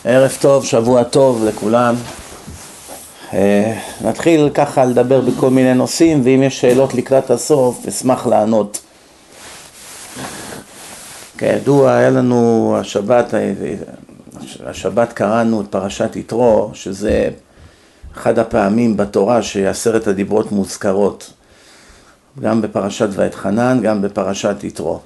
ערב טוב, שבוע טוב לכולם. נתחיל ככה לדבר בכל מיני נושאים, ואם יש שאלות לקראת הסוף, אשמח לענות. כידוע, היה לנו השבת קראנו את פרשת יתרו, שזה אחד הפעמים בתורה שעשרת הדיברות מוזכרות, גם בפרשת ואתחנן, גם בפרשת יתרו.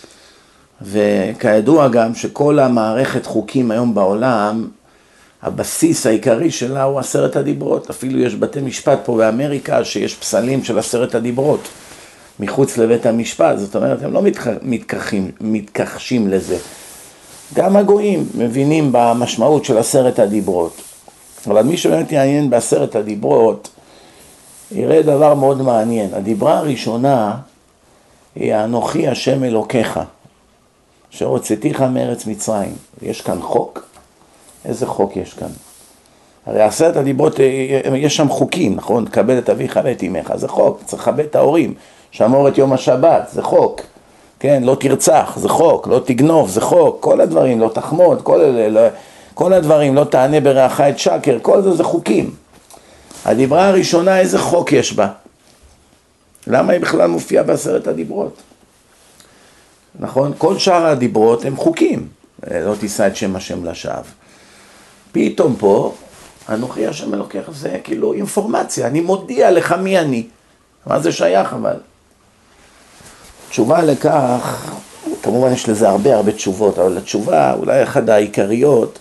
וכידוע גם שכל המערכת חוקים היום בעולם, הבסיס העיקרי שלה הוא עשרת הדיברות. אפילו יש בתי משפט פה באמריקה שיש פסלים של עשרת הדיברות מחוץ לבית המשפט. זאת אומרת, הם לא מתכחשים לזה. גם הגויים מבינים במשמעות של עשרת הדיברות. אבל מי שבאמת יעניין בעשרת הדיברות, יראה דבר מאוד מעניין. הדיברה הראשונה היא אנוכי השם אלוקיך, שהוצאתיך מארץ מצרים. יש כאן חוק? איזה חוק יש כאן? הרי עשרת הדיברות, יש שם חוקים, נכון? תכבד את אביך ואת אמך, זה חוק. צריך לכבד את ההורים. שמור את יום השבת, זה חוק. כן, לא תרצח, זה חוק. לא תגנוב, זה חוק. כל הדברים, לא תחמוד, כל הדברים, לא תענה ברעך את שקר, כל זה חוקים. הדיברה הראשונה, איזה חוק יש בה? למה היא בכלל מופיעה בעשרת הדיברות? נכון? כל שאר הדיברות הם חוקים. לא תישא את שם השם לשווא. פתאום פה, אנוכי השם אלוקיך, זה כאילו אינפורמציה. אני מודיע לך מי אני. מה זה שייך אבל? תשובה לכך, כמובן יש לזה הרבה תשובות, אבל התשובה אולי אחת העיקריות,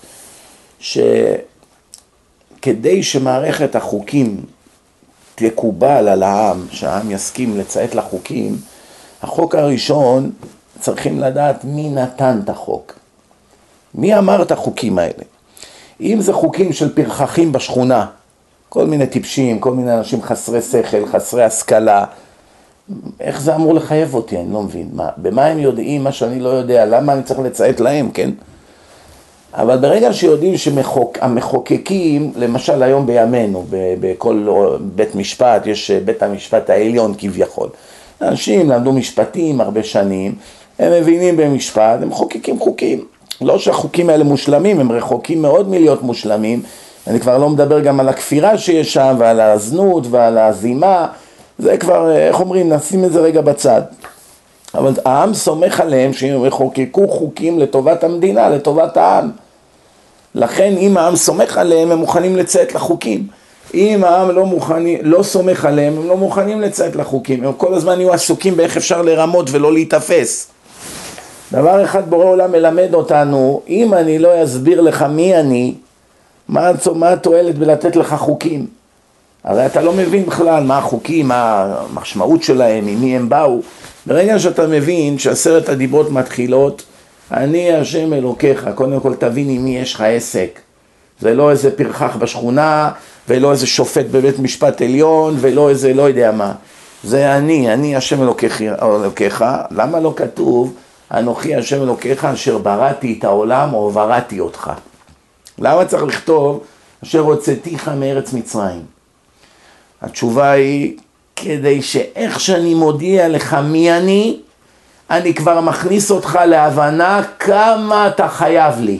שכדי שמערכת החוקים תקובל על העם, שהעם יסכים לציית לחוקים, החוק הראשון צריכים לדעת מי נתן את החוק. מי אמר את החוקים האלה? אם זה חוקים של פרחחים בשכונה, כל מיני טיפשים, כל מיני אנשים חסרי שכל, חסרי השכלה, איך זה אמור לחייב אותי? אני לא מבין. במה הם יודעים מה שאני לא יודע? למה אני צריך לציית להם, כן? אבל ברגע שיודעים שהמחוקקים, למשל היום בימינו, בכל בית משפט, יש בית המשפט העליון כביכול. אנשים למדו משפטים הרבה שנים, הם מבינים במשפט, הם חוקקים חוקים. לא שהחוקים האלה מושלמים, הם רחוקים מאוד מלהיות מושלמים. אני כבר לא מדבר גם על הכפירה שיש שם, ועל הזנות ועל הזימה. זה כבר, איך אומרים, נשים את זה רגע בצד. אבל העם סומך עליהם שהם יחוקקו חוקים לטובת המדינה, לטובת העם. לכן אם העם סומך עליהם, הם מוכנים לציית לחוקים. אם העם לא סומך עליהם, הם לא מוכנים לציית לחוקים. הם כל הזמן יהיו עסוקים באיך אפשר לרמות ולא להתאפס. דבר אחד בורא עולם מלמד אותנו, אם אני לא אסביר לך מי אני, מה התועלת בלתת לך חוקים? הרי אתה לא מבין בכלל מה החוקים, מה המשמעות שלהם, ממי הם באו. ברגע שאתה מבין שעשרת הדיברות מתחילות, אני השם אלוקיך, קודם כל תבין עם מי יש לך עסק. זה לא איזה פרחח בשכונה, ולא איזה שופט בבית משפט עליון, ולא איזה לא יודע מה. זה אני השם אלוקיך. למה לא כתוב, אנוכי השם אלוקיך אשר בראתי את העולם או בראתי אותך? למה צריך לכתוב אשר הוצאתיך מארץ מצרים? התשובה היא, כדי שאיך שאני מודיע לך מי אני כבר מכניס אותך להבנה כמה אתה חייב לי.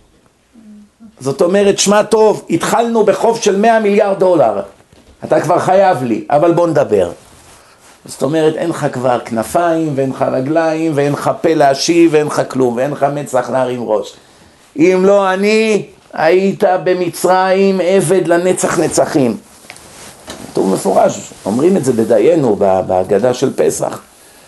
זאת אומרת, שמע טוב, התחלנו בחוב של 100 מיליארד דולר. אתה כבר חייב לי, אבל בוא נדבר. זאת אומרת, אין לך כבר כנפיים, ואין לך רגליים, ואין לך פה להשיב, ואין לך כלום, ואין לך מצח להרים ראש. אם לא אני, היית במצרים עבד לנצח נצחים. כתוב מפורש, אומרים את זה בדיינו, בהגדה של פסח.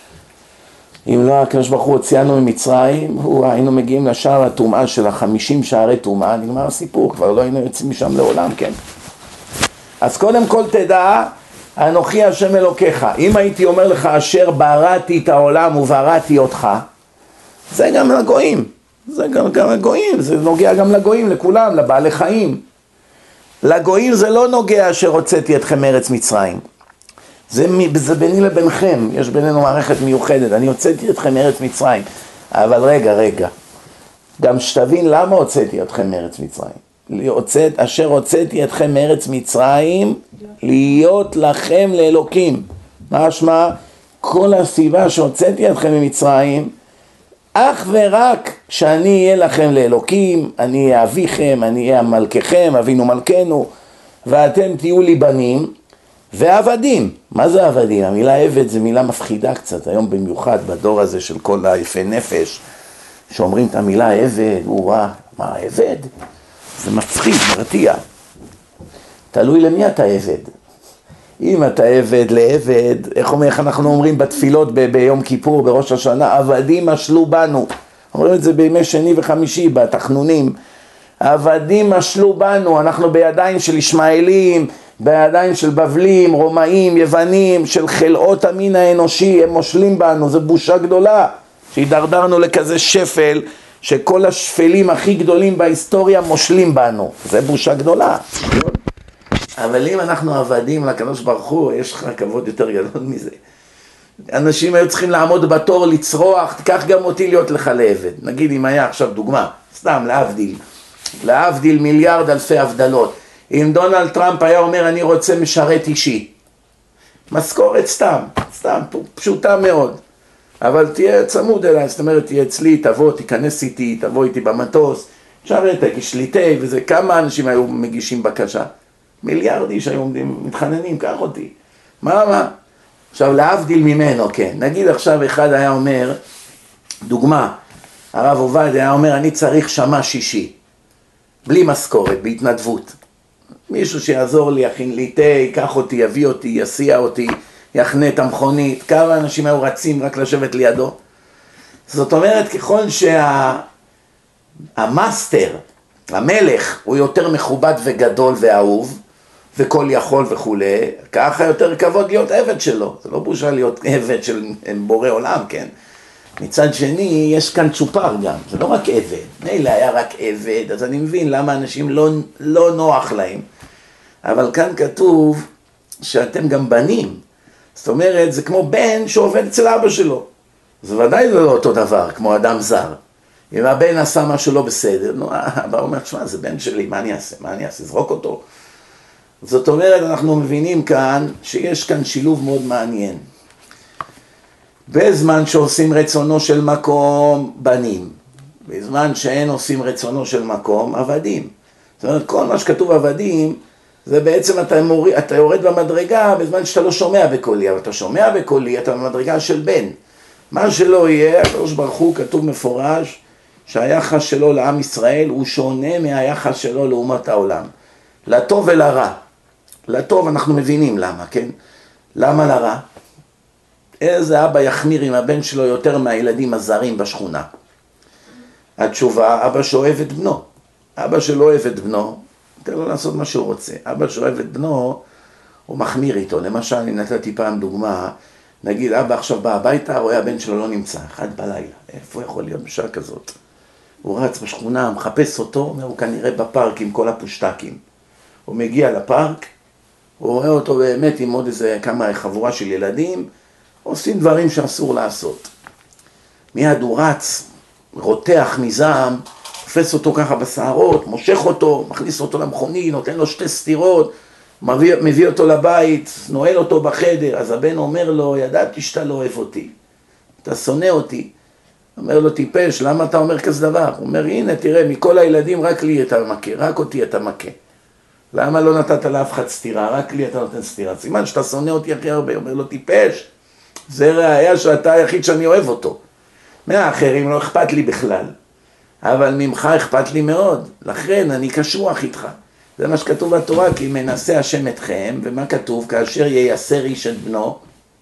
אם לא הקדוש ברוך הוא הוציאנו ממצרים, היינו מגיעים לשער הטומאה של 50 שערי טומאה, נגמר הסיפור, כבר לא היינו יוצאים משם לעולם, כן? אז קודם כל תדע, אנוכי השם אלוקיך. אם הייתי אומר לך אשר בראתי את העולם ובראתי אותך, זה גם לגויים. זה גם לגויים, זה נוגע גם לגויים, לכולם, לבעלי חיים. לגויים זה לא נוגע אשר הוצאתי אתכם מארץ מצרים. זה ביני לבינכם, יש בינינו מערכת מיוחדת, אני הוצאתי אתכם מארץ מצרים. אבל רגע, גם שתבין למה הוצאתי אתכם מארץ מצרים. אשר הוצאתי אתכם מארץ מצרים, להיות לכם לאלוקים. משמע, כל הסיבה שהוצאתי אתכם ממצרים, אך ורק שאני אהיה לכם לאלוקים, אני אהיה אביכם, אני אהיה מלככם, אבינו מלכנו, ואתם תהיו לי בנים ועבדים. מה זה עבדים? המילה עבד זה מילה מפחידה קצת, היום במיוחד בדור הזה של כל היפי נפש, שאומרים את המילה עבד, מה עבד? זה מפחיד, מרתיע. תלוי למי אתה עבד. אם אתה עבד לעבד, איך אנחנו אומרים בתפילות ביום כיפור, בראש השנה, עבדים משלו בנו. אומרים את זה בימי שני וחמישי, בתחנונים. עבדים משלו בנו, אנחנו בידיים של ישמעאלים, בידיים של בבלים, רומאים, יוונים, של חלאות המין האנושי, הם מושלים בנו, זו בושה גדולה. שהידרדרנו לכזה שפל, שכל השפלים הכי גדולים בהיסטוריה מושלים בנו. זה בושה גדולה. אבל אם אנחנו עבדים לקדוש ברוך הוא, יש לך כבוד יותר גדול מזה. אנשים היו צריכים לעמוד בתור, לצרוח, תיקח גם אותי להיות לך לעבד. נגיד אם היה עכשיו דוגמה, סתם להבדיל מיליארד אלפי הבדלות. אם דונלד טראמפ היה אומר אני רוצה משרת אישי, משכורת סתם, פשוטה מאוד. אבל תהיה צמוד אליי, זאת אומרת תהיה אצלי, תבוא, תיכנס איתי, תבוא איתי במטוס, שרת, תגיש לי תה, וזה כמה אנשים היו מגישים בקשה. מיליארד איש היו מתחננים, קח אותי. מה? עכשיו להבדיל ממנו, כן. נגיד עכשיו אחד היה אומר, דוגמה, הרב עובדיה היה אומר, אני צריך שמש אישי, בלי משכורת, בהתנדבות. מישהו שיעזור לי, יכין לי תה, ייקח אותי, יביא אותי, יסיע אותי, יחנה את המכונית. כמה אנשים היו רצים רק לשבת לידו. זאת אומרת, ככל שהמאסטר, המלך, הוא יותר מכובד וגדול ואהוב, וכל יכול וכו', ככה יותר כבוד להיות עבד שלו. זה לא בושה להיות עבד של בורא עולם, כן? מצד שני, יש כאן צ'ופר גם, זה לא רק עבד. מילא היה רק עבד, אז אני מבין למה אנשים לא נוח להם. אבל כאן כתוב שאתם גם בנים. זאת אומרת, זה כמו בן שעובד אצל אבא שלו. זה ודאי לא אותו דבר, כמו אדם זר. אם הבן עשה משהו לא בסדר, אבא אומר, תשמע, זה בן שלי, מה אני אעשה? זרוק אותו. זאת אומרת, אנחנו מבינים כאן שיש כאן שילוב מאוד מעניין. בזמן שעושים רצונו של מקום, בנים. בזמן שאין עושים רצונו של מקום, עבדים. זאת אומרת, כל מה שכתוב עבדים, זה בעצם אתה יורד במדרגה בזמן שאתה לא שומע בקולי, אבל אתה שומע בקולי, אתה במדרגה של בן. מה שלא יהיה, הקדוש ברוך הוא כתוב מפורש, שהיחס שלו לעם ישראל הוא שונה מהיחס שלו לאומת העולם. לטוב ולרע. לטוב אנחנו מבינים למה, כן? למה לרע? איזה אבא יחמיר עם הבן שלו יותר מהילדים הזרים בשכונה? התשובה, אבא שאוהב את בנו. אבא שלא אוהב את בנו, תן לו לעשות מה שהוא רוצה. אבא שאוהב את בנו, הוא מחמיר איתו. למשל, אני נתתי פעם דוגמה, נגיד, אבא עכשיו בא הביתה, רואה הבן שלו לא נמצא, 1 בלילה. איפה יכול להיות בשעה כזאת? הוא רץ בשכונה, מחפש אותו, אומר, הוא כנראה בפארק עם כל הפושטקים. הוא מגיע לפארק, הוא רואה אותו באמת עם עוד איזה כמה חבורה של ילדים, עושים דברים שאסור לעשות. מיד הוא רץ, רותח מזעם, תופס אותו ככה בשערות, מושך אותו, מכניס אותו למכוני, נותן לו 2 סטירות, מביא אותו לבית, נועל אותו בחדר. אז הבן אומר לו, ידעתי שאתה לא אוהב אותי, אתה שונא אותי. אומר לו, טיפש, למה אתה אומר כזה דבר? הוא אומר, הנה תראה, מכל הילדים רק לי אתה מכה, רק אותי אתה מכה. למה לא נתת לאף אחד סתירה? רק לי אתה נותן סתירה. סימן שאתה שונא אותי הכי הרבה. אומר לו, טיפש, זה ראיה שאתה היחיד שאני אוהב אותו. מהאחרים לא אכפת לי בכלל. אבל ממך אכפת לי מאוד. לכן אני קשוח איתך. זה מה שכתוב בתורה, כי מנסה השם אתכם, ומה כתוב? כאשר ייסר איש את בנו,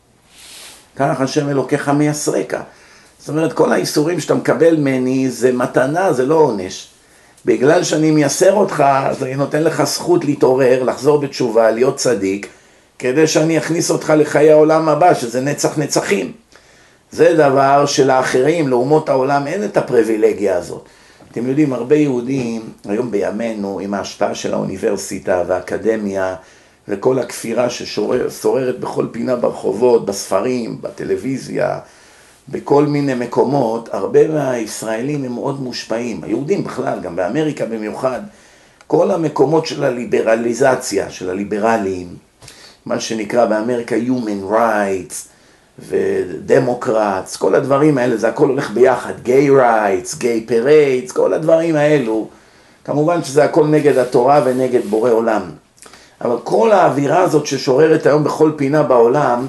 כך השם אלוקיך מייסרך. זאת אומרת, כל האיסורים שאתה מקבל ממני זה מתנה, זה לא עונש. בגלל שאני מייסר אותך, אז אני נותן לך זכות להתעורר, לחזור בתשובה, להיות צדיק, כדי שאני אכניס אותך לחיי העולם הבא, שזה נצח נצחים. זה דבר שלאחרים, לאומות העולם, אין את הפריבילגיה הזאת. אתם יודעים, הרבה יהודים, היום בימינו, עם ההשפעה של האוניברסיטה והאקדמיה, וכל הכפירה ששוררת בכל פינה ברחובות, בספרים, בטלוויזיה, בכל מיני מקומות, הרבה מהישראלים הם מאוד מושפעים. היהודים בכלל, גם באמריקה במיוחד, כל המקומות של הליברליזציה, של הליברלים, מה שנקרא באמריקה Human Rights, ודמוקרטס, כל הדברים האלה, זה הכל הולך ביחד, גיי רייטס, גיי פריידס, כל הדברים האלו, כמובן שזה הכל נגד התורה ונגד בורא עולם. אבל כל האווירה הזאת ששוררת היום בכל פינה בעולם,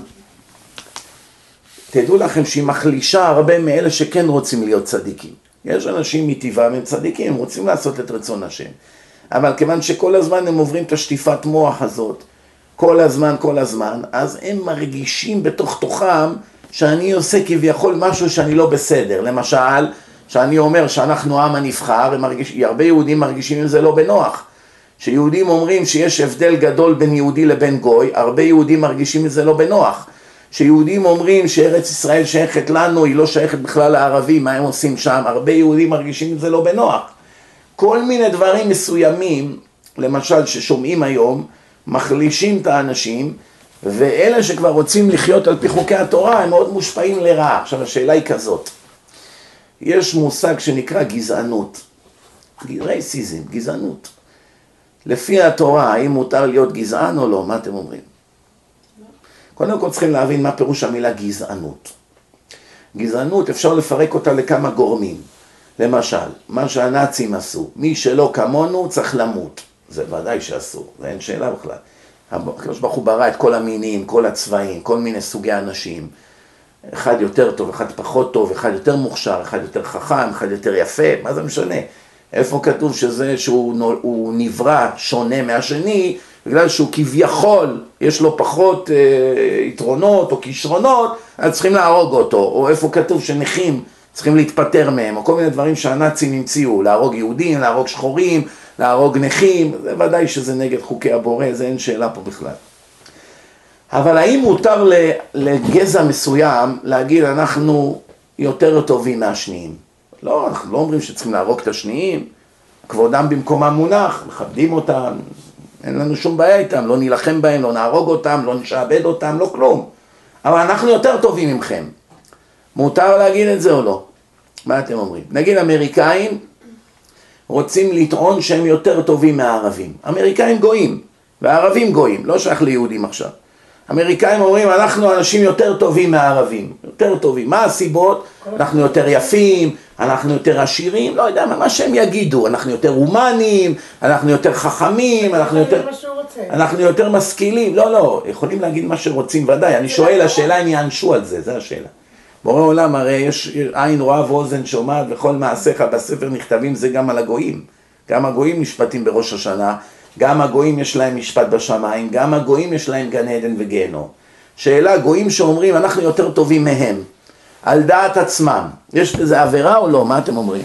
תדעו לכם שהיא מחלישה הרבה מאלה שכן רוצים להיות צדיקים. יש אנשים מטבעם הם צדיקים, הם רוצים לעשות את רצון השם. אבל כיוון שכל הזמן הם עוברים את השטיפת מוח הזאת, כל הזמן, אז הם מרגישים בתוך תוכם שאני עושה כביכול משהו שאני לא בסדר. למשל, שאני אומר שאנחנו עם הנבחר, הרבה יהודים מרגישים עם זה לא בנוח. שיהודים אומרים שיש הבדל גדול בין יהודי לבין גוי, הרבה יהודים מרגישים עם זה לא בנוח. שיהודים אומרים שארץ ישראל שייכת לנו, היא לא שייכת בכלל לערבים, מה הם עושים שם, הרבה יהודים מרגישים עם זה לא בנוח. כל מיני דברים מסוימים, למשל ששומעים היום, מחלישים את האנשים, ואלה שכבר רוצים לחיות על פי חוקי התורה, הם מאוד מושפעים לרעה. עכשיו השאלה היא כזאת, יש מושג שנקרא גזענות, רייסיזם, גזענות. לפי התורה, האם מותר להיות גזען או לא? מה אתם אומרים? קודם כל צריכים להבין מה פירוש המילה גזענות. גזענות אפשר לפרק אותה לכמה גורמים. למשל, מה שהנאצים עשו, מי שלא כמונו צריך למות. זה ודאי שאסור, זה אין שאלה בכלל. הקדוש ברוך הוא ברא את כל המינים, כל הצבעים, כל מיני סוגי אנשים. אחד יותר טוב, אחד פחות טוב, אחד יותר מוכשר, אחד יותר חכם, אחד יותר יפה, מה זה משנה? איפה כתוב שזה שהוא נברא שונה מהשני, בגלל שהוא כביכול יש לו פחות יתרונות או כישרונות, אז צריכים להרוג אותו, או איפה כתוב שנכים צריכים להתפטר מהם, או כל מיני דברים שהנאצים המציאו, להרוג יהודים, להרוג שחורים, להרוג נכים, זה ודאי שזה נגד חוקי הבורא, זה אין שאלה פה בכלל. אבל האם מותר לגזע מסוים להגיד אנחנו יותר טובים מהשניים? לא, אנחנו לא אומרים שצריכים להרוג את השניים, כבודם במקומם מונח, מכבדים אותם, אין לנו שום בעיה איתם, לא נילחם בהם, לא נהרוג אותם, לא נשעבד אותם, לא כלום. אבל אנחנו יותר טובים ממכם. מותר להגיד את זה או לא? מה אתם אומרים? נגיד אמריקאים רוצים לטעון שהם יותר טובים מהערבים. אמריקאים גויים, והערבים גויים, לא שייך ליהודים עכשיו. אמריקאים אומרים, אנחנו אנשים יותר טובים מהערבים, יותר טובים. מה הסיבות? אנחנו יותר יפים, אנחנו יותר עשירים, לא יודע מה שהם יגידו, אנחנו יותר הומניים, אנחנו יותר חכמים, אנחנו יותר משכילים, לא, יכולים להגיד מה שרוצים ודאי, אני שואל, השאלה אם יענשו על זה, זה השאלה. בורא עולם, הרי יש עין רואה ואוזן שומעת, וכל מעשיך בספר נכתבים זה גם על הגויים. גם הגויים נשפטים בראש השנה, גם הגויים יש להם משפט בשמיים, גם הגויים יש להם גן עדן וגיהנום. שאלה, גויים שאומרים אנחנו יותר טובים מהם, על דעת עצמם, יש בזה עבירה או לא? מה אתם אומרים?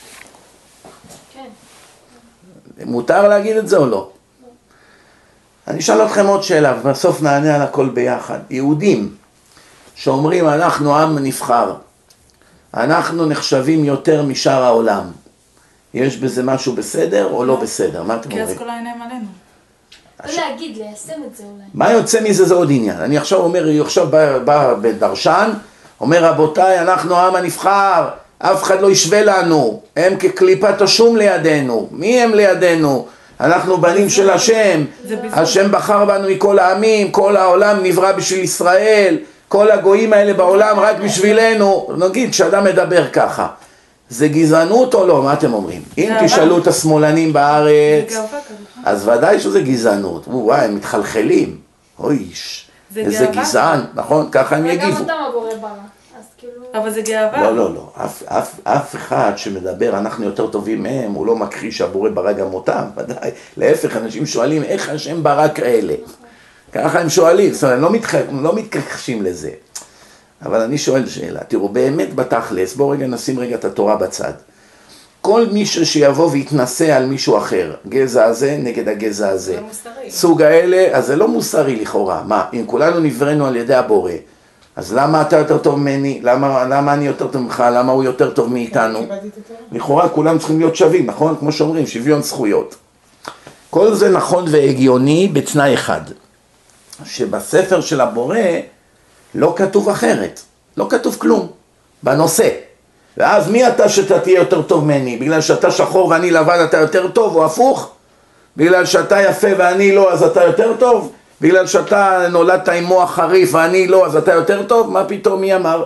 כן. מותר להגיד את זה או לא? אני אשאל אתכם עוד שאלה, ובסוף נענה על הכל ביחד. יהודים שאומרים אנחנו עם נבחר, אנחנו נחשבים יותר משאר העולם, יש בזה משהו בסדר או לא בסדר? מה אתם אומרים? כי אז כל העיניים עלינו. לא להגיד, ליישם את זה אולי. מה יוצא מזה זה עוד עניין. אני עכשיו אומר, עכשיו בא בדרשן, אומר רבותיי, אנחנו העם הנבחר, אף אחד לא ישווה לנו, הם כקליפת השום לידינו. מי הם לידינו? אנחנו בנים של השם, השם בחר בנו מכל העמים, כל העולם נברא בשביל ישראל, כל הגויים האלה בעולם רק בשבילנו. נגיד שאדם מדבר ככה, זה גזענות או לא? מה אתם אומרים? אם תשאלו את השמאלנים בארץ, אז ודאי שזה גזענות. וואי, הם מתחלחלים. אויש, איזה גזען, נכון? ככה הם יגיבו. גם אותם הבורא ברא, אז כאילו... אבל זה גאווה. לא. אף אחד שמדבר, אנחנו יותר טובים מהם, הוא לא מכחיש שהבורא ברא גם אותם, ודאי. להפך, אנשים שואלים, איך השם ברא כאלה? ככה הם שואלים, זאת אומרת, הם לא מתכחשים לזה. אבל אני שואל שאלה, תראו, באמת בתכלס, בואו רגע נשים רגע את התורה בצד. כל מישהו שיבוא ויתנסה על מישהו אחר, גזע הזה נגד הגזע הזה, סוג האלה, אז זה לא מוסרי לכאורה. מה, אם כולנו נבראנו על ידי הבורא, אז למה אתה יותר טוב ממני? למה אני יותר טוב ממך? למה הוא יותר טוב מאיתנו? לכאורה כולם צריכים להיות שווים, נכון? כמו שאומרים, שוויון זכויות. כל זה נכון והגיוני בתנאי אחד, שבספר של הבורא לא כתוב אחרת, לא כתוב כלום בנושא. ואז מי אתה שאתה תהיה יותר טוב ממני? בגלל שאתה שחור ואני לבן אתה יותר טוב, או הפוך? בגלל שאתה יפה ואני לא אז אתה יותר טוב? בגלל שאתה נולדת עם מוח חריף ואני לא, אז אתה יותר טוב? מה פתאום, מי אמר?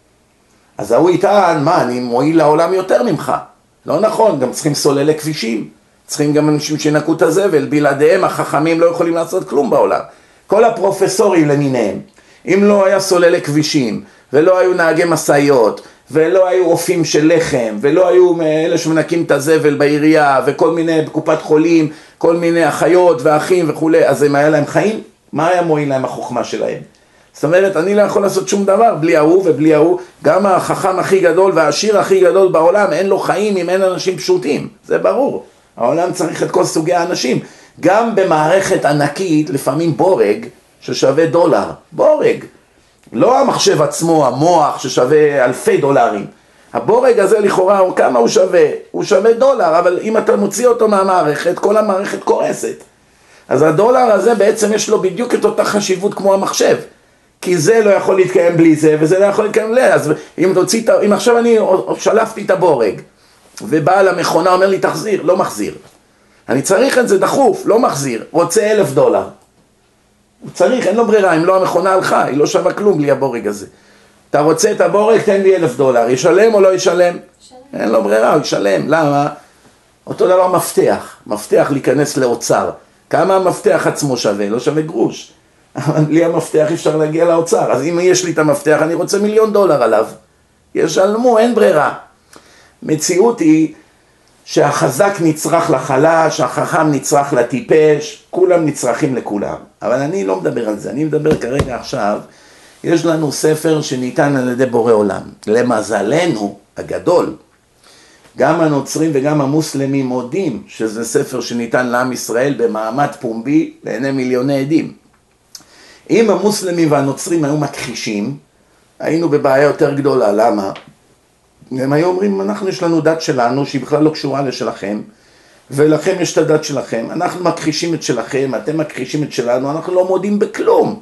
אז הוא יטען, מה, אני מועיל לעולם יותר ממך. לא נכון, גם צריכים סוללי כבישים, צריכים גם אנשים שינקו את הזבל, בלעדיהם החכמים לא יכולים לעשות כלום בעולם. כל הפרופסורים למיניהם, אם לא היה סוללי כבישים, ולא היו נהגי מסעיות, ולא היו אופים של לחם, ולא היו אלה שמנקים את הזבל בעירייה, וכל מיני בקופת חולים, כל מיני אחיות ואחים וכולי, אז הם היה להם חיים? מה היה מועיל להם החוכמה שלהם? זאת אומרת, אני לא יכול לעשות שום דבר בלי ההוא ובלי ההוא. גם החכם הכי גדול והעשיר הכי גדול בעולם, אין לו חיים אם אין אנשים פשוטים. זה ברור. העולם צריך את כל סוגי האנשים. גם במערכת ענקית, לפעמים בורג ששווה דולר. בורג. לא המחשב עצמו, המוח ששווה אלפי דולרים. הבורג הזה לכאורה, כמה הוא שווה? הוא שווה דולר, אבל אם אתה מוציא אותו מהמערכת, כל המערכת קורסת. אז הדולר הזה בעצם יש לו בדיוק את אותה חשיבות כמו המחשב. כי זה לא יכול להתקיים בלי זה, וזה לא יכול להתקיים בלי. אז אם עכשיו אני שלפתי את הבורג, ובעל המכונה אומר לי תחזיר, לא מחזיר. אני צריך את זה דחוף, לא מחזיר, רוצה $1,000. הוא צריך, אין לו ברירה, אם לא המכונה הלכה, היא לא שווה כלום בלי הבורג הזה. אתה רוצה את הבורג, תן לי $1,000, ישלם או לא ישלם? אין לו ברירה, הוא ישלם. למה? אותו דבר מפתח להיכנס לאוצר. כמה המפתח עצמו שווה? לא שווה גרוש. אבל בלי המפתח אפשר להגיע לאוצר. אז אם יש לי את המפתח, אני רוצה $1,000,000 עליו. ישלמו, אין ברירה. מציאות היא שהחזק נצרך לחלש, החכם נצרך לטיפש, כולם נצרכים לכולם. אבל אני לא מדבר על זה, אני מדבר כרגע עכשיו, יש לנו ספר שניתן על ידי בורא עולם. למזלנו הגדול, גם הנוצרים וגם המוסלמים מודים שזה ספר שניתן לעם ישראל במעמד פומבי לעיני מיליוני עדים. אם המוסלמים והנוצרים היו מכחישים, היינו בבעיה יותר גדולה. למה? הם היו אומרים, אנחנו יש לנו דת שלנו שהיא בכלל לא קשורה לשלכם, ולכם יש את הדת שלכם, אנחנו מכחישים את שלכם, אתם מכחישים את שלנו, אנחנו לא מודים בכלום.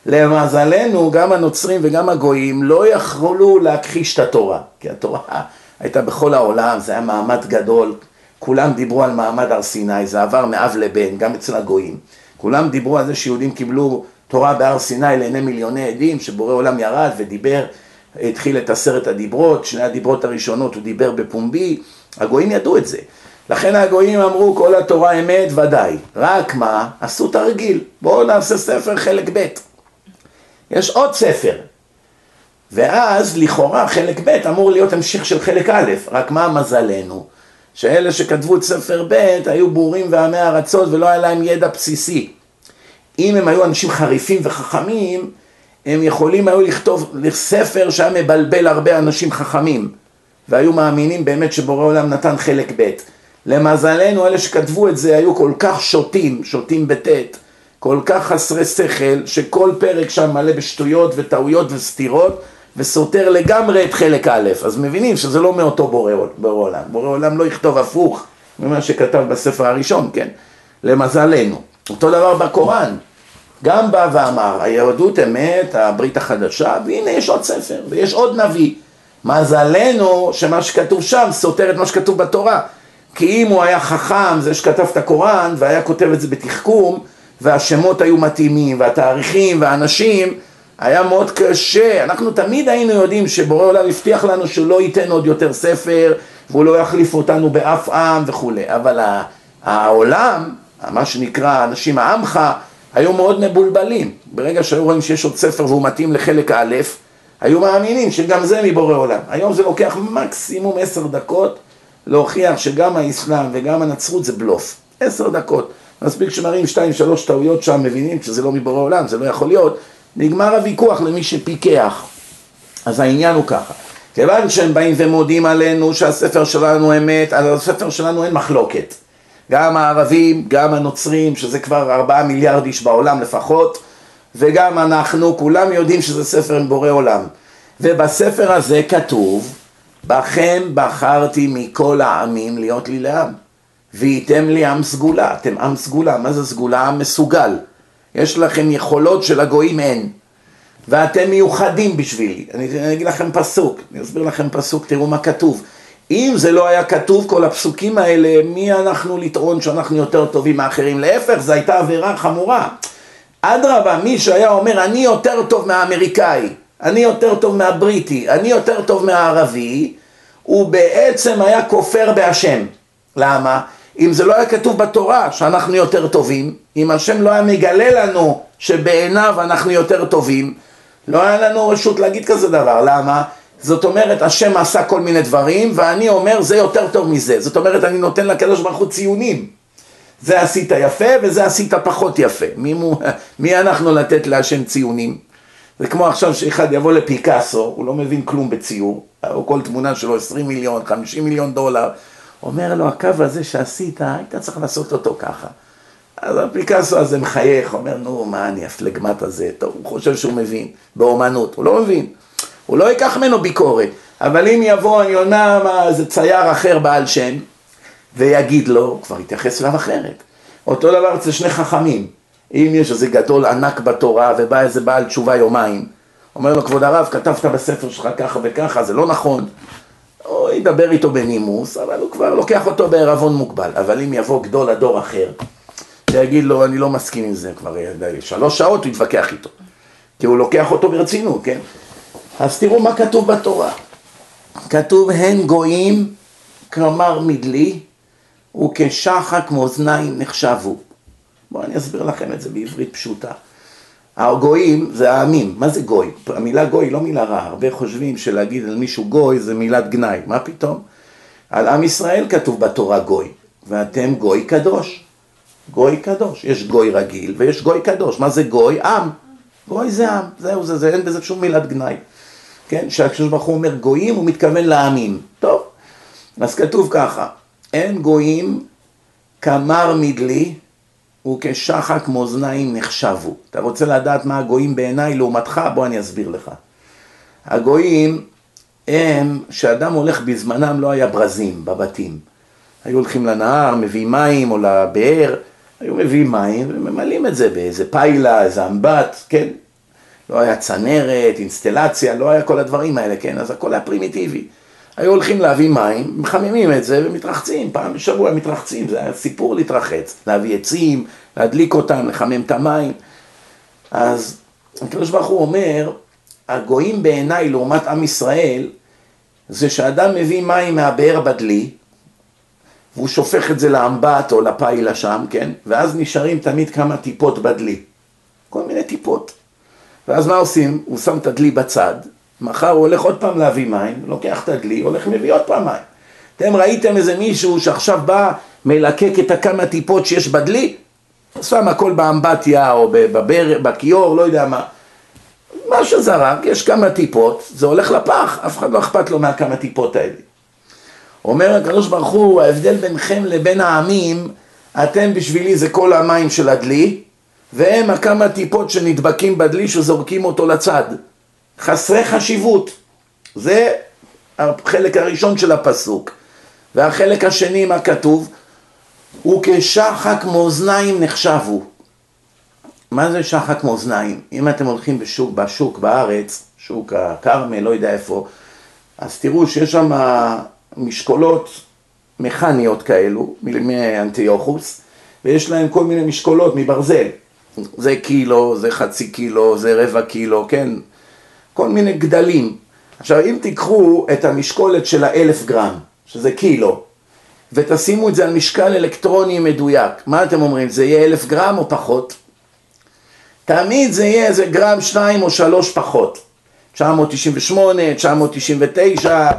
למזלנו, גם הנוצרים וגם הגויים לא יכולו להכחיש את התורה, כי התורה הייתה בכל העולם, זה היה מעמד גדול, כולם דיברו על מעמד הר סיני, זה עבר מאב לבן, גם אצל הגויים. כולם דיברו על זה שיהודים קיבלו תורה בהר סיני לעיני מיליוני עדים, שבורא עולם ירד ודיבר, התחיל את 10 הדיברות, 2 הדיברות הראשונות הוא דיבר בפומבי, הגויים ידעו את זה. לכן הגויים אמרו כל התורה אמת ודאי, רק מה? עשו תרגיל, בואו נעשה ספר חלק ב'. יש עוד ספר, ואז לכאורה חלק ב' אמור להיות המשך של חלק א', רק מה מזלנו? שאלה שכתבו את ספר ב' היו בורים ועמי ארצות ולא היה להם ידע בסיסי. אם הם היו אנשים חריפים וחכמים, הם יכולים היו לכתוב ספר שהיה מבלבל הרבה אנשים חכמים, והיו מאמינים באמת שבורא עולם נתן חלק ב'. למזלנו אלה שכתבו את זה היו כל כך שוטים בטט, כל כך חסרי שכל, שכל פרק שם מלא בשטויות וטעויות וסתירות, וסותר לגמרי את חלק א'. אז מבינים שזה לא מאותו בורא עולם. בורא עולם לא יכתוב הפוך ממה שכתב בספר הראשון, כן? למזלנו. אותו דבר בקוראן. גם בא ואמר, היהדות אמת, הברית החדשה, והנה יש עוד ספר, ויש עוד נביא. מזלנו שמה שכתוב שם סותר את מה שכתוב בתורה. כי אם הוא היה חכם, זה שכתב את הקוראן, והיה כותב את זה בתחכום, והשמות היו מתאימים, והתאריכים והאנשים, היה מאוד קשה. אנחנו תמיד היינו יודעים שבורא עולם הבטיח לנו שהוא לא ייתן עוד יותר ספר, והוא לא יחליף אותנו באף עם וכו'. אבל העולם, מה שנקרא אנשים העמך, היו מאוד מבולבלים. ברגע שהיו רואים שיש עוד ספר והוא מתאים לחלק א', היו מאמינים שגם זה מבורא עולם. היום זה לוקח מקסימום 10 דקות להוכיח שגם האסלאם וגם הנצרות זה בלוף. 10 דקות. מספיק שמראים 2-3 טעויות שם, מבינים שזה לא מבורא עולם, זה לא יכול להיות. נגמר הוויכוח למי שפיקח. אז העניין הוא ככה. כיוון שהם באים ומודים עלינו שהספר שלנו אמת, על הספר שלנו אין מחלוקת. גם הערבים, גם הנוצרים, שזה כבר 4 מיליארד איש בעולם לפחות, וגם אנחנו, כולם יודעים שזה ספר מבורא עולם. ובספר הזה כתוב, בכם בחרתי מכל העמים להיות לי לעם, והייתם לי עם סגולה. אתם עם סגולה, מה זה סגולה? עם מסוגל. יש לכם יכולות של הגויים אין, ואתם מיוחדים בשבילי. אני אגיד לכם פסוק, אני אסביר לכם פסוק, תראו מה כתוב. אם זה לא היה כתוב כל הפסוקים האלה, מי אנחנו לטעון שאנחנו יותר טובים מאחרים? להפך, זו הייתה עבירה חמורה. אדרבה, מי שהיה אומר אני יותר טוב מהאמריקאי, אני יותר טוב מהבריטי, אני יותר טוב מהערבי, הוא בעצם היה כופר בהשם. למה? אם זה לא היה כתוב בתורה שאנחנו יותר טובים, אם השם לא היה מגלה לנו שבעיניו אנחנו יותר טובים, לא היה לנו רשות להגיד כזה דבר. למה? זאת אומרת, השם עשה כל מיני דברים, ואני אומר זה יותר טוב מזה. זאת אומרת, אני נותן לקדוש ברוך הוא ציונים. זה עשית יפה וזה עשית פחות יפה. מי אנחנו לתת להשם ציונים? זה כמו עכשיו שאחד יבוא לפיקאסו, הוא לא מבין כלום בציור, או כל תמונה שלו 20 מיליון, 50 מיליון דולר, אומר לו, הקו הזה שעשית, היית צריך לעשות אותו ככה. אז הפיקאסו הזה מחייך, אומר, נו, מה אני הפלגמט הזה? טוב, הוא חושב שהוא מבין באומנות, הוא לא מבין. הוא לא ייקח ממנו ביקורת, אבל אם יבוא, אני אומר, מה, זה צייר אחר בעל שם, ויגיד לו, כבר יתייחס אליו אחרת. אותו דבר אצל שני חכמים. אם יש איזה גדול ענק בתורה, ובא איזה בעל תשובה יומיים, אומר לו, כבוד הרב, כתבת בספר שלך ככה וככה, זה לא נכון. הוא ידבר איתו בנימוס, אבל הוא כבר לוקח אותו בערבון מוגבל. אבל אם יבוא גדול הדור אחר, ויגיד לו, אני לא מסכים עם זה, כבר 3 שעות הוא יתווכח איתו. כי הוא לוקח אותו ברצינות, כן? אז תראו מה כתוב בתורה. כתוב, הן גויים כמר מדלי, וכשחק מאזניים נחשבו. בואו אני אסביר לכם את זה בעברית פשוטה. הגויים זה העמים. מה זה גוי? המילה גוי היא לא מילה רעה. הרבה חושבים שלהגיד על מישהו גוי זה מילת גנאי. מה פתאום? על עם ישראל כתוב בתורה גוי. ואתם גוי קדוש. גוי קדוש. יש גוי רגיל ויש גוי קדוש. מה זה גוי? עם. גוי זה עם. זהו, זה אין בזה שום מילת גנאי. כן? כשהקדוש ברוך הוא אומר גויים הוא מתכוון לעמים. טוב. אז כתוב ככה. אין גויים כמר מדלי וכשחק מאזניים נחשבו. אתה רוצה לדעת מה הגויים בעיניי לעומתך? בוא אני אסביר לך. הגויים הם, שאדם הולך בזמנם לא היה ברזים בבתים. היו הולכים לנהר, מביאים מים או לבאר, היו מביאים מים וממלאים את זה באיזה פיילה, איזה אמבט, כן? לא היה צנרת, אינסטלציה, לא היה כל הדברים האלה, כן? אז הכל היה פרימיטיבי. היו הולכים להביא מים, מחממים את זה ומתרחצים, פעם בשבוע מתרחצים, זה היה סיפור להתרחץ, להביא עצים, להדליק אותם, לחמם את המים. אז הקדוש ברוך הוא אומר, הגויים בעיניי לעומת עם ישראל, זה שאדם מביא מים מהבאר בדלי, והוא שופך את זה לאמבט או לפיילה שם, כן? ואז נשארים תמיד כמה טיפות בדלי, כל מיני טיפות. ואז מה עושים? הוא שם את הדלי בצד, מחר הוא הולך עוד פעם להביא מים, לוקח את הדלי, הולך מביא עוד פעם מים. אתם ראיתם איזה מישהו שעכשיו בא מלקק את הכמה טיפות שיש בדלי? שם הכל באמבטיה או בכיור, לא יודע מה. מה שזרק, יש כמה טיפות, זה הולך לפח, אף אחד לא אכפת לו מהכמה טיפות האלה. אומר הקדוש ברוך הוא, ההבדל ביניכם לבין העמים, אתם בשבילי זה כל המים של הדלי, והם הכמה טיפות שנדבקים בדלי שזורקים אותו לצד. חסרי חשיבות. זה החלק הראשון של הפסוק. והחלק השני, מה כתוב? וכשחק מאזניים נחשבו. מה זה שחק מאזניים? אם אתם הולכים בשוק בארץ, שוק הכרמל, לא יודע איפה, אז תראו שיש שם משקולות מכניות כאלו, מאנטיוכוס, ויש להם כל מיני משקולות מברזל. זה קילו, זה חצי קילו, זה רבע קילו, כן? כל מיני גדלים. עכשיו, אם תיקחו את המשקולת של 1,000 גרם, שזה קילו, ותשימו את זה על משקל אלקטרוני מדויק, מה אתם אומרים? זה יהיה 1,000 גרם או פחות? תמיד זה יהיה איזה גרם 2 או 3 פחות. 998, 999,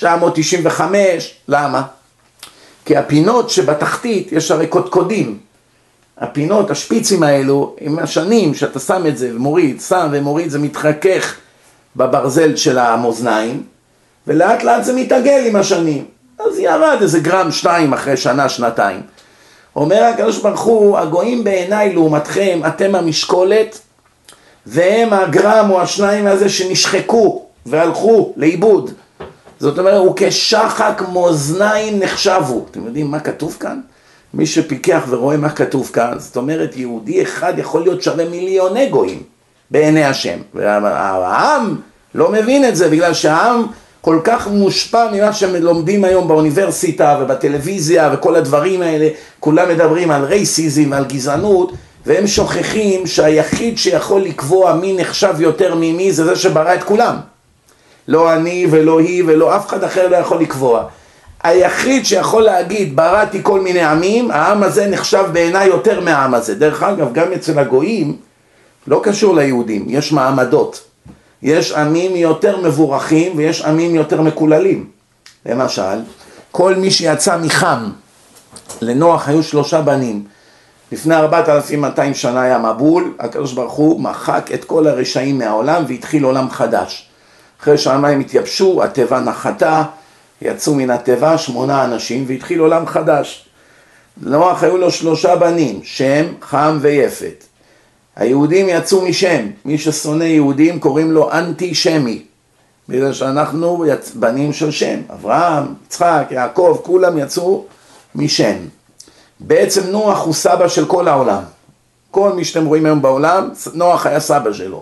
995, למה? כי הפינות שבתחתית יש הרי קודקודים. הפינות, השפיצים האלו, עם השנים שאתה שם את זה ומוריד, שם ומוריד, זה מתחכך בברזל של המאזניים, ולאט לאט זה מתעגל עם השנים. אז ירד איזה גרם 2 אחרי שנה, שנתיים. אומר הקדוש ברוך הוא, הגויים בעיניי לעומתכם, אתם המשקולת, והם הגרם או השניים הזה שנשחקו והלכו לאיבוד. זאת אומרת, וכשחק מאזניים נחשבו. אתם יודעים מה כתוב כאן? מי שפיקח ורואה מה כתוב כאן, זאת אומרת, יהודי אחד יכול להיות שווה מיליוני גויים בעיני השם. והעם לא מבין את זה, בגלל שהעם כל כך מושפע ממה שהם לומדים היום באוניברסיטה ובטלוויזיה וכל הדברים האלה, כולם מדברים על רייסיזם, על גזענות, והם שוכחים שהיחיד שיכול לקבוע מי נחשב יותר ממי זה זה שברא את כולם. לא אני ולא היא ולא אף אחד אחר לא יכול לקבוע. היחיד שיכול להגיד בראתי כל מיני עמים, העם הזה נחשב בעיניי יותר מהעם הזה. דרך אגב, גם אצל הגויים, לא קשור ליהודים, יש מעמדות. יש עמים יותר מבורכים ויש עמים יותר מקוללים. למשל, כל מי שיצא מחם, לנוח היו 3 בנים. לפני 4,200 שנה היה מבול, הקדוש ברוך הוא מחק את כל הרשעים מהעולם והתחיל עולם חדש. אחרי שהמים התייבשו, התיבה נחתה, יצאו מן התיבה 8 אנשים והתחיל עולם חדש. לנוח היו לו 3 בנים, שם, חם ויפת. היהודים יצאו משם, מי ששונא יהודים קוראים לו אנטי-שמי. בגלל שאנחנו בנים של שם, אברהם, יצחק, יעקב, כולם יצאו משם. בעצם נוח הוא סבא של כל העולם. כל מי שאתם רואים היום בעולם, נוח היה סבא שלו.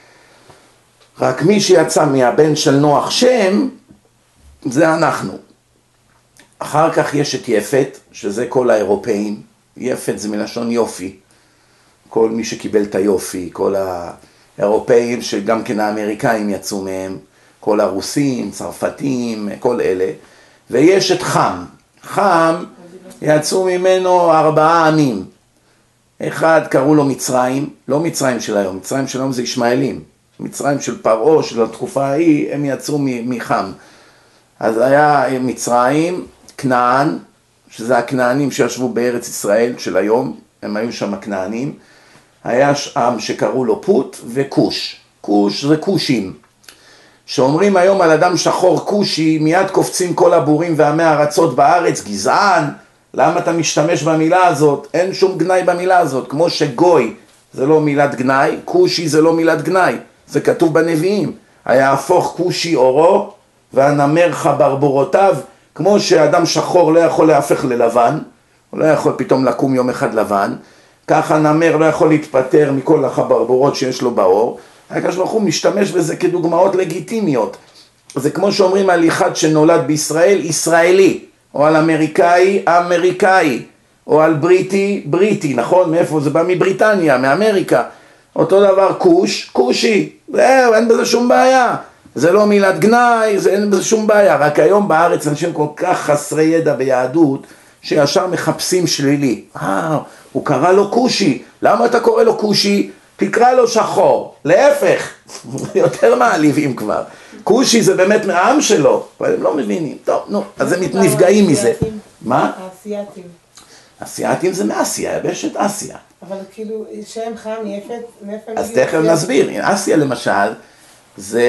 רק מי שיצא מהבן של נוח שם, זה אנחנו. אחר כך יש את יפת, שזה כל האירופאים. יפת זה מלשון יופי. כל מי שקיבל את היופי, כל האירופאים שגם כן האמריקאים יצאו מהם, כל הרוסים, צרפתים, כל אלה. ויש את חם. חם יצאו ממנו 4 עמים. אחד קראו לו מצרים, לא מצרים של היום, מצרים של היום זה ישמעאלים. מצרים של פרעה, של התקופה ההיא, הם יצאו מחם. אז היה מצרים, כנען, שזה הכנענים שישבו בארץ ישראל של היום, הם היו שם הכנענים. היה עם שקראו לו פוט וכוש. כוש זה כושים. שאומרים היום על אדם שחור כושי, מיד קופצים כל הבורים ועמי הארצות בארץ, גזען. למה אתה משתמש במילה הזאת? אין שום גנאי במילה הזאת. כמו שגוי זה לא מילת גנאי, כושי זה לא מילת גנאי. זה כתוב בנביאים. היהפוך כושי אורו והנמר חברבורותיו. כמו שאדם שחור לא יכול להפך ללבן, הוא לא יכול פתאום לקום יום אחד לבן, ככה נמר לא יכול להתפטר מכל החברבורות שיש לו באור. הקדוש ברוך הוא משתמש בזה כדוגמאות לגיטימיות. זה כמו שאומרים על אחד שנולד בישראל, ישראלי, או על אמריקאי, אמריקאי, או על בריטי, בריטי, נכון? מאיפה? זה בא מבריטניה, מאמריקה. אותו דבר כוש, כושי, זהו, אין בזה שום בעיה. זה לא מילת גנאי, אין בזה שום בעיה. רק היום בארץ אנשים כל כך חסרי ידע ביהדות, שישר מחפשים שלילי. הוא קרא לו כושי. למה אתה קורא לו כושי? תקרא לו שחור. להפך, יותר מעליבים כבר. כושי זה באמת מהעם שלו, אבל הם לא מבינים. טוב, נו, אז הם נפגעים מזה. מה? האסייתים. אסייתים זה מאסיה, יבשת אסיה. אבל כאילו, שם חם, יפת, מאיפה... אז תכף נסביר. אסיה למשל, זה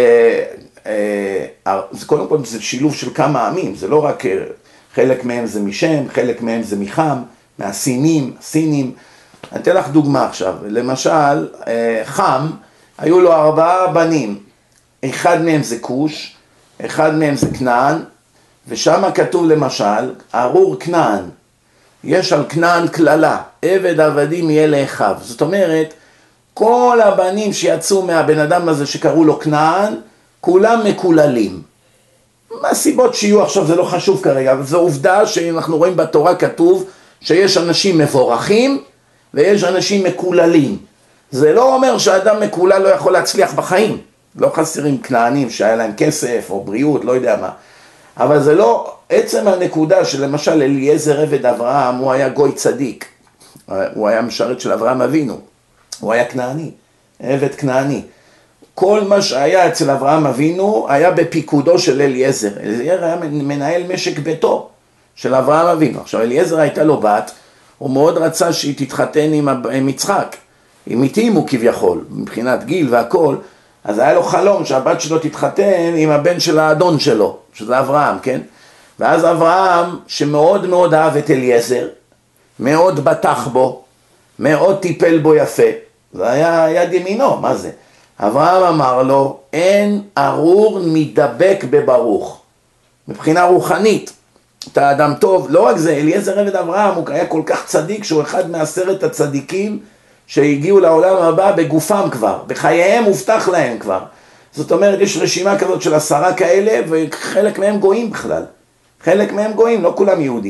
קודם כל זה שילוב של כמה עמים, זה לא רק חלק מהם זה משם, חלק מהם זה מחם, מהסינים, סינים. אני אתן לך דוגמה עכשיו, למשל חם, היו לו 4 בנים, אחד מהם זה כוש, אחד מהם זה כנען, ושם כתוב למשל, ארור כנען, יש על כנען כללה, עבד עבדים יהיה לאחיו, זאת אומרת, כל הבנים שיצאו מהבן אדם הזה שקראו לו כנען, כולם מקוללים. מה הסיבות שיהיו עכשיו זה לא חשוב כרגע, אבל זו עובדה שאנחנו רואים בתורה כתוב שיש אנשים מבורכים ויש אנשים מקוללים. זה לא אומר שאדם מקולל לא יכול להצליח בחיים. לא חסרים כנענים שהיה להם כסף או בריאות, לא יודע מה. אבל זה לא עצם הנקודה שלמשל אליעזר עבד אברהם, הוא היה גוי צדיק. הוא היה משרת של אברהם אבינו. הוא היה כנעני, עבד כנעני. כל מה שהיה אצל אברהם אבינו היה בפיקודו של אליעזר. אליעזר היה מנהל משק ביתו של אברהם אבינו. עכשיו אליעזר הייתה לו בת, הוא מאוד רצה שהיא תתחתן עם יצחק. עם איתימו כביכול, מבחינת גיל והכל. אז היה לו חלום שהבת שלו תתחתן עם הבן של האדון שלו, שזה אברהם, כן? ואז אברהם, שמאוד מאוד אהב את אליעזר, מאוד בטח בו, מאוד טיפל בו יפה. זה היה יד ימינו, מה זה? אברהם אמר לו, אין ארור מדבק בברוך. מבחינה רוחנית, אתה אדם טוב, לא רק זה, אליעזר עבד אברהם, הוא היה כל כך צדיק, שהוא אחד מ10 הצדיקים, שהגיעו לעולם הבא בגופם כבר, בחייהם הובטח להם כבר. זאת אומרת, יש רשימה כזאת של 10 כאלה, וחלק מהם גויים בכלל. חלק מהם גויים, לא כולם יהודים.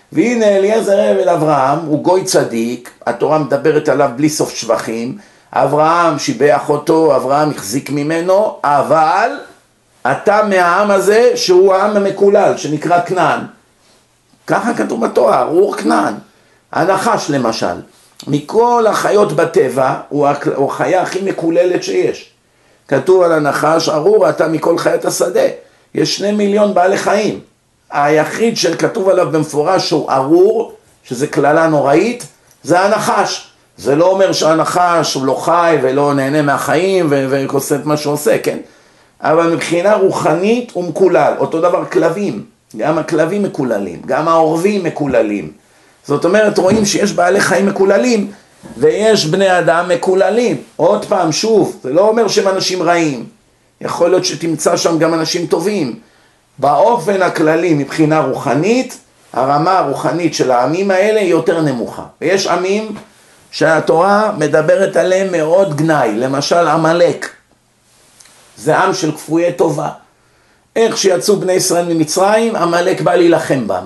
והנה אליעזר עבד אברהם, הוא גוי צדיק, התורה מדברת עליו בלי סוף שבחים, אברהם שיבח אותו, אברהם החזיק ממנו, אבל אתה מהעם הזה שהוא העם המקולל, שנקרא כנען. ככה כתוב בתורה, ארור כנען. הנחש למשל, מכל החיות בטבע, הוא החיה הכי מקוללת שיש. כתוב על הנחש, ארור אתה מכל חיות השדה. יש 2 מיליון בעלי חיים. היחיד שכתוב עליו במפורש שהוא ארור, שזה כללה נוראית, זה הנחש. זה לא אומר שהנחש הוא לא חי ולא נהנה מהחיים ועושה את מה שהוא עושה, כן? אבל מבחינה רוחנית הוא מקולל. אותו דבר כלבים, גם הכלבים מקוללים, גם העורבים מקוללים. זאת אומרת, רואים שיש בעלי חיים מקוללים ויש בני אדם מקוללים. עוד פעם, שוב, זה לא אומר שהם אנשים רעים. יכול להיות שתמצא שם גם אנשים טובים. באופן הכללי מבחינה רוחנית, הרמה הרוחנית של העמים האלה היא יותר נמוכה. ויש עמים שהתורה מדברת עליהם מאוד גנאי, למשל עמלק. זה עם של כפויי טובה. איך שיצאו בני ישראל ממצרים, עמלק בא להילחם בם.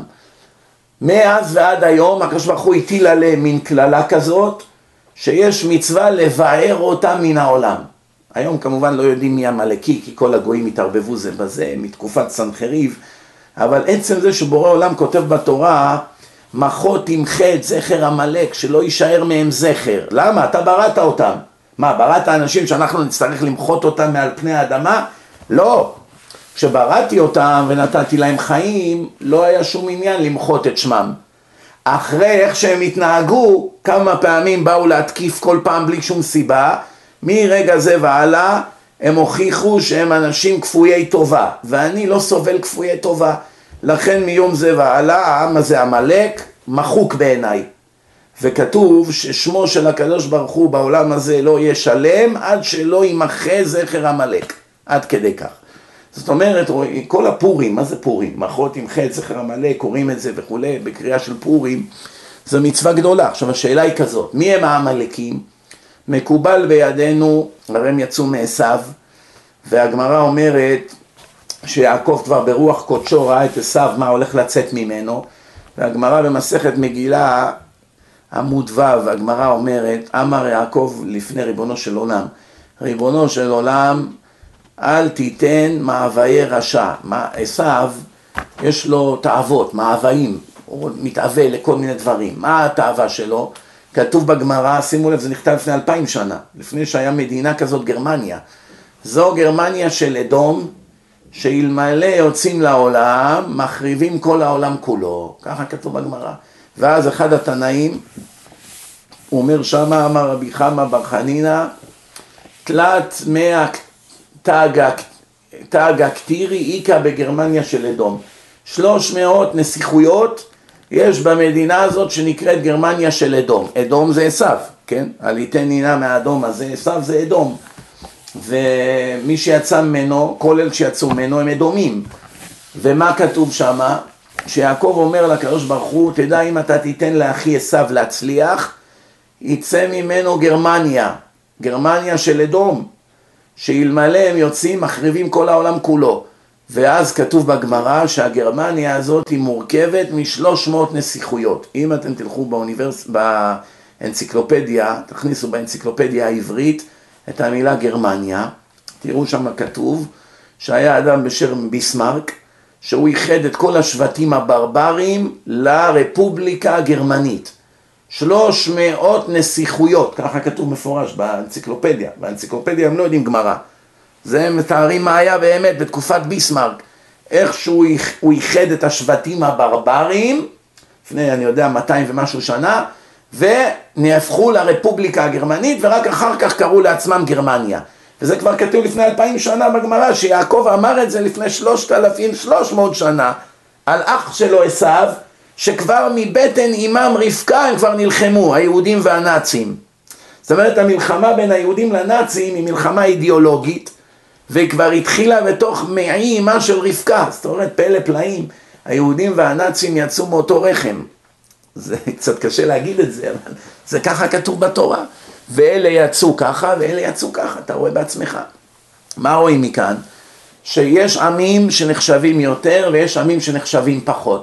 מאז ועד היום הקדוש ברוך הוא הטיל עליהם מין כללה כזאת, שיש מצווה לבער אותם מן העולם. היום כמובן לא יודעים מי עמלקי, כי כל הגויים התערבבו זה בזה, מתקופת סנחריב, אבל עצם זה שבורא עולם כותב בתורה, מחות תמחה את זכר עמלק, שלא יישאר מהם זכר. למה? אתה בראת אותם. מה, בראת האנשים שאנחנו נצטרך למחות אותם מעל פני האדמה? לא. כשבראתי אותם ונתתי להם חיים, לא היה שום עניין למחות את שמם. אחרי איך שהם התנהגו, כמה פעמים באו להתקיף כל פעם בלי שום סיבה, מרגע זה והלאה הם הוכיחו שהם אנשים כפויי טובה, ואני לא סובל כפויי טובה. לכן מיום זה והלאה העם הזה עמלק מחוק בעיניי. וכתוב ששמו של הקדוש ברוך הוא בעולם הזה לא יהיה שלם עד שלא ימחה זכר עמלק. עד כדי כך. זאת אומרת, כל הפורים, מה זה פורים? מחות ימחה את זכר עמלק, קוראים את זה וכו', בקריאה של פורים, זו מצווה גדולה. עכשיו השאלה היא כזאת, מי הם העמלקים? מקובל בידינו, הרי הם יצאו מעשיו, והגמרא אומרת שיעקב כבר ברוח קודשו ראה את עשיו מה הולך לצאת ממנו, והגמרא במסכת מגילה עמוד ו', הגמרא אומרת, אמר יעקב לפני ריבונו של עולם, ריבונו של עולם אל תיתן מאוויי רשע. עשיו יש לו תאוות, מאוויים, הוא מתאווה לכל מיני דברים. מה התאווה שלו? כתוב בגמרא, שימו לב, זה נכתב לפני 2000 שנה, לפני שהיה מדינה כזאת גרמניה. זו גרמניה של אדום, שאלמלא יוצאים לעולם, מחריבים כל העולם כולו. ככה כתוב בגמרא. ואז אחד התנאים, הוא אומר שמה, אמר רבי חמא בר חנינא, תלת מאה תגה קטירי איקה בגרמניה של אדום. 300 נסיכויות יש במדינה הזאת שנקראת גרמניה של אדום. אדום זה עשיו, כן? עליתן נינה מהאדום הזה, עשיו זה אדום. ומי שיצא ממנו, כל אלה שיצאו ממנו הם אדומים. ומה כתוב שמה? שיעקב אומר לקדוש ברוך הוא, תדע אם אתה תיתן לאחי עשיו להצליח, יצא ממנו גרמניה, גרמניה של אדום, שאלמלא הם יוצאים מחריבים כל העולם כולו. ואז כתוב בגמרא שהגרמניה הזאת היא מורכבת מ300 נסיכויות. אם אתם תלכו באנציקלופדיה, תכניסו באנציקלופדיה העברית את המילה גרמניה, תראו שם כתוב שהיה אדם בשם ביסמרק, שהוא ייחד את כל השבטים הברברים לרפובליקה הגרמנית. 300 נסיכויות, ככה כתוב מפורש באנציקלופדיה. באנציקלופדיה הם לא יודעים גמרא. זה מתארים מה היה באמת בתקופת ביסמרק. איך שהוא ייחד את השבטים הברברים, לפני אני יודע 200 ומשהו שנה, ונהפכו לרפובליקה הגרמנית, ורק אחר כך קראו לעצמם גרמניה. וזה כבר כתוב לפני 2000 שנה בגמרא, שיעקב אמר את זה לפני 3300 שנה, על אח שלו עשיו, שכבר מבטן אמם רבקה הם כבר נלחמו, היהודים והנאצים. זאת אומרת, המלחמה בין היהודים לנאצים היא מלחמה אידיאולוגית, והיא כבר התחילה בתוך מעי אמה של רבקה. זאת אומרת, פלא פלאים, היהודים והנאצים יצאו מאותו רחם. זה קצת קשה להגיד את זה, אבל זה ככה כתוב בתורה. ואלה יצאו ככה, ואלה יצאו ככה, אתה רואה בעצמך. מה רואים מכאן? שיש עמים שנחשבים יותר, ויש עמים שנחשבים פחות.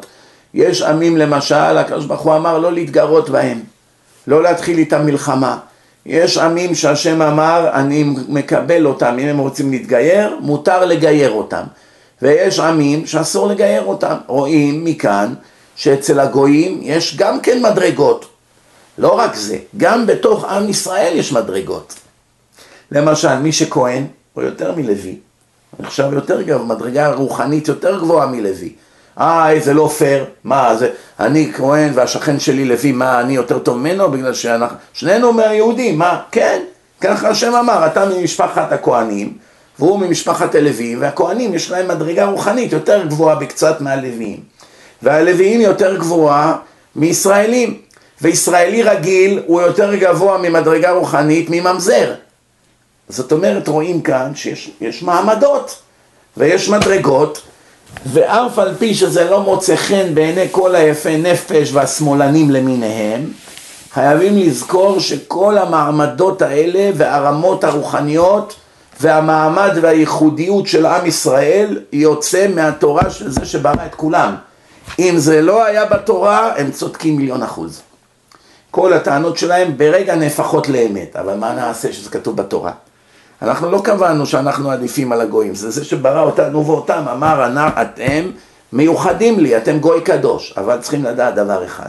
יש עמים למשל, הקדוש ברוך הוא אמר לא להתגרות בהם, לא להתחיל איתם מלחמה. יש עמים שהשם אמר אני מקבל אותם, אם הם רוצים להתגייר, מותר לגייר אותם. ויש עמים שאסור לגייר אותם. רואים מכאן שאצל הגויים יש גם כן מדרגות. לא רק זה, גם בתוך עם ישראל יש מדרגות. למשל, מי שכהן הוא יותר מלוי. עכשיו יותר גבוה, מדרגה רוחנית יותר גבוהה מלוי. זה לא פייר, מה זה, אני כהן והשכן שלי לוי, מה אני יותר טוב ממנו בגלל שאנחנו, שנינו מהיהודים, מה, כן, ככה השם אמר, אתה ממשפחת הכהנים והוא ממשפחת הלוויים, והכהנים יש להם מדרגה רוחנית יותר גבוהה בקצת מהלוויים, והלוויים יותר גבוהה מישראלים, וישראלי רגיל הוא יותר גבוה ממדרגה רוחנית מממזר. זאת אומרת, רואים כאן שיש מעמדות ויש מדרגות, ואף על פי שזה לא מוצא חן בעיני כל היפה נפש והשמאלנים למיניהם, חייבים לזכור שכל המעמדות האלה והרמות הרוחניות והמעמד והייחודיות של עם ישראל יוצא מהתורה של זה שברא את כולם. אם זה לא היה בתורה, הם צודקים 1,000,000%. כל הטענות שלהם ברגע נהפכות לאמת, אבל מה נעשה שזה כתוב בתורה? אנחנו לא קבענו שאנחנו עדיפים על הגויים, זה שברא אותנו ואותם, אמר אתם מיוחדים לי, אתם גוי קדוש, אבל צריכים לדעת דבר אחד.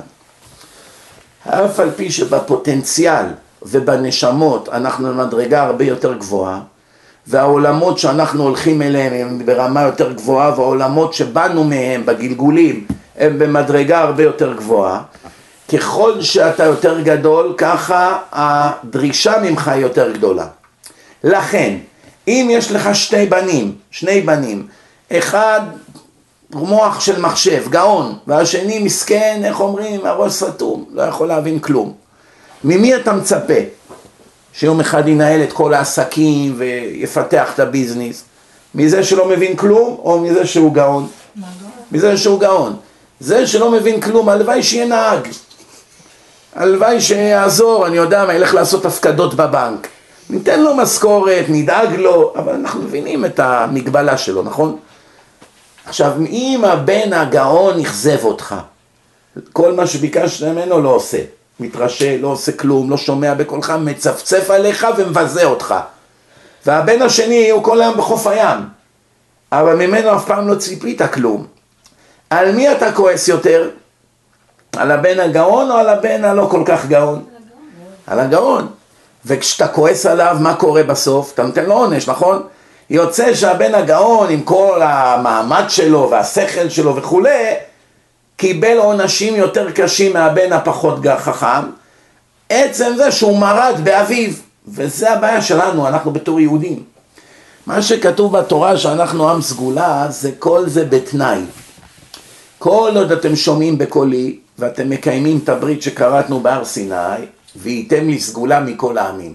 אף על פי שבפוטנציאל ובנשמות אנחנו במדרגה הרבה יותר גבוהה, והעולמות שאנחנו הולכים אליהם הם ברמה יותר גבוהה, והעולמות שבאנו מהם בגלגולים הם במדרגה הרבה יותר גבוהה, ככל שאתה יותר גדול, ככה הדרישה ממך יותר גדולה. לכן, אם יש לך שני בנים, אחד מוח של מחשב, גאון, והשני מסכן, איך אומרים, הראש סתום, לא יכול להבין כלום. ממי אתה מצפה? שיום אחד ינהל את כל העסקים ויפתח את הביזנס? מזה שלא מבין כלום, או מזה שהוא גאון? מזה שהוא גאון. זה שלא מבין כלום, הלוואי שיהיה נהג. הלוואי שיעזור, אני יודע מה, ילך לעשות הפקדות בבנק. ניתן לו משכורת, נדאג לו, אבל אנחנו מבינים את המגבלה שלו, נכון? עכשיו, אם הבן הגאון יחזב אותך, כל מה שביקשת ממנו לא עושה, מתרשל, לא עושה כלום, לא שומע בקולך, מצפצף עליך ומבזה אותך. והבן השני הוא כל היום בחוף הים, אבל ממנו אף פעם לא ציפית כלום. על מי אתה כועס יותר? על הבן הגאון או על הבן הלא כל כך גאון? על הגאון. וכשאתה כועס עליו, מה קורה בסוף? אתה נותן לו עונש, נכון? יוצא שהבן הגאון עם כל המעמד שלו והשכל שלו וכו', קיבל עונשים יותר קשים מהבן הפחות חכם, עצם זה שהוא מרד באביו, וזה הבעיה שלנו, אנחנו בתור יהודים. מה שכתוב בתורה שאנחנו עם סגולה, זה כל זה בתנאי. כל עוד אתם שומעים בקולי, ואתם מקיימים את הברית שקראתנו בהר סיני, והייתם לי סגולה מכל העמים.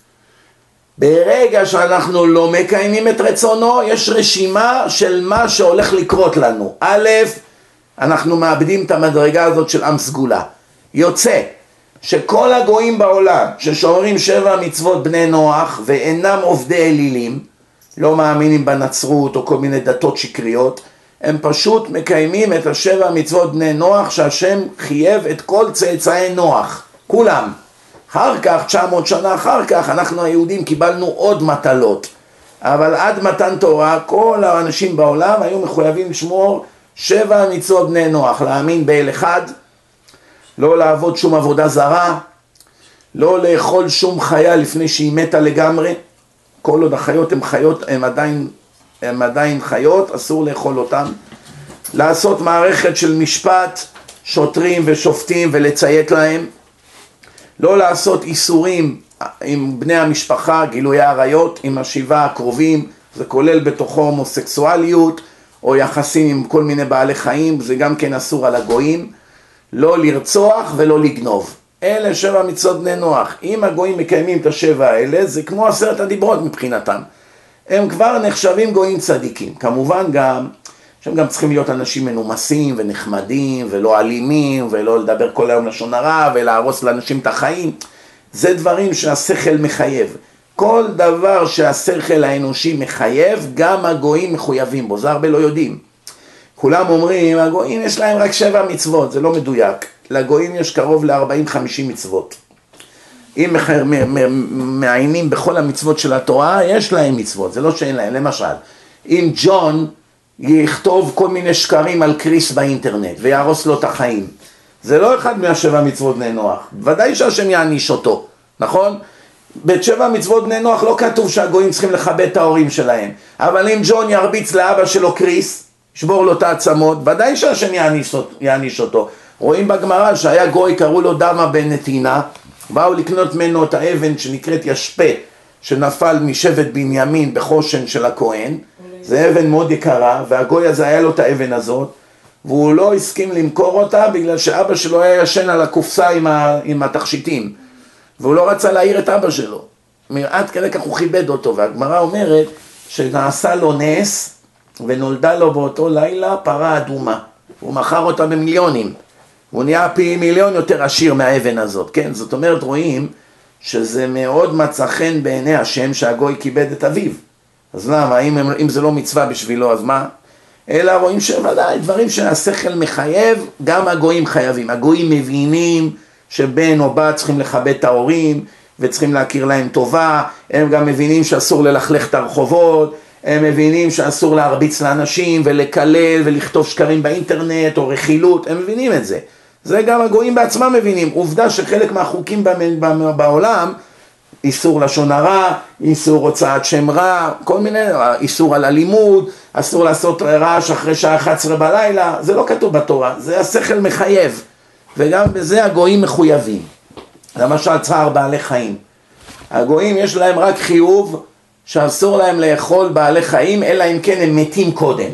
ברגע שאנחנו לא מקיימים את רצונו, יש רשימה של מה שהולך לקרות לנו. א', אנחנו מאבדים את המדרגה הזאת של עם סגולה. יוצא שכל הגויים בעולם ששומרים 7 מצוות בני נוח ואינם עובדי אלילים, לא מאמינים בנצרות או כל מיני דתות שקריות, הם פשוט מקיימים את 7 מצוות בני נוח שהשם חייב את כל צאצאי נוח, כולם. אחר כך, 900 שנה אחר כך, אנחנו היהודים קיבלנו עוד מטלות. אבל עד מתן תורה, כל האנשים בעולם היו מחויבים לשמור 7 מצוות בני נוח, להאמין באל אחד, לא לעבוד שום עבודה זרה, לא לאכול שום חיה לפני שהיא מתה לגמרי. כל עוד החיות הן חיות, הן עדיין חיות, אסור לאכול אותן. לעשות מערכת של משפט, שוטרים ושופטים ולציית להם. לא לעשות איסורים עם בני המשפחה, גילוי עריות, עם 7 הקרובים, זה כולל בתוכו הומוסקסואליות, או יחסים עם כל מיני בעלי חיים, זה גם כן אסור על הגויים. לא לרצוח ולא לגנוב. אלה 7 מצוות בני נוח. אם הגויים מקיימים את 7 האלה, זה כמו 10 הדיברות מבחינתם. הם כבר נחשבים גויים צדיקים. כמובן גם, שהם גם צריכים להיות אנשים מנומסים ונחמדים ולא אלימים ולא לדבר כל היום לשון הרע ולהרוס לאנשים את החיים. זה דברים שהשכל מחייב. כל דבר שהשכל האנושי מחייב, גם הגויים מחויבים בו. זה הרבה לא יודעים. כולם אומרים, הגויים יש להם רק 7 מצוות, זה לא מדויק. לגויים יש קרוב ל-40-50 מצוות. אם מעיינים בכל המצוות של התורה, יש להם מצוות, זה לא שאין להם. למשל, אם ג'ון יכתוב כל מיני שקרים על קריס באינטרנט ויהרוס לו את החיים, זה לא אחד מה7 מצוות בני נוח. ודאי שהשם יעניש אותו, נכון? ב7 מצוות בני נוח לא כתוב שהגויים צריכים לכבד את ההורים שלהם. אבל אם ג'ון ירביץ לאבא שלו קריס, ישבור לו את העצמות, ודאי שהשם יעניש אותו. רואים בגמרא שהיה גוי, קראו לו דמה בן נתינה, באו לקנות ממנו את האבן שנקראת ישפה, שנפל משבט בנימין בחושן של הכהן. זה אבן מאוד יקרה, והגוי הזה היה לו את האבן הזאת, והוא לא הסכים למכור אותה בגלל שאבא שלו היה ישן על הקופסה עם התכשיטים, והוא לא רצה להעיר את אבא שלו. עד כדי כך הוא כיבד אותו, והגמרא אומרת שנעשה לו נס, ונולדה לו באותו לילה פרה אדומה. הוא מכר אותה במיליונים. הוא נהיה פי מיליון יותר עשיר מהאבן הזאת, כן? זאת אומרת, רואים שזה מאוד מצא חן בעיני השם שהגוי כיבד את אביו. אז למה? אם זה לא מצווה בשבילו, אז מה? אלא רואים שוודאי, דברים שהשכל מחייב, גם הגויים חייבים. הגויים מבינים שבן או בת צריכים לכבד את ההורים, וצריכים להכיר להם טובה. הם גם מבינים שאסור ללכלך את הרחובות, הם מבינים שאסור להרביץ לאנשים ולקלל ולכתוב שקרים באינטרנט או רכילות, הם מבינים את זה. זה גם הגויים בעצמם מבינים. עובדה שחלק מהחוקים בעולם, איסור לשון הרע, איסור הוצאת שם רע, כל מיני, איסור על אלימות, אסור לעשות רעש אחרי שעה 11 בלילה, זה לא כתוב בתורה, זה השכל מחייב, וגם בזה הגויים מחויבים. למשל צער בעלי חיים. הגויים יש להם רק חיוב שאסור להם לאכול בעלי חיים, אלא אם כן הם מתים קודם.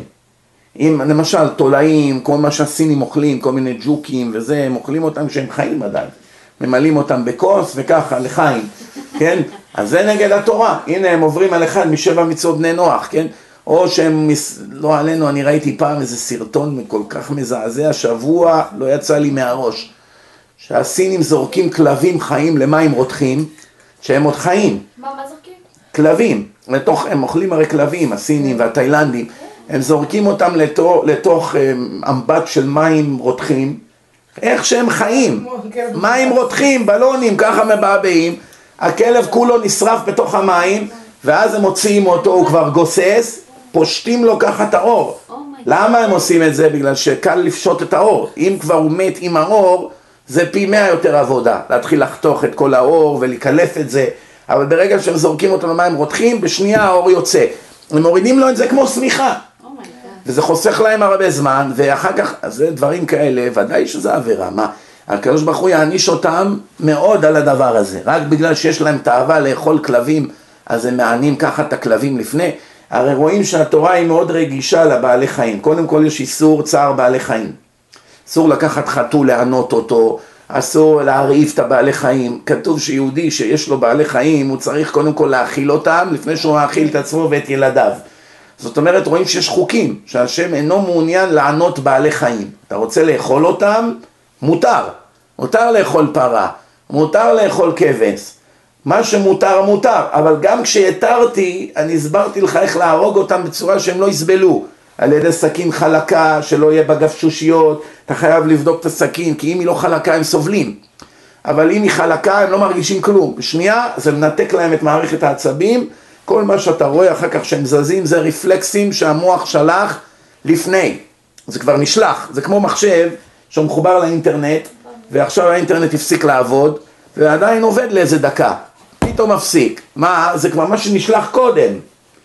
אם למשל תולעים, כל מה שהסינים אוכלים, כל מיני ג'וקים וזה, הם אוכלים אותם כשהם חיים עדיין. ממלאים אותם בכוס וככה, לחיים, כן? אז זה נגד התורה. הנה הם עוברים על אחד מ7 מצוות בני נוח, כן? או שהם, לא עלינו, אני ראיתי פעם איזה סרטון כל כך מזעזע, שבוע לא יצא לי מהראש. שהסינים זורקים כלבים חיים למים רותחים, שהם עוד חיים. מה זורקים? כלבים. הם אוכלים הרי כלבים, הסינים והתאילנדים. הם זורקים אותם לתוך אמבט של מים רותחים, איך שהם חיים, מים רותחים, בלונים, ככה מבעבעים, הכלב כולו נשרף בתוך המים, ואז הם מוציאים אותו, הוא כבר גוסס, פושטים לו ככה את האור. למה הם עושים את זה? בגלל שקל לפשוט את האור. אם כבר הוא מת עם האור, זה פי 100 יותר עבודה, להתחיל לחתוך את כל האור ולקלף את זה, אבל ברגע שהם זורקים אותו למים רותחים, בשנייה האור יוצא. הם מורידים לו את זה כמו סמיכה. וזה חוסך להם הרבה זמן, ואחר כך, אז זה דברים כאלה, ודאי שזה עבירה. מה? הקדוש ברוך הוא יעניש אותם מאוד על הדבר הזה, רק בגלל שיש להם תאווה לאכול כלבים, אז הם מענים ככה את הכלבים לפני. הרי רואים שהתורה היא מאוד רגישה לבעלי חיים. קודם כל יש איסור צער בעלי חיים. אסור לקחת חתול לענות אותו, אסור להרעיב את הבעלי חיים. כתוב שיהודי שיש לו בעלי חיים, הוא צריך קודם כל להאכיל אותם, לפני שהוא מאכיל את עצמו ואת ילדיו. זאת אומרת, רואים שיש חוקים, שהשם אינו מעוניין לענות בעלי חיים. אתה רוצה לאכול אותם? מותר. מותר לאכול פרה, מותר לאכול כבש. מה שמותר מותר, אבל גם כשהתרתי, אני הסברתי לך איך להרוג אותם בצורה שהם לא יסבלו. על ידי סכין חלקה, שלא יהיה בה גפשושיות, אתה חייב לבדוק את הסכין, כי אם היא לא חלקה הם סובלים. אבל אם היא חלקה הם לא מרגישים כלום. בשנייה זה מנתק להם את מערכת העצבים, כל מה שאתה רואה אחר כך שהם זזים זה רפלקסים שהמוח שלח לפני. זה כבר נשלח, זה כמו מחשב שהוא מחובר לאינטרנט, ועכשיו האינטרנט הפסיק לעבוד, ועדיין עובד לאיזה דקה. פתאום מפסיק. מה? זה כבר מה שנשלח קודם.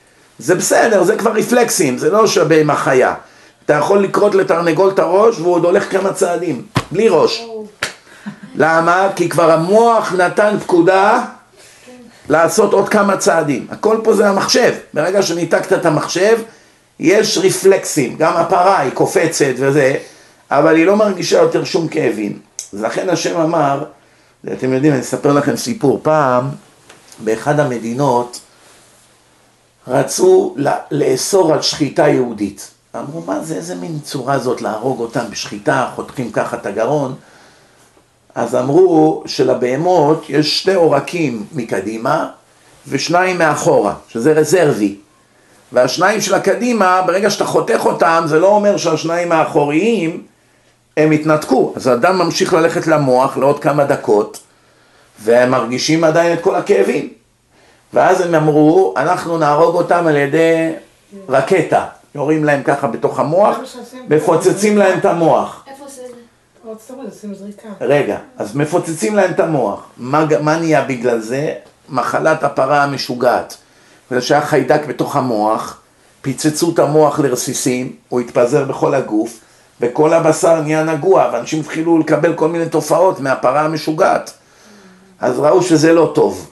זה בסדר, זה כבר רפלקסים, זה לא שווה עם החיה. אתה יכול לקרות לתרנגול את הראש והוא עוד הולך כמה צעדים, בלי ראש. למה? כי כבר המוח נתן פקודה לעשות עוד כמה צעדים. הכל פה זה המחשב. ברגע שניתקת את המחשב, יש רפלקסים. גם הפרה היא קופצת וזה, אבל היא לא מרגישה יותר שום כאבים. אז לכן השם אמר, אתם יודעים, אני אספר לכם סיפור. פעם, באחד המדינות, רצו לאסור על שחיטה יהודית. אמרו, מה זה, איזה מין צורה זאת להרוג אותם בשחיטה, חותכים ככה את הגרון. אז אמרו שלבהמות יש 2 עורקים מקדימה ו2 מאחורה, שזה רזרבי. והשניים של הקדימה, ברגע שאתה חותך אותם, זה לא אומר שהשניים האחוריים הם התנתקו. אז האדם ממשיך ללכת למוח לעוד כמה דקות, והם מרגישים עדיין את כל הכאבים. ואז הם אמרו, אנחנו נהרוג אותם על ידי רקטה. יורים להם ככה בתוך המוח, מפוצצים להם את המוח. איפה זה? ארצות הברית עושים זריקה. רגע, אז מפוצצים להם את המוח. מה נהיה בגלל זה? מחלת הפרה המשוגעת. בגלל שהיה חיידק בתוך המוח, פיצצו את המוח לרסיסים, הוא התפזר בכל הגוף, וכל הבשר נהיה נגוע, ואנשים התחילו לקבל כל מיני תופעות מהפרה המשוגעת. אז ראו שזה לא טוב.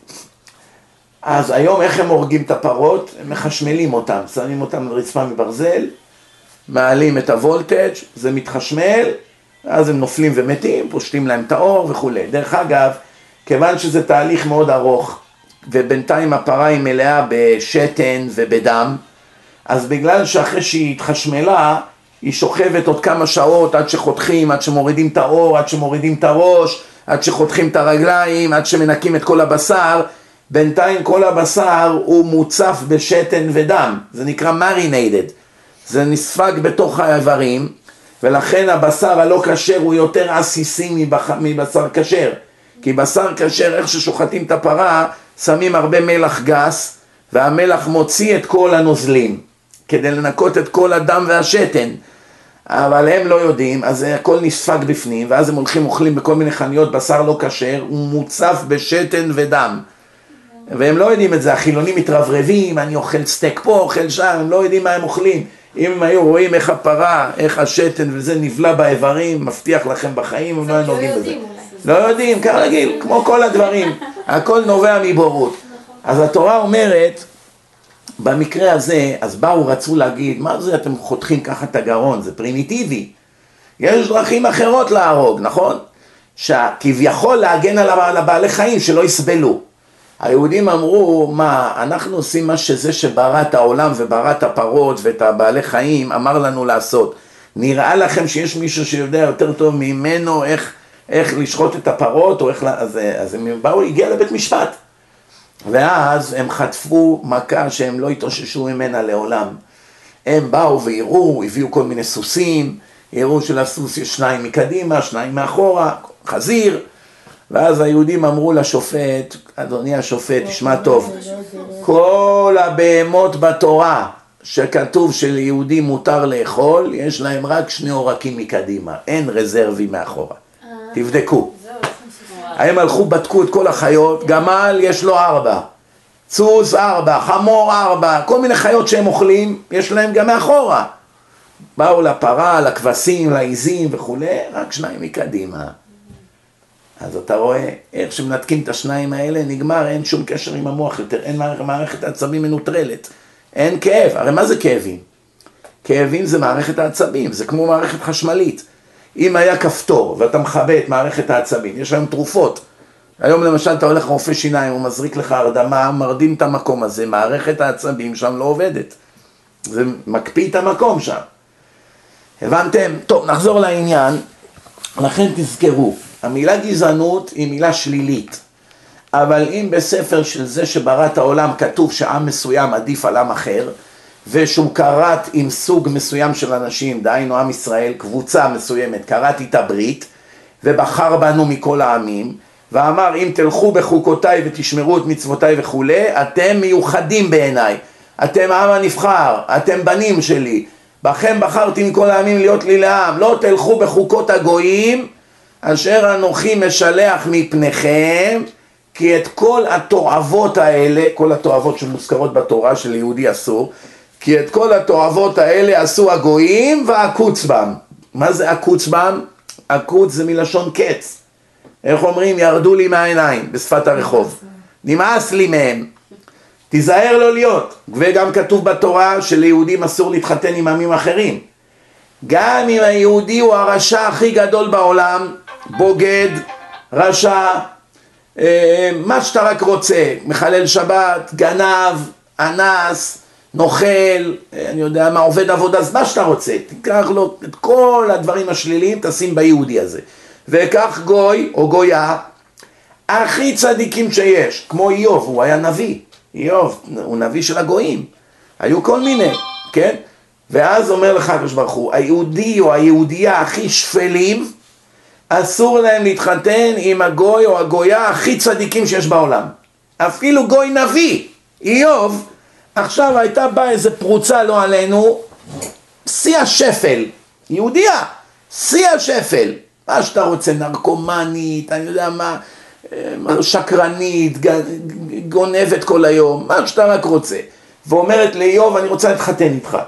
אז היום איך הם הורגים את הפרות? הם מחשמלים אותם, שמים אותם על רצפה מברזל, מעלים את הוולטג', זה מתחשמל, אז הם נופלים ומתים, פושטים להם את האור וכו'. דרך אגב, כיוון שזה תהליך מאוד ארוך, ובינתיים הפרה היא מלאה בשתן ובדם, אז בגלל שאחרי שהיא התחשמלה, היא שוכבת עוד כמה שעות עד שחותכים, עד שמורידים את האור, עד שמורידים את הראש, עד שחותכים את הרגליים, עד שמנקים את כל הבשר, בינתיים כל הבשר הוא מוצף בשתן ודם, זה נקרא marinated, זה נספג בתוך האיברים, ולכן הבשר הלא כשר הוא יותר עסיסי מבשר כשר, כי בשר כשר, איך ששוחטים את הפרה, שמים הרבה מלח גס, והמלח מוציא את כל הנוזלים, כדי לנקות את כל הדם והשתן, אבל הם לא יודעים, אז הכל נספג בפנים, ואז הם הולכים אוכלים בכל מיני חנויות בשר לא כשר, הוא מוצף בשתן ודם, והם לא יודעים את זה, החילונים מתרברבים, אני אוכל סטייק פה, אוכל שם, הם לא יודעים מה הם אוכלים. אם הם היו רואים איך הפרה, איך השתן וזה נבלע באיברים, מבטיח לכם בחיים, הם לא היו נוגעים בזה. לא יודעים, כרגיל, כמו כל הדברים, הכל נובע מבורות. אז התורה אומרת, במקרה הזה, אז באו רצו להגיד, מה זה אתם חותכים ככה את הגרון, זה פרימיטיבי. יש דרכים אחרות להרוג, נכון? שכביכול להגן על הבעלי חיים שלא יסבלו. היהודים אמרו, מה, אנחנו עושים מה שזה שברא את העולם וברא את הפרות ואת הבעלי חיים, אמר לנו לעשות. נראה לכם שיש מישהו שיודע יותר טוב ממנו איך לשחוט את הפרות, או איך, אז הם באו, הגיע לבית משפט. ואז הם חטפו מכה שהם לא התאוששו ממנה לעולם. הם באו והראו, הביאו כל מיני סוסים, הראו שלסוס יש 2 מקדימה, 2 מאחורה, חזיר, ואז היהודים אמרו לשופט, אדוני השופט, תשמע טוב, כל הבהמות בתורה שכתוב שליהודים מותר לאכול, יש להם רק 2 עורקים מקדימה, אין רזרבי מאחורה. תבדקו. הם הלכו, בדקו את כל החיות, גמל יש לו 4, סוס 4, חמור 4, כל מיני חיות שהם אוכלים, יש להם גם מאחורה. באו לפרה, לכבשים, לעיזים וכו', רק 2 מקדימה. אז אתה רואה איך שמנתקים את השניים האלה, נגמר, אין שום קשר עם המוח יותר, אין מערכת העצבים מנוטרלת, אין כאב. הרי מה זה כאבים? כאבים זה מערכת העצבים, זה כמו מערכת חשמלית. אם היה כפתור ואתה מכבה את מערכת העצבים, יש היום תרופות. היום למשל אתה הולך רופא שיניים, הוא מזריק לך הרדמה, מרדים את המקום הזה, מערכת העצבים שם לא עובדת. זה מקפיא את המקום שם. הבנתם? טוב, נחזור לעניין. לכן תזכרו, המילה גזענות היא מילה שלילית. אבל אם בספר של זה שברא את העולם כתוב שעם מסוים עדיף על עם אחר, ושהוא קראת עם סוג מסוים של אנשים, דהיינו עם ישראל, קבוצה מסוימת, קראתי את הברית, ובחר בנו מכל העמים, ואמר אם תלכו בחוקותיי ותשמרו את מצוותיי וכו', אתם מיוחדים בעיניי, אתם העם הנבחר, אתם בנים שלי, בכם בחרתי מכל העמים להיות לי לעם, לא תלכו בחוקות הגויים, אשר אנוכי משלח מפניכם, כי את כל התועבות האלה, כל התועבות שמוזכרות בתורה של יהודי אסור, כי את כל התועבות האלה עשו הגויים ועקוץ בם. מה זה עקוץ בם? עקוץ זה מלשון קץ. איך אומרים? ירדו לי מהעיניים בשפת הרחוב. נמאס לי מהם. תיזהר לא להיות. וגם כתוב בתורה שליהודים אסור להתחתן עם עמים אחרים. גם אם היהודי הוא הרשע הכי גדול בעולם, בוגד, רשע, מה שאתה רק רוצה, מחלל שבת, גנב, אנס, נוכל, אני יודע מה, עובד עבודה, אז מה שאתה רוצה, תיקח לו את כל הדברים השליליים, תשים ביהודי הזה. וכך גוי או גויה, הכי צדיקים שיש, כמו איוב, הוא היה נביא, איוב הוא נביא של הגויים, היו כל מיני, כן? ואז אומר לך הקדוש ברוך הוא, היהודי או היהודייה הכי שפלים, אסור להם להתחתן עם הגוי או הגויה הכי צדיקים שיש בעולם. אפילו גוי נביא, איוב, עכשיו הייתה באה איזה פרוצה לא עלינו, שיא השפל, יהודייה, שיא השפל, מה שאתה רוצה, נרקומנית, אני יודע מה, שקרנית, גונבת כל היום, מה שאתה רק רוצה, ואומרת לאיוב, אני רוצה להתחתן איתך.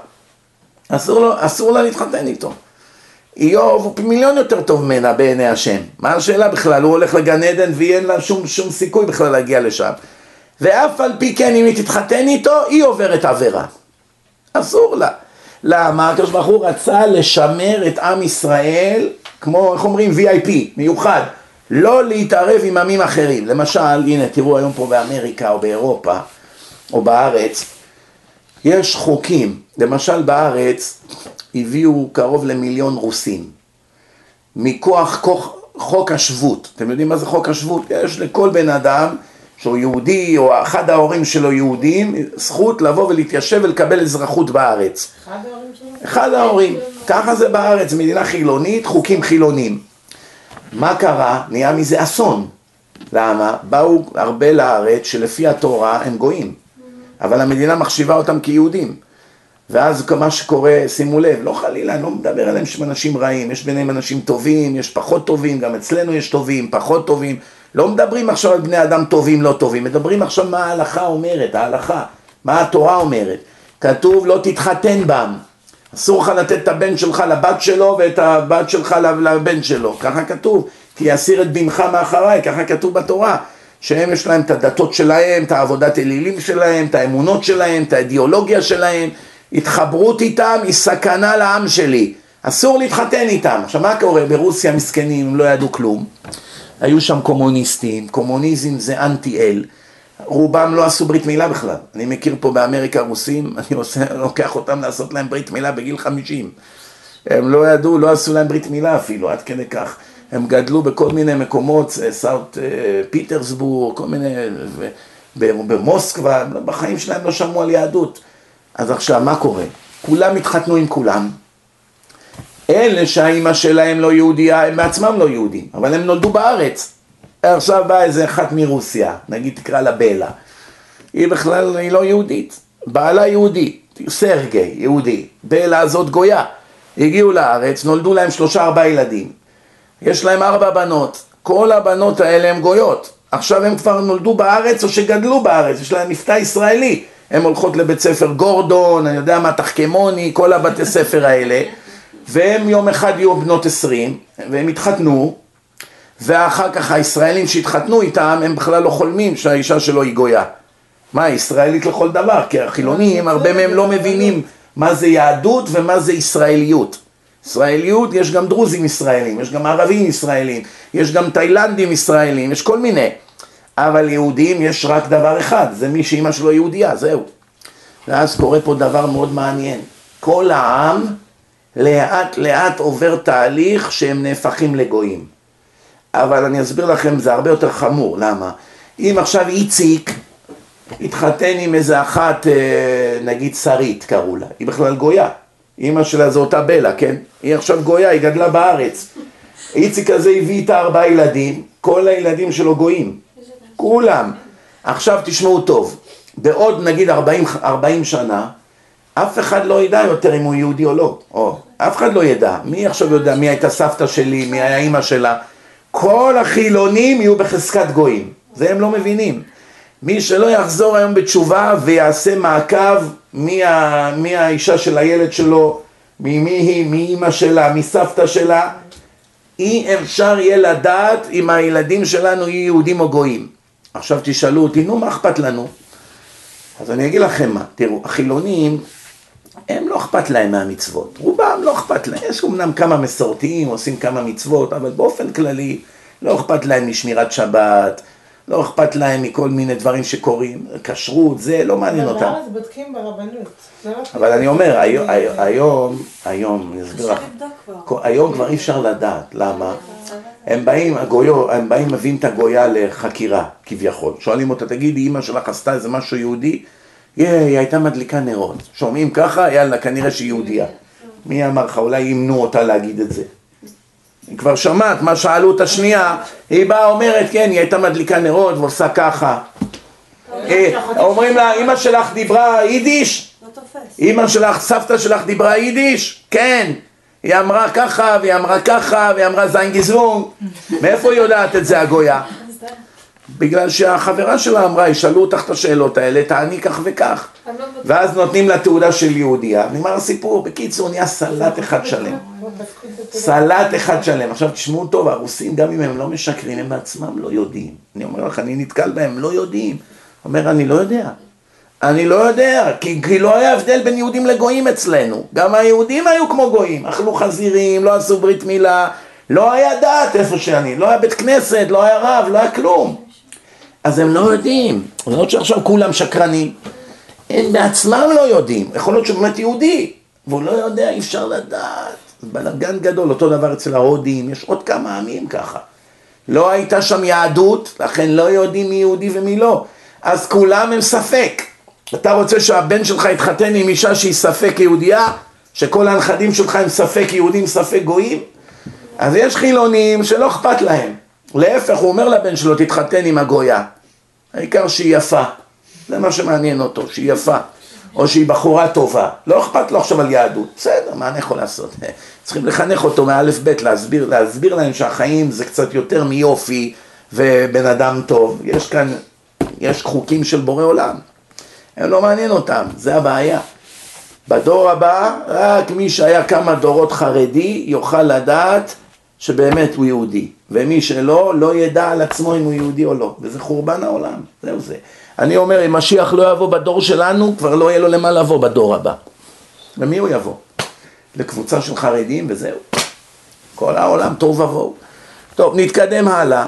אסור לה להתחתן איתו. איוב הוא מיליון יותר טוב ממנה בעיני השם. מה השאלה בכלל? הוא הולך לגן עדן ואין לה שום סיכוי בכלל להגיע לשם. ואף על פי כן אם היא תתחתן איתו, היא עוברת עבירה. אסור לה. למה? הקדוש ברוך הוא רצה לשמר את עם ישראל, כמו, איך אומרים, VIP, מיוחד. לא להתערב עם עמים אחרים. למשל, הנה, תראו היום פה באמריקה או באירופה או בארץ, יש חוקים. למשל בארץ הביאו קרוב ל1,000,000 רוסים. מכוח חוק השבות. אתם יודעים מה זה חוק השבות? יש לכל בן אדם שהוא יהודי או אחד ההורים שלו יהודים, זכות לבוא ולהתיישב ולקבל אזרחות בארץ. אחד ההורים שלו? אחד ההורים. ככה זה בארץ, מדינה חילונית, חוקים חילונים. מה קרה? נהיה מזה אסון. למה? באו הרבה לארץ שלפי התורה הם גויים. אבל המדינה מחשיבה אותם כיהודים. ואז מה שקורה, שימו לב, לא חלילה, אני לא מדבר עליהם שהם אנשים רעים, יש ביניהם אנשים טובים, יש פחות טובים, גם אצלנו יש טובים, פחות טובים. לא מדברים עכשיו על בני אדם טובים, לא טובים, מדברים עכשיו מה ההלכה אומרת, ההלכה, מה התורה אומרת. כתוב לא תתחתן בם, אסור לך לתת את הבן שלך לבת שלו ואת הבת שלך לבן שלו, ככה כתוב, כי יסיר את בנך מאחריי, ככה כתוב בתורה, שהם יש להם את הדתות שלהם, את העבודת אלילים שלהם, את האמונות שלהם, את האידיאולוגיה שלהם, התחברות איתם היא סכנה לעם שלי, אסור להתחתן איתם. עכשיו מה קורה? ברוסיה מסכנים, הם לא ידעו כלום, היו שם קומוניסטים, קומוניזם זה אנטי-אל, רובם לא עשו ברית מילה בכלל. אני מכיר פה באמריקה רוסים, אני לוקח אותם לעשות להם ברית מילה בגיל 50. הם לא ידעו, לא עשו להם ברית מילה אפילו, עד כדי כך. הם גדלו בכל מיני מקומות, סאוט פיטרסבורג, כל מיני, במוסקבה, בחיים שלהם לא שמעו על יהדות. אז עכשיו, מה קורה? כולם התחתנו עם כולם. אלה שהאימא שלהם לא יהודייה, הם בעצמם לא יהודים, אבל הם נולדו בארץ. עכשיו באה איזה אחת מרוסיה, נגיד תקרא לה בלה. היא בכלל היא לא יהודית. בעלה יהודי, סרגי, יהודי. בלה הזאת גויה. הגיעו לארץ, נולדו להם 3-4 ילדים. יש להם 4 בנות. כל הבנות האלה הן גויות. עכשיו הם כבר נולדו בארץ או שגדלו בארץ. יש להם מבטא ישראלי. הן הולכות לבית ספר גורדון, אני יודע מה, תחכמוני, כל הבתי ספר האלה. והם יום אחד יהיו בנות 20, והם התחתנו, ואחר כך הישראלים שהתחתנו איתם, הם בכלל לא חולמים שהאישה שלו היא גויה. מה, היא ישראלית לכל דבר, כי החילונים, הרבה מהם לא מבינים מה זה יהדות ומה זה ישראליות. ישראליות, יש גם דרוזים ישראלים, יש גם ערבים ישראלים, יש גם תאילנדים ישראלים, יש כל מיני. אבל יהודים יש רק דבר אחד, זה מי שאמא שלו יהודייה, זהו. ואז קורה פה דבר מאוד מעניין. כל העם לאט לאט עובר תהליך שהם נהפכים לגויים. אבל אני אסביר לכם, זה הרבה יותר חמור. למה? אם עכשיו איציק התחתן עם איזה אחת, נגיד שרית קראו לה, היא בכלל גויה. אמא שלה זה אותה בלה, כן? היא עכשיו גויה, היא גדלה בארץ. איציק הזה הביא איתה 4 ילדים, כל הילדים שלו גויים. כולם. עכשיו תשמעו טוב, בעוד נגיד 40 שנה, אף אחד לא ידע יותר אם הוא יהודי או לא. אף אחד לא ידע. מי עכשיו יודע מי הייתה סבתא שלי, מי היה אמא שלה? כל החילונים יהיו בחזקת גויים. זה הם לא מבינים. מי שלא יחזור היום בתשובה ויעשה מעקב מי האישה של הילד שלו, מי היא, מי אמא שלה, מי סבתא שלה, אי אפשר יהיה לדעת אם הילדים שלנו יהיו יהודים או גויים. עכשיו תשאלו אותי, נו מה אכפת לנו? אז אני אגיד לכם מה, תראו, החילונים, הם לא אכפת להם מהמצוות, רובם לא אכפת להם, יש אמנם כמה מסורתיים, עושים כמה מצוות, אבל באופן כללי לא אכפת להם משמירת שבת, לא אכפת להם מכל מיני דברים שקורים, כשרות, זה לא מעניין אותם. אבל בארץ בודקים ברבנות. אבל אני אומר, היום, אני אסביר לך, היום כבר אי אפשר לדעת, למה? הם באים, מביאים את הגויה לחקירה, כביכול. שואלים אותה, תגידי, אמא שלך עשתה איזה משהו יהודי? היא הייתה מדליקה נרות. שומעים ככה? יאללה, כנראה שהיא יהודייה. מי אמר לך? אולי ימנו אותה להגיד את זה. היא כבר שמעת מה שאלו אותה שנייה, היא באה אומרת, כן, היא הייתה מדליקה נרות ועושה ככה. אומרים לה, אמא שלך דיברה יידיש? אמא שלך, סבתא שלך דיברה יידיש? כן. היא אמרה ככה, והיא אמרה ככה, והיא אמרה זין גזלונג. מאיפה היא יודעת את זה הגויה? בגלל שהחברה שלה אמרה, ישאלו אותך את השאלות האלה, תעני כך וכך. ואז נותנים לה תעודה של יהודיה. נגמר הסיפור, בקיצור, נהיה סלט אחד שלם. סלט אחד שלם. עכשיו תשמעו טוב, הרוסים גם אם הם לא משקרים, הם בעצמם לא יודעים. אני אומר לך, אני נתקל בהם, לא יודעים. אומר, אני לא יודע. אני לא יודע, כי לא היה הבדל בין יהודים לגויים אצלנו. גם היהודים היו כמו גויים, אכלו חזירים, לא עשו ברית מילה, לא היה דת איפה שאני, לא היה בית כנסת, לא היה רב, לא היה כלום. אז הם לא יודעים, זאת שעכשיו כולם שקרנים, הם בעצמם לא יודעים, יכול להיות שבאמת יהודי, והוא לא יודע, אי אפשר לדעת, בלגן גדול, אותו דבר אצל ההודים, יש עוד כמה עמים ככה. לא הייתה שם יהדות, לכן לא יודעים מי יהודי ומי לא, אז כולם הם ספק. אתה רוצה שהבן שלך יתחתן עם אישה שהיא ספק יהודייה, שכל הנכדים שלך הם ספק יהודים, ספק גויים? אז יש חילונים שלא אכפת להם. להפך, הוא אומר לבן שלו, תתחתן עם הגויה. העיקר שהיא יפה. זה מה שמעניין אותו, שהיא יפה. או שהיא בחורה טובה. לא אכפת לו עכשיו על יהדות. בסדר, מה אני יכול לעשות? צריכים לחנך אותו מאלף בית, להסביר להם שהחיים זה קצת יותר מיופי ובן אדם טוב. יש חוקים של בורא עולם. הם לא מעניין אותם, זה הבעיה. בדור הבא, רק מי שהיה כמה דורות חרדי יוכל לדעת שבאמת הוא יהודי. ומי שלא, לא ידע על עצמו אם הוא יהודי או לא. וזה חורבן העולם, זהו זה. אני אומר, אם משיח לא יבוא בדור שלנו, כבר לא יהיה לו למה לבוא בדור הבא. למי הוא יבוא? לקבוצה של חרדים וזהו. כל העולם טוב ובואו. טוב, נתקדם הלאה.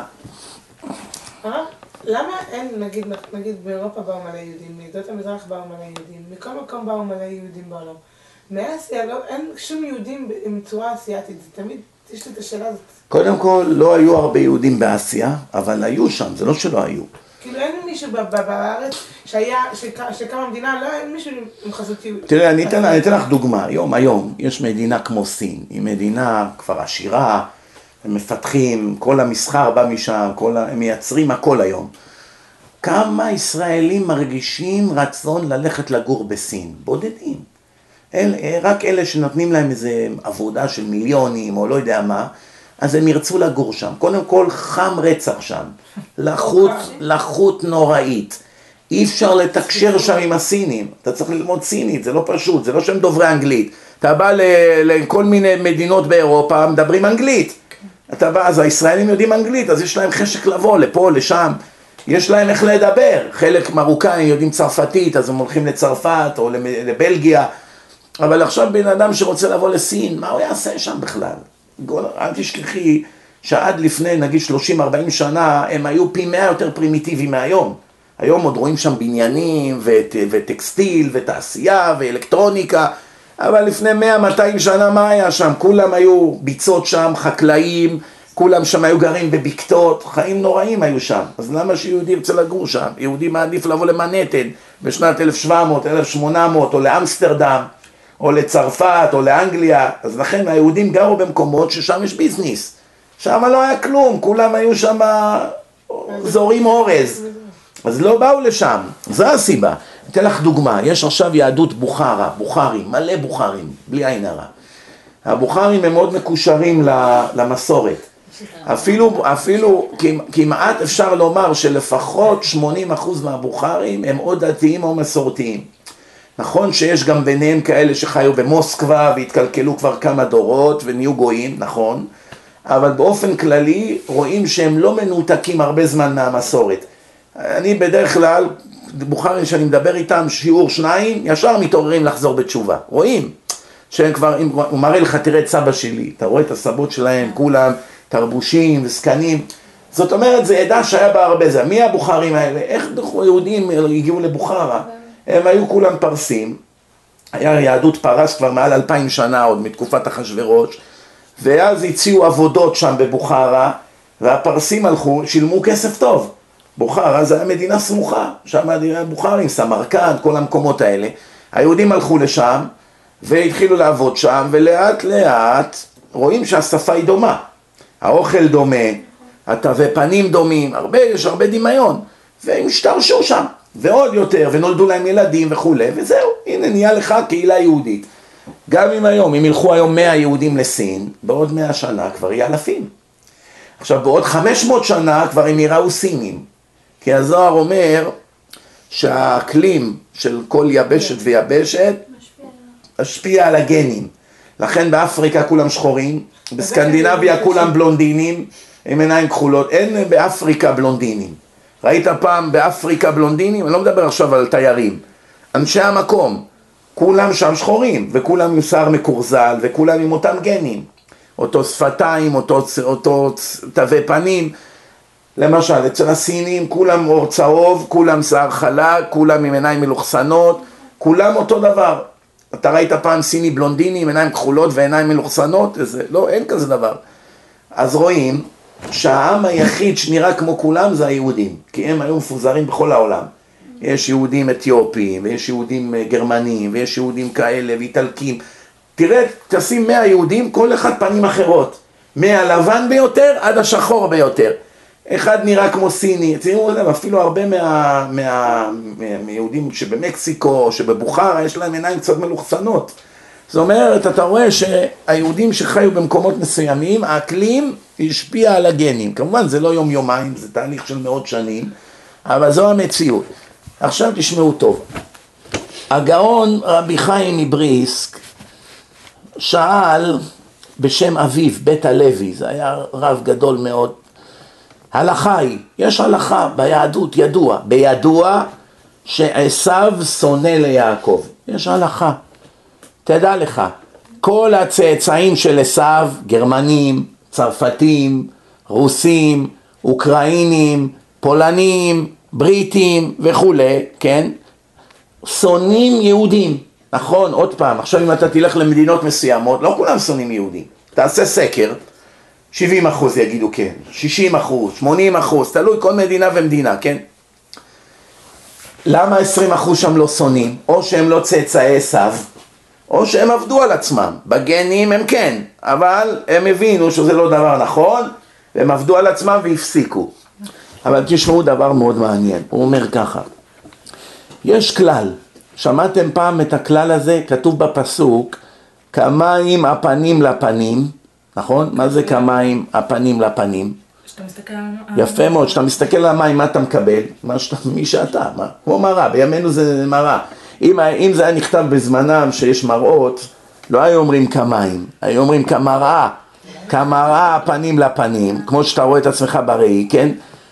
למה אין, נגיד באירופה באו מלא יהודים, מעדות המזרח באו מלא יהודים, מכל מקום באו מלא יהודים בעולם. מאסיה אין שום יהודים עם צורה אסיאתית, זה תמיד, יש לי את השאלה הזאת. קודם כל, לא היו הרבה יהודים באסיה, אבל היו שם, זה לא שלא היו. כאילו אין מישהו בארץ שקמה מדינה, לא אין מישהו עם חזות יהודית. תראה, אני אתן לך דוגמה, היום יש מדינה כמו סין, היא מדינה כבר עשירה, הם מפתחים, כל המסחר בא משם, הם מייצרים הכל היום. כמה ישראלים מרגישים רצון ללכת לגור בסין? בודדים. רק אלה שנותנים להם איזה עבודה של מיליונים או לא יודע מה, אז הם ירצו לגור שם. קודם כל חם רצח שם, לחות נוראית. אי אפשר לתקשר שם עם הסינים, אתה צריך ללמוד סינית, זה לא פשוט, זה לא שהם דוברי אנגלית. אתה בא לכל מיני מדינות באירופה, מדברים אנגלית. אתה בא, אז הישראלים יודעים אנגלית, אז יש להם חשק לבוא לפה, לשם. יש להם איך לדבר. חלק מרוקאים יודעים צרפתית, אז הם הולכים לצרפת או לבלגיה. אבל עכשיו בן אדם שרוצה לבוא לסין, מה הוא יעשה שם בכלל? אל תשכחי שעד לפני נגיד 30-40 שנה הם היו פי 100 יותר פרימיטיביים מהיום. היום עוד רואים שם בניינים וטקסטיל ותעשייה ואלקטרוניקה, אבל לפני 100-200 שנה מה היה שם? כולם היו ביצות שם, חקלאים, כולם שם היו גרים בבקתות, חיים נוראים היו שם. אז למה שיהודי ירצה לגור שם? יהודי מעדיף לבוא למנהטן בשנת 1700, 1800 או לאמסטרדם או לצרפת או לאנגליה. אז לכן היהודים גרו במקומות ששם יש ביזניס. שם לא היה כלום, כולם היו שם זורים אורז. אז לא באו לשם, זו הסיבה. אתן לך דוגמה, יש עכשיו יהדות בוכרה, בוכרים, מלא בוכרים, בלי עין הרע. הבוכרים הם מאוד מקושרים למסורת. אפילו כמעט אפשר לומר שלפחות 80% מהבוכרים הם או דתיים או מסורתיים. נכון שיש גם ביניהם כאלה שחיו במוסקבה והתקלקלו כבר כמה דורות ונהיו גויים, נכון, אבל באופן כללי רואים שהם לא מנותקים הרבה זמן מהמסורת. אני בדרך כלל, בוכרים שאני מדבר איתם, שיעור 2, ישר מתעוררים לחזור בתשובה. רואים שהם כבר, הוא מראה לך, תראה את סבא שלי, אתה רואה את הסבות שלהם, כולם תרבושים וסקנים. זאת אומרת, זה עדה שהיה בה הרבה זה. מי הבוכרים האלה? איך יהודים הגיעו לבוכרה? הם היו כולם פרסים. היה יהדות פרס כבר מעל 2000 שנה עוד מתקופת אחשוורוש, ואז הציעו עבודות שם בבוכרה, והפרסים הלכו, שילמו כסף טוב. בוכרה זה היה מדינה סמוכה, שם מדינה בוכרים, סמרקנד, כל המקומות האלה. היהודים הלכו לשם והתחילו לעבוד שם, ולאט לאט רואים שהשפה היא דומה. האוכל דומה, התווי פנים דומים, יש הרבה דמיון, והם השתרשו שם, ועוד יותר, ונולדו להם ילדים וכו', וזהו, הנה נהיה לך קהילה יהודית. גם אם ילכו היום 100 יהודים לסין, בעוד 100 שנה כבר יהיה אלפים. עכשיו, בעוד 500 שנה כבר הם יראו סינים, כי הזוהר אומר שהאקלים של כל יבשת ויבשת משפיע על הגנים. לכן באפריקה כולם שחורים, בסקנדינביה כולם בלונדינים, עם עיניים כחולות, אין באפריקה בלונדינים. ראית פעם באפריקה בלונדינים? אני לא מדבר עכשיו על תיירים. אנשי המקום, כולם שם שחורים, וכולם עם שיער מקורזל, וכולם עם אותם גנים. אותו שפתיים, אותו תווי פנים. למשל, אצל הסינים, כולם אור צהוב, כולם שיער חלק, כולם עם עיניים מלוכסנות, כולם אותו דבר. אתה ראית פעם סיני בלונדיני עם עיניים כחולות ועיניים מלוכסנות? לא, אין כזה דבר. אז רואים שהעם היחיד שנראה כמו כולם זה היהודים, כי הם היו מפוזרים בכל העולם. יש יהודים אתיופים, ויש יהודים גרמנים, ויש יהודים כאלה ואיטלקים. תראה, תשים 100 יהודים, כל אחד פנים אחרות. מהלבן ביותר עד השחור ביותר. אחד נראה כמו סיני, אפילו הרבה מהיהודים שבמקסיקו, שבבוכרה, יש להם עיניים קצת מלוכסנות. זאת אומרת, אתה רואה שהיהודים שחיו במקומות מסוימים, האקלים השפיע על הגנים. כמובן, זה לא יום-יומיים, זה תהליך של מאות שנים, אבל זו המציאות. עכשיו תשמעו טוב. הגאון רבי חיים מבריסק שאל בשם אביו, בית הלוי, זה היה רב גדול מאוד. הלכה היא, יש הלכה ביהדות בידוע שעשיו שונא ליעקב. יש הלכה. תדע לך, כל הצאצאים של עשיו, גרמנים, צרפתים, רוסים, אוקראינים, פולנים, בריטים וכו', כן? שונאים יהודים. נכון, עוד פעם, עכשיו אם אתה תלך למדינות מסוימות, לא כולם שונאים יהודים. תעשה סקר, 70% יגידו כן, 60%, 80%, תלוי כל מדינה ומדינה, כן? למה 20% שם לא שונאים? או שהם לא צאצאי עשיו, או שהם עבדו על עצמם. בגנים הם כן, אבל הם הבינו שזה לא דבר נכון, והם עבדו על עצמם והפסיקו. אבל תשמעו דבר מאוד מעניין, הוא אומר ככה, יש כלל, שמעתם פעם את הכלל הזה? כתוב בפסוק, כמים הפנים לפנים, נכון? מה זה כמים הפנים לפנים? שאתה מסתכל על... יפה מאוד, שאתה מסתכל על המים, מה אתה מקבל? מי שאתה, מה? כמו מראה, בימינו זה מראה. אם זה היה נכתב בזמנם שיש מראות, לא היו אומרים כמים, היו אומרים כמראה, כמראה הפנים לפנים, כמו שאתה רואה את עצמך בראי, כן?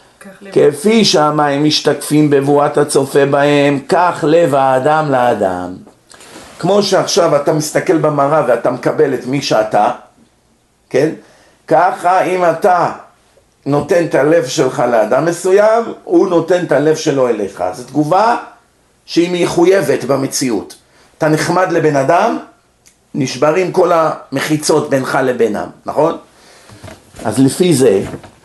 כפי שהמים משתקפים בבואת הצופה בהם, כך לב האדם לאדם. כמו שעכשיו אתה מסתכל במראה ואתה מקבל את מי שאתה, כן? ככה אם אתה נותן את הלב שלך לאדם מסוים, הוא נותן את הלב שלו אליך. זו תגובה שהיא מחויבת במציאות. אתה נחמד לבן אדם, נשברים כל המחיצות בינך לבינם, נכון? אז לפי זה,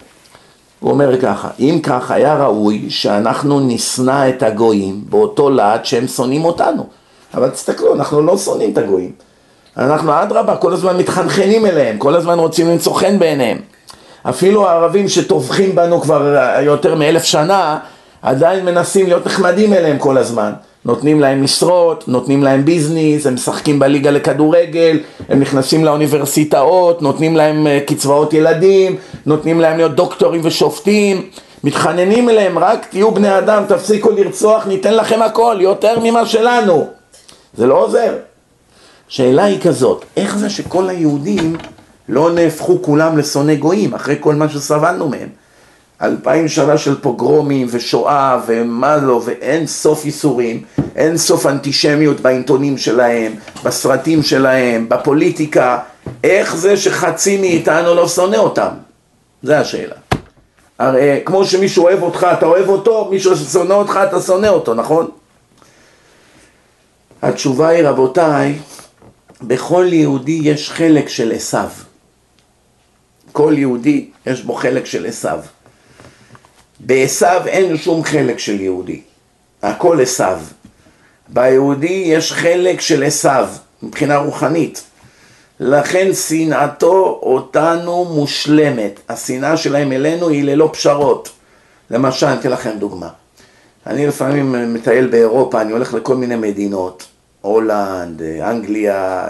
הוא אומר ככה, אם כך היה ראוי שאנחנו נשנא את הגויים באותו לעד שהם שונאים אותנו. אבל תסתכלו, אנחנו לא שונאים את הגויים. אנחנו אדרבה, כל הזמן מתחנחנים אליהם, כל הזמן רוצים למצוא חן בעיניהם. אפילו הערבים שטובחים בנו כבר יותר מ1000 שנה, עדיין מנסים להיות נחמדים אליהם כל הזמן. נותנים להם משרות, נותנים להם ביזניס, הם משחקים בליגה לכדורגל, הם נכנסים לאוניברסיטאות, נותנים להם קצבאות ילדים, נותנים להם להיות דוקטורים ושופטים, מתחננים אליהם, רק תהיו בני אדם, תפסיקו לרצוח, ניתן לכם הכל, יותר ממה שלנו. זה לא עוזר. שאלה היא כזאת, איך זה שכל היהודים לא נהפכו כולם לשונאי גויים, אחרי כל מה שסבלנו מהם? 2000 שנה של פוגרומים ושואה ומה לא, ואין סוף איסורים, אין סוף אנטישמיות בעיתונים שלהם, בסרטים שלהם, בפוליטיקה. איך זה שחצי מאיתנו לא שונא אותם? זה השאלה. הרי כמו שמישהו אוהב אותך אתה אוהב אותו, מישהו ששונא אותך אתה שונא אותו, נכון? התשובה היא, רבותיי, בכל יהודי יש חלק של עשיו. כל יהודי יש בו חלק של עשיו. בעשיו אין שום חלק של יהודי, הכל עשיו. ביהודי יש חלק של עשיו, מבחינה רוחנית. לכן שנאתו אותנו מושלמת. השנאה שלהם אלינו היא ללא פשרות. למשל, אני אתן לכם דוגמה. אני לפעמים מטייל באירופה, אני הולך לכל מיני מדינות, הולנד, אנגליה,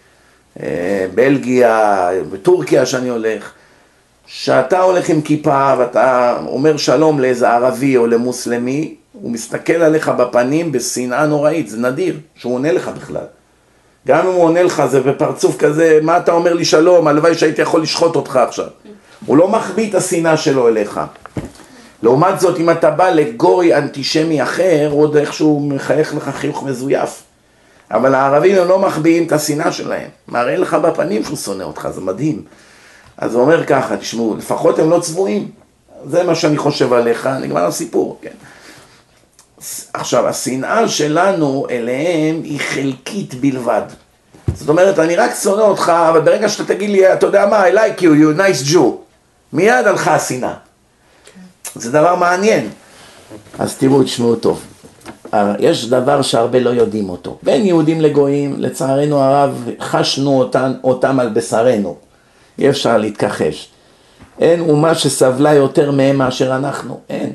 בלגיה, בטורקיה שאני הולך. שאתה הולך עם כיפה ואתה אומר שלום לאיזה ערבי או למוסלמי, הוא מסתכל עליך בפנים בשנאה נוראית, זה נדיר שהוא עונה לך בכלל. גם אם הוא עונה לך זה בפרצוף כזה, מה אתה אומר לי שלום, הלוואי שהייתי יכול לשחוט אותך עכשיו. הוא לא מחביא את השנאה שלו אליך. לעומת זאת, אם אתה בא לגוי אנטישמי אחר, עוד איכשהו מחייך לך חיוך מזויף. אבל הערבים הם לא מחביאים את השנאה שלהם. מראה לך בפנים שהוא שונא אותך, זה מדהים. אז הוא אומר ככה, תשמעו, לפחות הם לא צבועים. זה מה שאני חושב עליך, נגמר הסיפור, כן. עכשיו, השנאה שלנו אליהם היא חלקית בלבד. זאת אומרת, אני רק שונא אותך, אבל ברגע שאתה תגיד לי, אתה יודע מה, I like you, you're a nice Jew. מיד הלכה השנאה. זה דבר מעניין. אז תראו, תשמעו טוב. יש דבר שהרבה לא יודעים אותו. בין יהודים לגויים, לצערנו הרב, חשנו אותם על בשרנו. אי אפשר להתכחש. אין אומה שסבלה יותר מהם מאשר אנחנו. אין.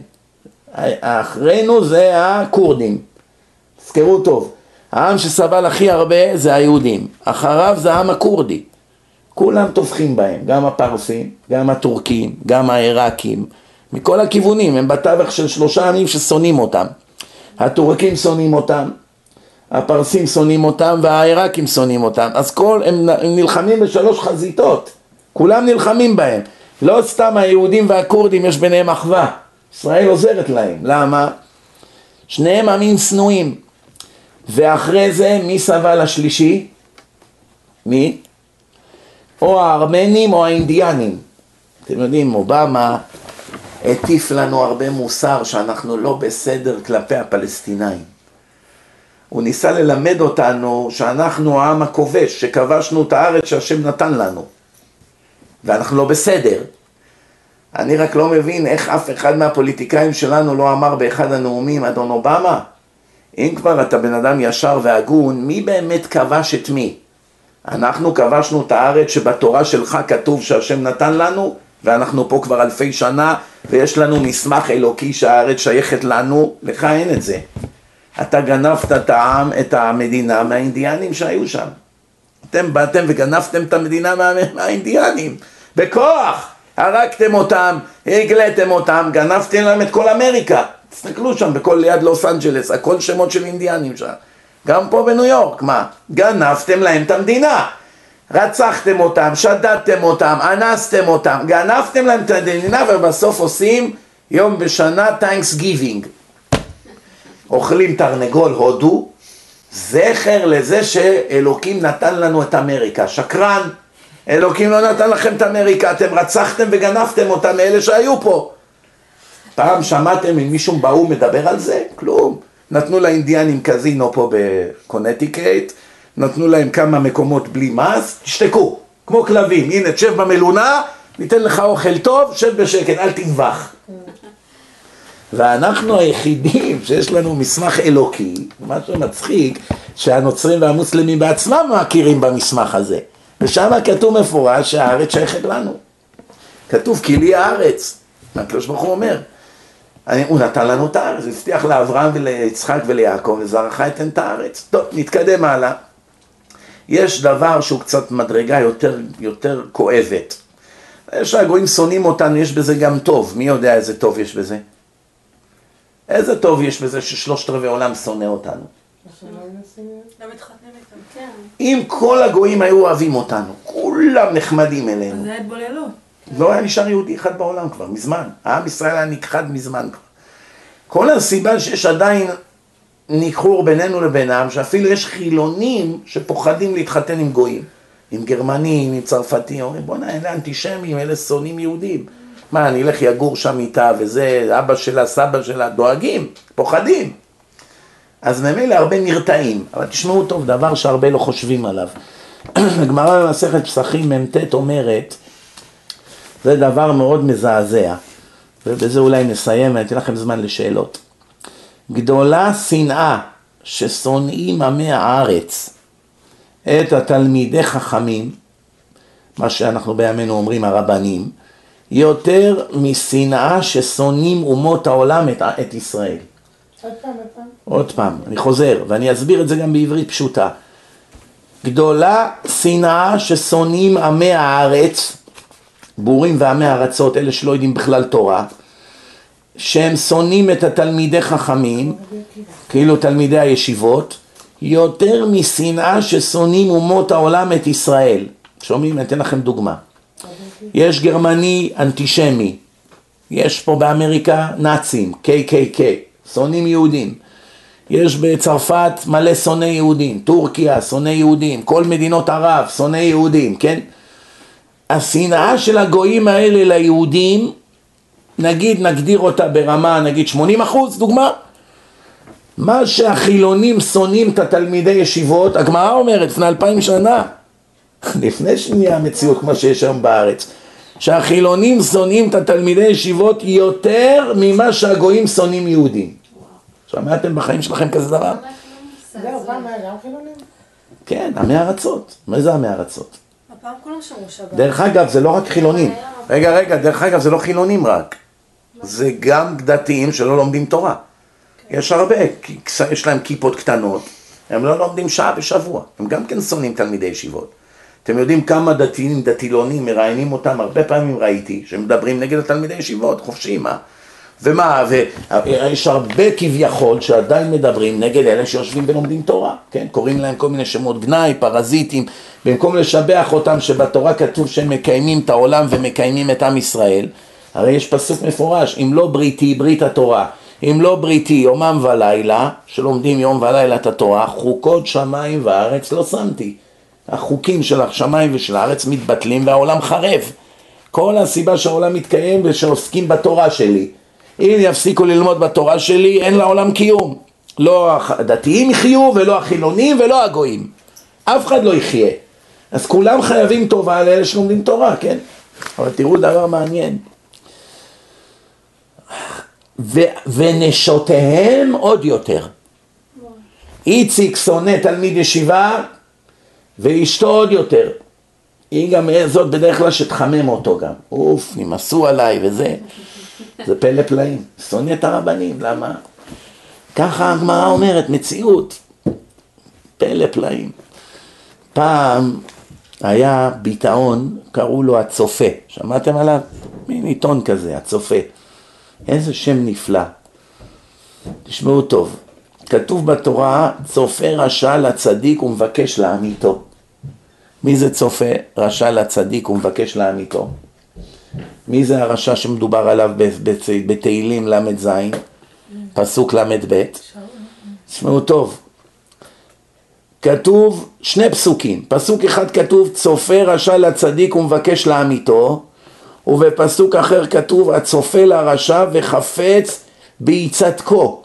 אחרינו זה הקורדים. תזכרו טוב. העם שסבל הכי הרבה זה היהודים. אחריו זה העם הקורדי. כולם טובחים בהם. גם הפרסים, גם הטורקים, גם העיראקים. מכל הכיוונים. הם בתווך של 3 עמים ששונאים אותם. הטורקים שונאים אותם. הפרסים שונאים אותם והעיראקים שונאים אותם. אז הם נלחמים ב3 חזיתות. כולם נלחמים בהם. לא סתם היהודים והקורדים יש ביניהם אחווה. ישראל עוזרת להם. למה? שניהם עמים שנואים. ואחרי זה מי סבל השלישי? מי? או הארמנים או האינדיאנים. אתם יודעים, אובמה הטיף לנו הרבה מוסר שאנחנו לא בסדר כלפי הפלסטינאים. הוא ניסה ללמד אותנו שאנחנו העם הכובש, שכבשנו את הארץ שהשם נתן לנו. ואנחנו לא בסדר. אני רק לא מבין איך אף אחד מהפוליטיקאים שלנו לא אמר באחד הנאומים, אדון אובמה, אם כבר אתה בן אדם ישר והגון, מי באמת כבש את מי? אנחנו כבשנו את הארץ שבתורה שלך כתוב שהשם נתן לנו, ואנחנו פה כבר 1000 שנה, ויש לנו מסמך אלוקי שהארץ שייכת לנו, לך אין את זה. אתה גנבת את העם, את המדינה מהאינדיאנים שהיו שם. אתם באתם וגנבתם את המדינה מהאינדיאנים, בכוח. הרגתם אותם, הגלתם אותם, גנבתם להם את כל אמריקה. תסתכלו שם, בכל ליד לוס אנג'לס, הכל שמות של אינדיאנים שם. גם פה בניו יורק, מה? גנבתם להם את המדינה. רצחתם אותם, שדדתם אותם, אנסתם אותם, גנבתם להם את המדינה, ובסוף עושים יום בשנה Thanksgiving. אוכלים תרנגול הודו, זכר לזה שאלוקים נתן לנו את אמריקה. שקרן. אלוקים לא נתן לכם את אמריקה, אתם רצחתם וגנבתם אותם מאלה שהיו פה. פעם שמעתם אם מישהו באו מדבר על זה? כלום. נתנו לאינדיאנים קזינו פה בקונטיקט, נתנו להם כמה מקומות בלי מס, תשתקו, כמו כלבים, הנה תשב במלונה, ניתן לך אוכל טוב, שב בשקט, אל תנבח. ואנחנו היחידים שיש לנו מסמך אלוקי, משהו מצחיק, שהנוצרים והמוסלמים בעצמם מכירים במסמך הזה. ושם כתוב מפורש שהארץ שייכת לנו. כתוב כי לי הארץ. הקדוש ברוך הוא אומר. הוא נתן לנו את הארץ, הוא הבטיח לאברהם וליצחק וליעקב וזרעך אתן את הארץ. טוב, נתקדם הלאה. יש דבר שהוא קצת מדרגה יותר כואבת. שהגויים שונאים אותנו, יש בזה גם טוב. מי יודע איזה טוב יש בזה? איזה טוב יש בזה ש3/4 עולם שונא אותנו? לא מתחתנים איתם. כן. אם כל הגויים היו אוהבים אותנו, כולם נחמדים אלינו. אז זה היה התבוללות. לא היה נשאר יהודי אחד בעולם כבר, מזמן. העם ישראל היה נכחד מזמן כבר. כל הסיבה שיש עדיין ניחור בינינו לבינם, שאפילו יש חילונים שפוחדים להתחתן עם גויים. עם גרמנים, עם צרפתים, אומרים בוא נהיה, אלה אנטישמים, אלה שונאים יהודים. מה, אני אלך יגור שם איתה וזה, אבא שלה, סבא שלה, דואגים, פוחדים. אז ממילא הרבה נרתעים, אבל תשמעו טוב, דבר שהרבה לא חושבים עליו. הגמרא במסכת פסחים מ"ט אומרת, זה דבר מאוד מזעזע. ובזה אולי נסיים ואני אתן לכם זמן לשאלות. גדולה שנאה ששונאים עמי הארץ את התלמידי חכמים, מה שאנחנו בימינו אומרים הרבנים, יותר משנאה ששונאים אומות העולם את ישראל. עוד פעם, אני חוזר ואני אסביר את זה גם בעברית פשוטה. גדולה שנאה ששונאים עמי הארץ, בורים ועמי הארצות, אלה שלא יודעים בכלל תורה, שהם שונאים את התלמידי חכמים, כאילו תלמידי הישיבות, יותר משנאה ששונאים אומות העולם את ישראל. שומעים? אני אתן לכם דוגמה. יש גרמני אנטישמי, יש פה באמריקה נאצים, KKK, שונאים יהודים. יש בצרפת מלא שונאי יהודים, טורקיה שונאי יהודים, כל מדינות ערב שונאי יהודים, כן? השנאה של הגויים האלה ליהודים, נגדיר אותה ברמה, 80%, דוגמה. מה שהחילונים שונאים את התלמידי ישיבות, הגמרא אומרת, לפני 2000 שנה, לפני שנהיה המציאות כמו שיש היום בארץ, שהחילונים שונאים את התלמידי ישיבות יותר ממה שהגויים שונאים יהודים. שמעתם בחיים שלכם כזה דבר? זהו, פעם היה גם חילונים? כן, עמי ארצות. מה זה עמי ארצות? הפעם כולם שמרו שבת. דרך אגב, זה לא רק חילונים. רגע, דרך אגב, זה לא חילונים רק. זה גם דתיים שלא לומדים תורה. יש הרבה, יש להם כיפות קטנות, הם לא לומדים שעה בשבוע. הם גם כן שונאים תלמידי ישיבות. אתם יודעים כמה דתיים, דתילונים, מראיינים אותם, הרבה פעמים ראיתי, שמדברים נגד התלמידי ישיבות, חופשיים, מה? ומה, ויש הרבה כביכול שעדיין מדברים נגד אלה שיושבים ולומדים תורה, כן? קוראים להם כל מיני שמות גנאי, פרזיטים, במקום לשבח אותם שבתורה כתוב שהם מקיימים את העולם ומקיימים את עם ישראל, הרי יש פסוק מפורש, אם לא בריתי, ברית התורה, אם לא בריתי יומם ולילה, שלומדים יום ולילה את התורה, חוקות שמיים וארץ לא שמתי. החוקים של השמיים ושל הארץ מתבטלים והעולם חרב. כל הסיבה שהעולם מתקיים ושעוסקים בתורה שלי. אם יפסיקו ללמוד בתורה שלי, אין לעולם קיום. לא הדתיים יחיו ולא החילונים ולא הגויים. אף אחד לא יחיה. אז כולם חייבים טובה לאלה שלומדים תורה, כן? אבל תראו דבר מעניין. ונשותיהם עוד יותר. איציק שונא תלמיד ישיבה ואשתו עוד יותר. היא גם זאת בדרך כלל שתחמם אותו גם. אוף, נמסו עליי וזה. זה פלא פלאים. שונא את הרבנים, למה? ככה הגמרא אומרת, מציאות. פלא פלאים. פעם היה ביטאון, קראו לו הצופה. שמעתם עליו? מין עיתון כזה, הצופה. איזה שם נפלא. תשמעו טוב. כתוב בתורה, צופה רשע לצדיק ומבקש להמיתו. מי זה צופה רשע לצדיק ומבקש להמיתו? מי זה הרשע שמדובר עליו בתהילים למד זין? פסוק למד בית. תשמעו טוב. כתוב שני פסוקים. פסוק אחד כתוב, צופה רשע לצדיק ומבקש להמיתו. ובפסוק אחר כתוב, הצופה לרשע וחפץ ביצתקו.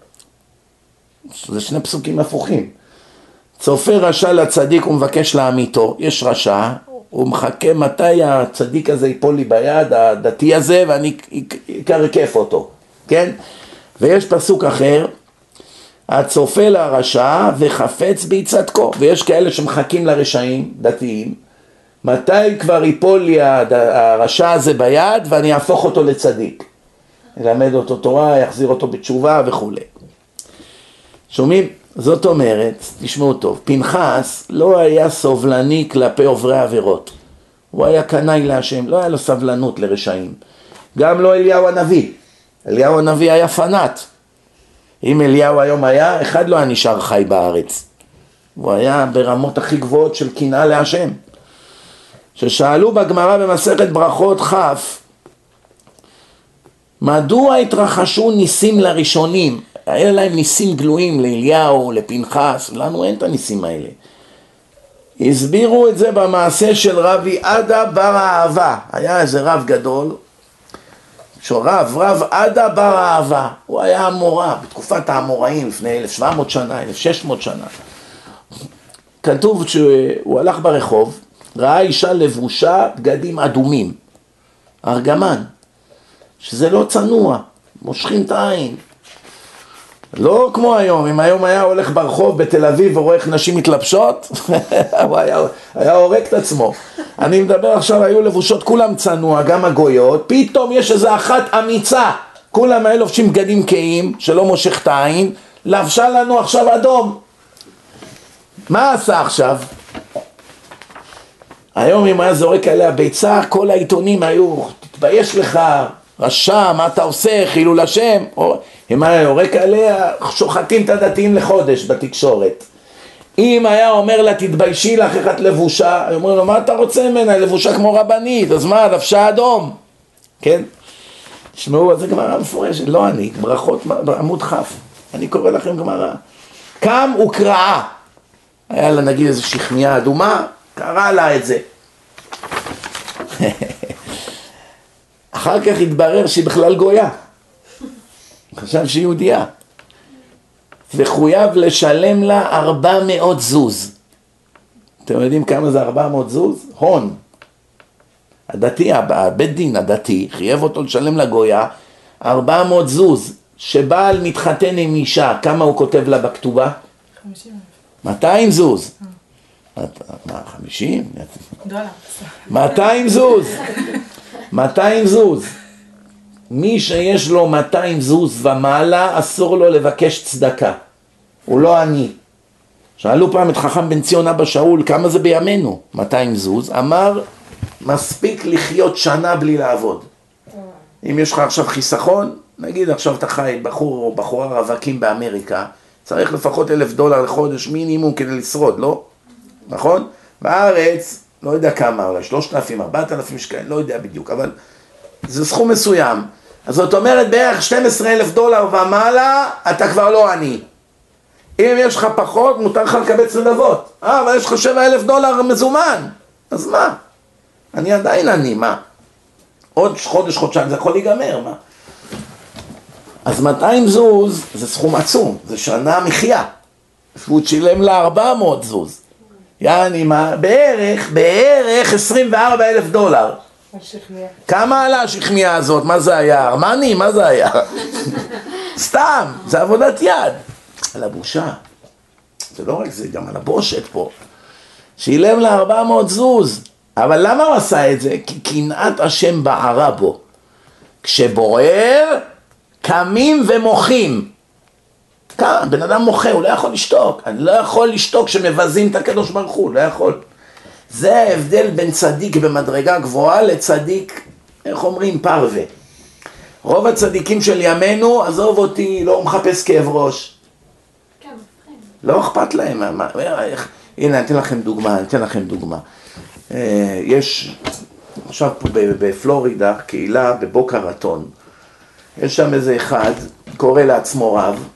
זה שני פסוקים הפוכים. צופה רשע לצדיק ומבקש להמיתו. יש רשע, הוא מחכה מתי הצדיק הזה ייפול לי ביד, הדתי הזה, ואני אקרקף אותו. כן? ויש פסוק אחר, הצופה לרשע וחפץ ביצתקו. ויש כאלה שמחכים לרשעים, דתיים. מתי כבר ייפול לי הרשע הזה ביד ואני אהפוך אותו לצדיק. ילמד אותו תורה, יחזיר אותו בתשובה וכו'. שומעים? זאת אומרת, תשמעו טוב, פנחס לא היה סובלני כלפי עוברי עבירות. הוא היה קנאי להשם, לא היה לו סבלנות לרשעים. גם לא אליהו הנביא. אליהו הנביא היה פנאט. אם אליהו היום היה, אחד לא היה נשאר חי בארץ. הוא היה ברמות הכי גבוהות של קנאה להשם. ששאלו בגמרא במסכת ברכות כ', מדוע התרחשו ניסים לראשונים? היה להם ניסים גלויים לאליהו, לפנחס, לנו אין את הניסים האלה. הסבירו את זה במעשה של רבי עדה בר אהבה. היה איזה רב גדול, רב עדה בר אהבה. הוא היה אמורא, בתקופת האמוראים, לפני 1700 שנה, 1600 שנה. כתוב שהוא הלך ברחוב, ראה אישה לבושה בגדים אדומים, ארגמן, שזה לא צנוע, מושכים את העין. לא כמו היום, אם היום היה הולך ברחוב בתל אביב ורואה איך נשים מתלבשות, הוא היה הורג את עצמו. אני מדבר עכשיו, היו לבושות כולם צנוע, גם הגויות, פתאום יש איזו אחת אמיצה, כולם היו לובשים בגדים קיים, שלא מושך את העין, לבשה לנו עכשיו אדום. מה עשה עכשיו? היום אם היה זורק עליה ביצה, כל העיתונים היו, תתבייש לך, רשע, מה אתה עושה, חילול השם. אם היה יורק עליה, שוחטים את הדתיים לחודש בתקשורת. אם היה אומר לה, תתביישי לך, איך את לבושה, היו אומרים לו, מה אתה רוצה ממנה, לבושה כמו רבנית, אז מה, לבשה אדום, כן? תשמעו, זה גמרא מפורשת, לא אני, ברכות עמוד חף, אני קורא לכם גמרא. קם וקראה, היה לה נגיד איזו שכמיה אדומה, קרא לה את זה. אחר כך התברר שהיא בכלל גויה, חשב שהיא יהודייה, וחויב לשלם לה 400 זוז. אתם יודעים כמה זה 400 זוז? הון. הדתי, הבית דין הדתי, חייב אותו לשלם לגויה 400 זוז. שבעל מתחתן עם אישה, כמה הוא כותב לה בכתובה? 50,000. 200 זוז. מה, 50? דולר. 200 זוז. 200 זוז. מי שיש לו 200 זוז ומעלה, אסור לו לבקש צדקה. הוא לא עני. שאלו פעם את חכם בן ציון אבא שאול, כמה זה בימינו? 200 זוז. אמר, מספיק לחיות שנה בלי לעבוד. אם יש לך עכשיו חיסכון, נגיד עכשיו אתה חי בחור או בחורה רווקים באמריקה, צריך לפחות $1,000 לחודש מינימום כדי לשרוד, לא? נכון? בארץ, לא יודע כמה, אולי 3,000, 4,000 שקלים, לא יודע בדיוק, אבל זה סכום מסוים. אז זאת אומרת בערך $12,000 ומעלה, אתה כבר לא עני. אם יש לך פחות, מותר לך לקבץ נדבות. אבל יש לך $7,000 מזומן. אז מה? אני עדיין עני, מה? עוד חודש, חודשיים, זה יכול להיגמר, מה? אז 200 זוז זה סכום עצום, זה שנה מחיה. והוא שילם לה 400 זוז. יעני מה? בערך $24,000. השכמיה. כמה עלה השכמיה הזאת? מה זה היה? ארמני? מה זה היה? סתם, זה עבודת יד. על הבושה. זה לא רק זה, גם על הבושת פה. שילם לה 400 זוז. אבל למה הוא עשה את זה? כי קנאת השם בערה בו. כשבוער, קמים ומוחים. בן אדם מוחה, הוא לא יכול לשתוק. אני לא יכול לשתוק כשמבזים את הקדוש ברוך הוא, לא יכול. זה ההבדל בין צדיק במדרגה גבוהה לצדיק, איך אומרים, פרווה. רוב הצדיקים של ימינו, עזוב אותי, לא מחפש כאב ראש. לא אכפת להם. הנה, אני אתן לכם דוגמה. יש עכשיו פה בפלורידה, קהילה בבוקה רטון. יש שם איזה אחד, קורא לעצמו רב,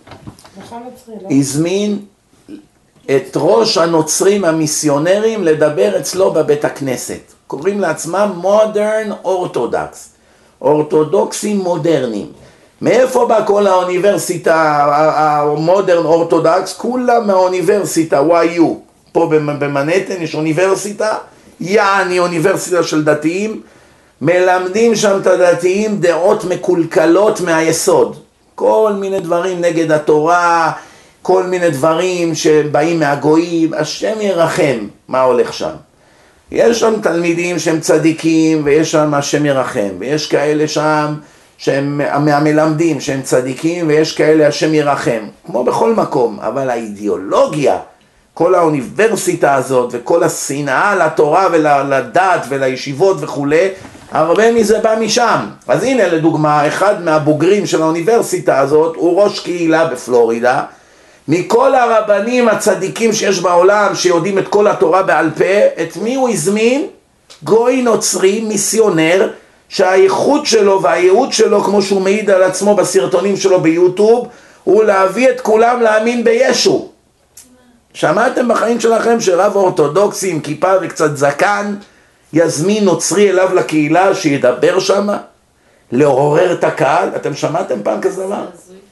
הזמין את ראש הנוצרים המיסיונרים לדבר אצלו בבית הכנסת. קוראים לעצמם modern orthodox, אורתודוקסים מודרניים. מאיפה בא כל האוניברסיטה המודרן אורתודוקס? כולם מהאוניברסיטה YU. פה במנהטן יש אוניברסיטה, יעני אוניברסיטה של דתיים, מלמדים שם את הדתיים דעות מקולקלות מהיסוד. כל מיני דברים נגד התורה, כל מיני דברים שבאים מהגויים, השם ירחם מה הולך שם. יש שם תלמידים שהם צדיקים ויש שם השם ירחם, ויש כאלה שם שהם מהמלמדים שהם צדיקים ויש כאלה השם ירחם, כמו בכל מקום. אבל האידיאולוגיה, כל האוניברסיטה הזאת וכל השנאה לתורה ולדת ולישיבות וכו', הרבה מזה בא משם. אז הנה לדוגמה, אחד מהבוגרים של האוניברסיטה הזאת הוא ראש קהילה בפלורידה. מכל הרבנים הצדיקים שיש בעולם שיודעים את כל התורה בעל פה, את מי הוא הזמין? גוי נוצרי, מיסיונר, שהייחוד שלו והייעוד שלו, כמו שהוא מעיד על עצמו בסרטונים שלו ביוטיוב, הוא להביא את כולם להאמין בישו. שמעתם בחיים שלכם שרב אורתודוקסי עם כיפה וקצת זקן יזמין נוצרי אליו לקהילה שידבר שם, לעורר את הקהל? אתם שמעתם פעם כזה דבר?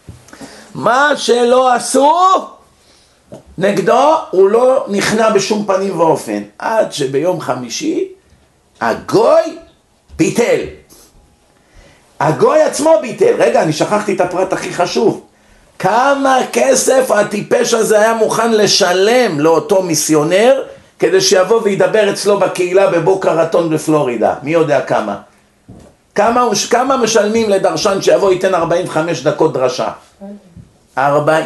מה שלא עשו נגדו הוא לא נכנע בשום פנים ואופן, עד שביום חמישי הגוי ביטל. הגוי עצמו ביטל. רגע, אני שכחתי את הפרט הכי חשוב. כמה כסף הטיפש הזה היה מוכן לשלם לאותו מיסיונר כדי שיבוא וידבר אצלו בקהילה בבוקה רטון בפלורידה? מי יודע כמה? כמה משלמים לדרשן שיבוא ייתן 45 דקות דרשה? $40,000.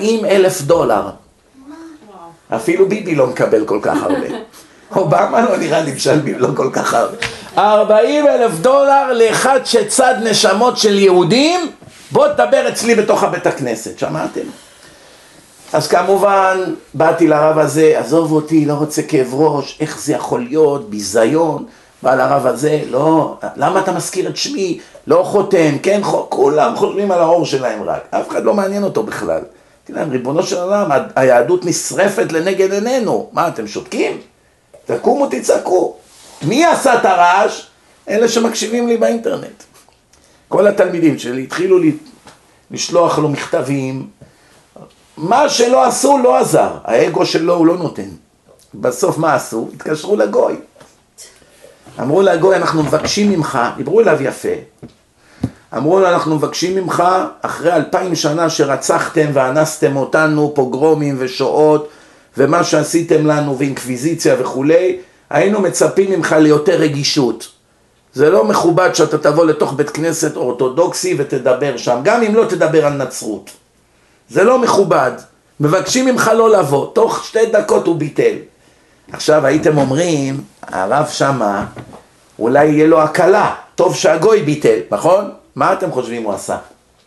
אפילו ביבי לא מקבל כל כך הרבה. אובמה לא נראה לי משלמים לא כל כך הרבה. $40,000 לאחד שצד נשמות של יהודים, בוא תדבר אצלי בתוך הבית הכנסת, שמעתם? אז כמובן באתי לרב הזה, עזוב אותי, לא רוצה כאב ראש, איך זה יכול להיות, ביזיון. בא לרב הזה, לא, למה אתה מזכיר את שמי? לא חותם, כן, כולם חושבים על האור שלהם רק, אף אחד לא מעניין אותו בכלל. תראה, ריבונו של עולם, היהדות נשרפת לנגד עינינו, מה אתם שותקים? תקומו תצעקו. מי עשה את הרעש? אלה שמקשיבים לי באינטרנט. כל התלמידים שלי התחילו לשלוח לו מכתבים, מה שלא עשו לא עזר, האגו שלו הוא לא נותן. בסוף מה עשו? התקשרו לגוי. אמרו לגוי, אנחנו מבקשים ממך, דיברו אליו יפה, אמרו לו, אנחנו מבקשים ממך, אחרי 2000 שנה שרצחתם ואנסתם אותנו, פוגרומים ושואות, ומה שעשיתם לנו ואינקוויזיציה וכולי, היינו מצפים ממך ליותר רגישות. זה לא מכובד שאתה תבוא לתוך בית כנסת אורתודוקסי ותדבר שם, גם אם לא תדבר על נצרות. זה לא מכובד, מבקשים ממך לא לבוא, תוך 2 דקות הוא ביטל. עכשיו הייתם אומרים, הרב שמה, אולי יהיה לו הקלה, טוב שהגוי ביטל, נכון? מה אתם חושבים הוא עשה?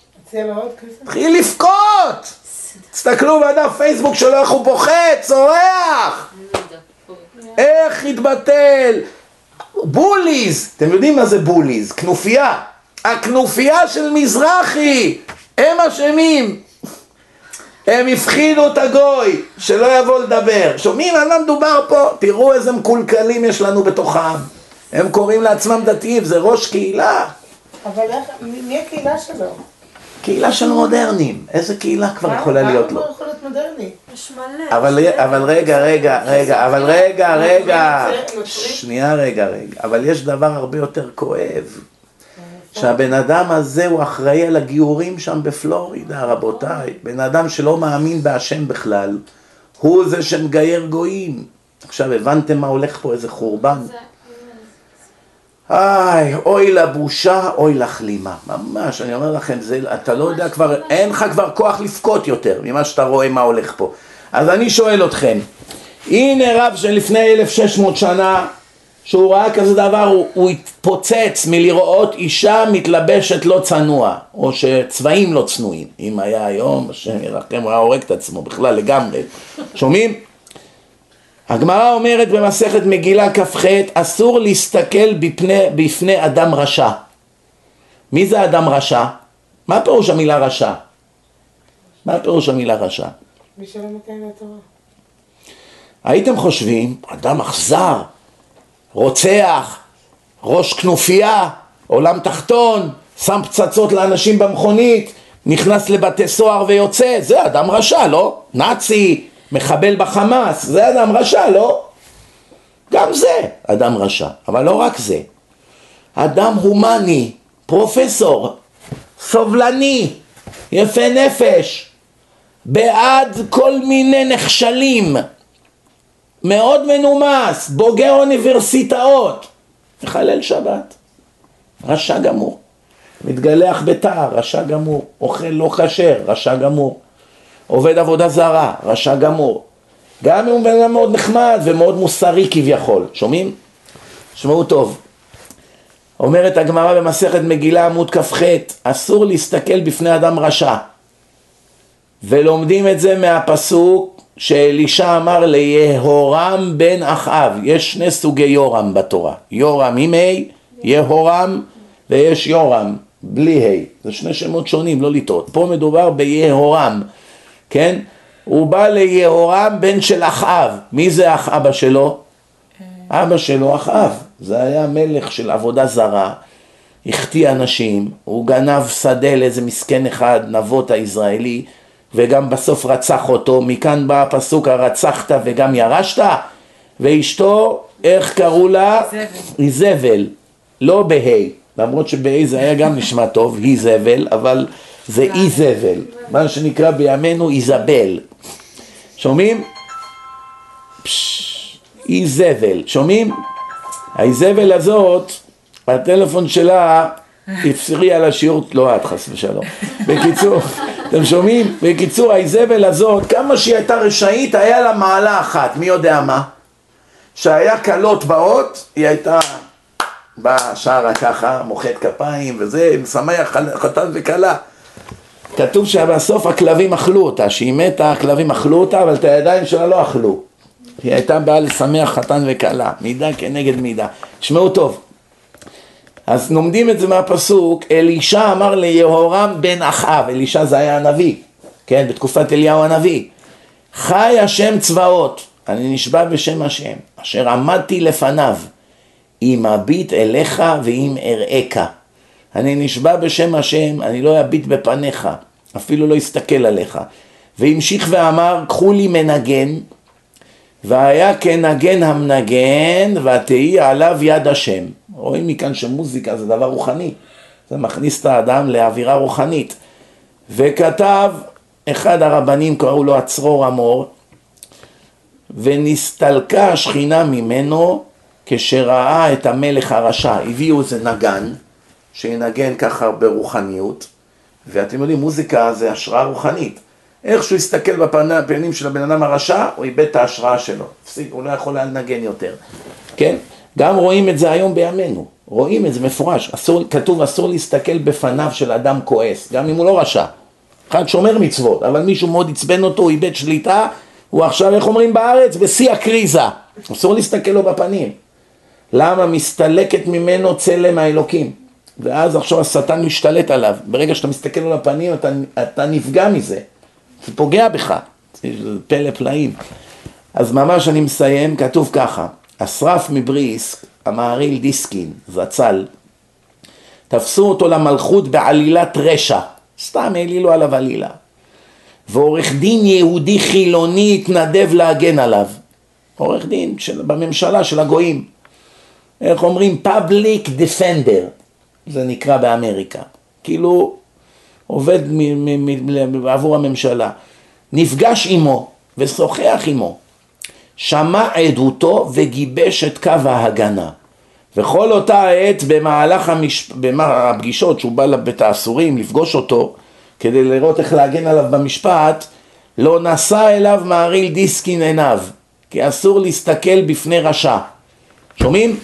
התחיל לבכות! תסתכלו בדף פייסבוק שלו איך הוא בוכה, צורח! איך התבטל? בוליז! אתם יודעים מה זה בוליז? כנופיה! הכנופיה של מזרחי! הם אשמים! הם הפחידו את הגוי שלא יבוא לדבר. שומעים על מה מדובר פה? תראו איזה מקולקלים יש לנו בתוכם. הם קוראים לעצמם דתיים, זה ראש קהילה. אבל מי הקהילה שלו? קהילה של מודרנים. איזה קהילה כבר יכולה להיות לו? מה יכול להיות מודרני? יש מלא. אבל שנייה רגע. אבל יש דבר הרבה יותר כואב. שהבן אדם הזה הוא אחראי על הגיורים שם בפלורידה, רבותיי. בן אדם שלא מאמין בהשם בכלל, הוא זה שמגייר גויים. עכשיו הבנתם מה הולך פה, איזה חורבן? אוי לבושה, אוי לכלימה. ממש, אני אומר לכם, אתה לא יודע כבר, אין לך כבר כוח לפקות יותר ממה שאתה רואה מה הולך פה. אז אני שואל אתכם, הנה רב שלפני 1600 שנה, שהוא ראה כזה דבר, הוא התפוצץ מלראות אישה מתלבשת לא צנוע, או שצבעים לא צנועים. אם היה היום, השם ירחם, הוא היה הורג את עצמו בכלל לגמרי. שומעים? הגמרא אומרת במסכת מגילה כ"ח, אסור להסתכל בפני אדם רשע. מי זה אדם רשע? מה פירוש המילה רשע? מה פירוש המילה רשע? מי שלא מקיים את התורה. הייתם חושבים, אדם אכזר, רוצח, ראש כנופיה, עולם תחתון, שם פצצות לאנשים במכונית, נכנס לבתי סוהר ויוצא, זה אדם רשע, לא? נאצי, מחבל בחמאס, זה אדם רשע, לא? גם זה אדם רשע, אבל לא רק זה. אדם הומני, פרופסור, סובלני, יפה נפש, בעד כל מיני נכשלים, מאוד מנומס, בוגר אוניברסיטאות, מחלל שבת, רשע גמור. מתגלח בתער, רשע גמור. אוכל לא כשר, רשע גמור. עובד עבודה זרה, רשע גמור. גם הוא בן אדם מאוד נחמד ומאוד מוסרי כביכול. שומעים? שמעו טוב. אומרת הגמרא במסכת מגילה עמוד כ"ח, אסור להסתכל בפני אדם רשע. ולומדים את זה מהפסוק שאלישע אמר ליהורם בן אחאב. יש 2 סוגי יורם בתורה. יורם עם ה', יהורם, ויש יורם בלי ה'. זה 2 שמות שונים, לא לטעות. פה מדובר ביהורם, כן? הוא בא ליהורם בן של אחאב. מי זה אבא שלו? אבא שלו אחאב. זה היה מלך של עבודה זרה, החטיא אנשים, הוא גנב שדה לאיזה מסכן אחד, נבות הישראלי, וגם בסוף רצח אותו. מכאן בא הפסוק הרצחת וגם ירשת. ואשתו, איך קראו לה? איזבל, לא בהי, למרות שב-A זה היה גם נשמע טוב, איזבל, אבל זה איזבל, מה שנקרא בימינו איזבל. שומעים? איזבל, שומעים? האיזבל הזאת, הטלפון שלה הפריע לשיעור, לא את חס ושלום. בקיצור, אתם שומעים? בקיצור, האיזבל הזאת, כמה שהיא הייתה רשאית, היה לה מעלה אחת, מי יודע מה? שהיה קלות באות, היא הייתה בשערה ככה, מוחאת כפיים וזה, משמח חתן וכלה. כתוב שבסוף הכלבים אכלו אותה, שהיא מתה, הכלבים אכלו אותה, אבל את הידיים שלה לא אכלו. היא הייתה באה לשמח חתן וכלה, מידה כנגד מידה. שמעו טוב. אז לומדים את זה מהפסוק, אלישע אמר ליהורם בן אחאב, אלישע זה היה הנביא, כן, בתקופת אליהו הנביא. חי השם צבאות, אני נשבע בשם השם, אשר עמדתי לפניו, אם אביט אליך ואם אראך. אני נשבע בשם השם, אני לא אביט בפניך, אפילו לא אסתכל עליך. והמשיך ואמר, קחו לי מנגן, והיה כנגן המנגן, ותהי עליו יד השם. רואים מכאן שמוזיקה זה דבר רוחני, זה מכניס את האדם לאווירה רוחנית. וכתב אחד הרבנים, קראו לו הצרור המור, ונסתלקה השכינה ממנו כשראה את המלך הרשע. הביאו איזה נגן שינגן ככה ברוחניות, ואתם יודעים, מוזיקה זה השראה רוחנית. איך שהוא הסתכל בפנים של הבן אדם הרשע, הוא איבד את ההשראה שלו, הוא לא יכול לנגן יותר, כן? גם רואים את זה היום בימינו, רואים את זה מפורש, כתוב אסור להסתכל בפניו של אדם כועס, גם אם הוא לא רשע, אחד שומר מצוות, אבל מישהו מאוד עצבן אותו, הוא איבד שליטה, הוא עכשיו, איך אומרים בארץ, בשיא הקריזה, אסור להסתכל לו בפנים. למה? מסתלקת ממנו צלם האלוקים, ואז עכשיו השטן משתלט עליו, ברגע שאתה מסתכל לו לפנים, אתה נפגע מזה, זה פוגע בך, זה פלא פלאים. אז ממש אני מסיים, כתוב ככה, השרף מבריסק, המהריל דיסקין, זצ"ל, תפסו אותו למלכות בעלילת רשע, סתם העלילו עליו עלילה, ועורך דין יהודי חילוני התנדב להגן עליו, עורך דין בממשלה של הגויים, איך אומרים? Public Defender, זה נקרא באמריקה, כאילו עובד עבור הממשלה, נפגש עמו ושוחח עמו, שמע עדותו וגיבש את קו ההגנה, וכל אותה העת במהלך הפגישות שהוא בא לבית האסורים לפגוש אותו כדי לראות איך להגן עליו במשפט, לא נשא אליו מהריל דיסקין עיניו, כי אסור להסתכל בפני רשע. שומעים?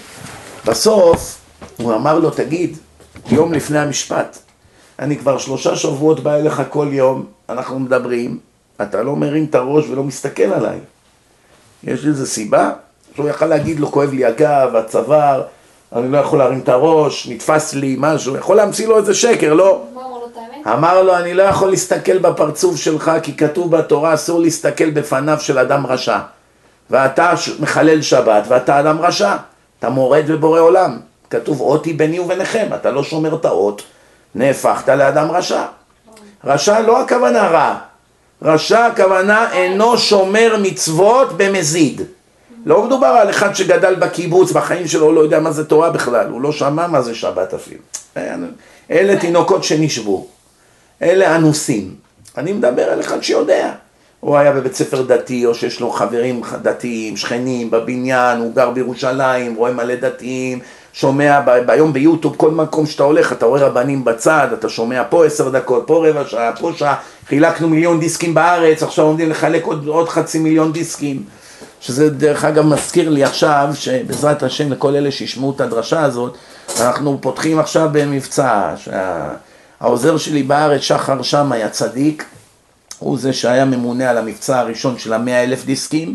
בסוף הוא אמר לו, תגיד, יום לפני המשפט, אני כבר 3 שבועות בא אליך כל יום, אנחנו מדברים, אתה לא מרים את הראש ולא מסתכל עליי. יש איזו סיבה? שהוא יכל להגיד לו, כואב לי הגב, הצוואר, אני לא יכול להרים את הראש, נתפס לי משהו, יכול להמציא לו איזה שקר, לא? אמר לו, אני לא יכול להסתכל בפרצוף שלך, כי כתוב בתורה, אסור להסתכל בפניו של אדם רשע. ואתה מחלל שבת, ואתה אדם רשע. אתה מורד ובורא עולם. כתוב, אותי ביני וביניכם, אתה לא שומר את האות, נהפכת לאדם רשע. רשע לא הכוונה רע. רשע הכוונה אינו שומר מצוות במזיד. לא מדובר על אחד שגדל בקיבוץ, בחיים שלו הוא לא יודע מה זה תורה בכלל, הוא לא שמע מה זה שבת אפילו. אלה תינוקות שנשבו, אלה אנוסים. אני מדבר על אחד שיודע. הוא היה בבית ספר דתי, או שיש לו חברים דתיים, שכנים, בבניין, הוא גר בירושלים, רואה מלא דתיים, שומע ביום ביוטיוב, כל מקום שאתה הולך, אתה רואה רבנים בצד, אתה שומע פה 10 דקות, פה רבע שעה, פה שעה, חילקנו 1,000,000 דיסקים בארץ, עכשיו עומדים לחלק עוד 500,000 דיסקים, שזה דרך אגב מזכיר לי עכשיו, שבעזרת השם לכל אלה שישמעו את הדרשה הזאת, אנחנו פותחים עכשיו במבצע, העוזר שלי בארץ, שחר שם היה צדיק, הוא זה שהיה ממונה על המבצע הראשון של 100,000 דיסקים,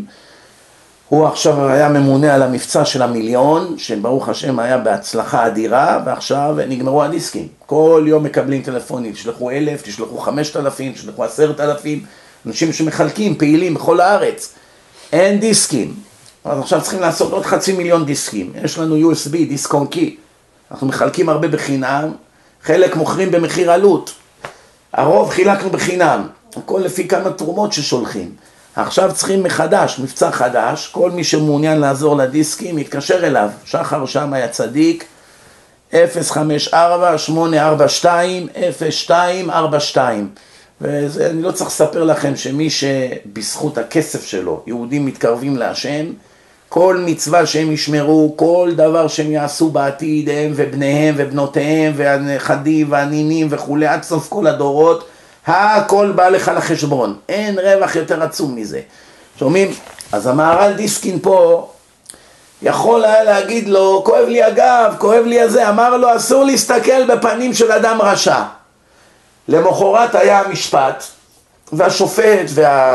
הוא עכשיו היה ממונה על המבצע של 1,000,000, שברוך השם היה בהצלחה אדירה, ועכשיו נגמרו הדיסקים. כל יום מקבלים טלפונים, תשלחו 1,000, תשלחו 5,000, תשלחו 10,000, אנשים שמחלקים, פעילים בכל הארץ. אין דיסקים. אז עכשיו צריכים לעשות עוד 500,000 דיסקים. יש לנו USB, דיסק און קי. אנחנו מחלקים הרבה בחינם, חלק מוכרים במחיר עלות. הרוב חילקנו בחינם. הכל לפי כמה תרומות ששולחים. עכשיו צריכים מחדש, מבצע חדש, כל מי שמעוניין לעזור לדיסקים יתקשר אליו. שחר שם היה צדיק, 054-842-0242. ואני לא צריך לספר לכם שמי שבזכות הכסף שלו, יהודים מתקרבים להשם, כל מצווה שהם ישמרו, כל דבר שהם יעשו בעתיד, הם ובניהם ובנותיהם והנכדים והנינים וכו', עד סוף כל הדורות, הכל בא לך לחשבון. אין רווח יותר עצום מזה. שומעים? אז המהר"ל דיסקין פה יכול היה להגיד לו, כואב לי הגב, כואב לי הזה, אמר לו, אסור להסתכל בפנים של אדם רשע. למחרת היה המשפט, והשופט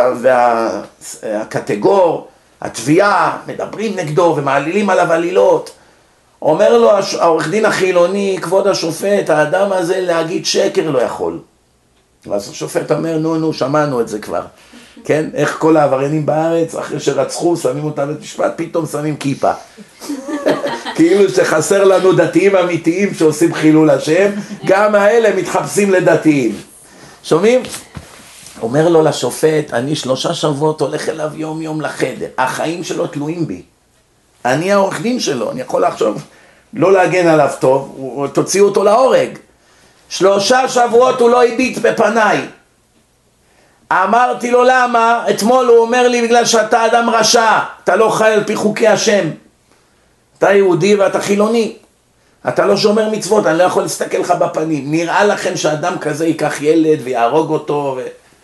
והקטגור, התביעה, מדברים נגדו ומעלילים עליו עלילות. אומר לו העורך דין החילוני, כבוד השופט, האדם הזה להגיד שקר לא יכול. ואז השופט אומר, נו, שמענו את זה כבר. כן? איך כל העבריינים בארץ, אחרי שרצחו, שמים אותם בית משפט, פתאום שמים כיפה. כאילו שחסר לנו דתיים אמיתיים שעושים חילול השם, גם האלה מתחפשים לדתיים. שומעים? אומר לו לשופט, אני 3 שבועות הולך אליו יום יום לחדר, החיים שלו תלויים בי. אני העורך דין שלו, אני יכול לחשוב, לא להגן עליו טוב, תוציאו אותו להורג. 3 שבועות הוא לא הביט בפניי. אמרתי לו למה? אתמול הוא אומר לי בגלל שאתה אדם רשע, אתה לא חי על פי חוקי השם. אתה יהודי ואתה חילוני. אתה לא שומר מצוות, אני לא יכול להסתכל לך בפנים. נראה לכם שאדם כזה ייקח ילד ויהרוג אותו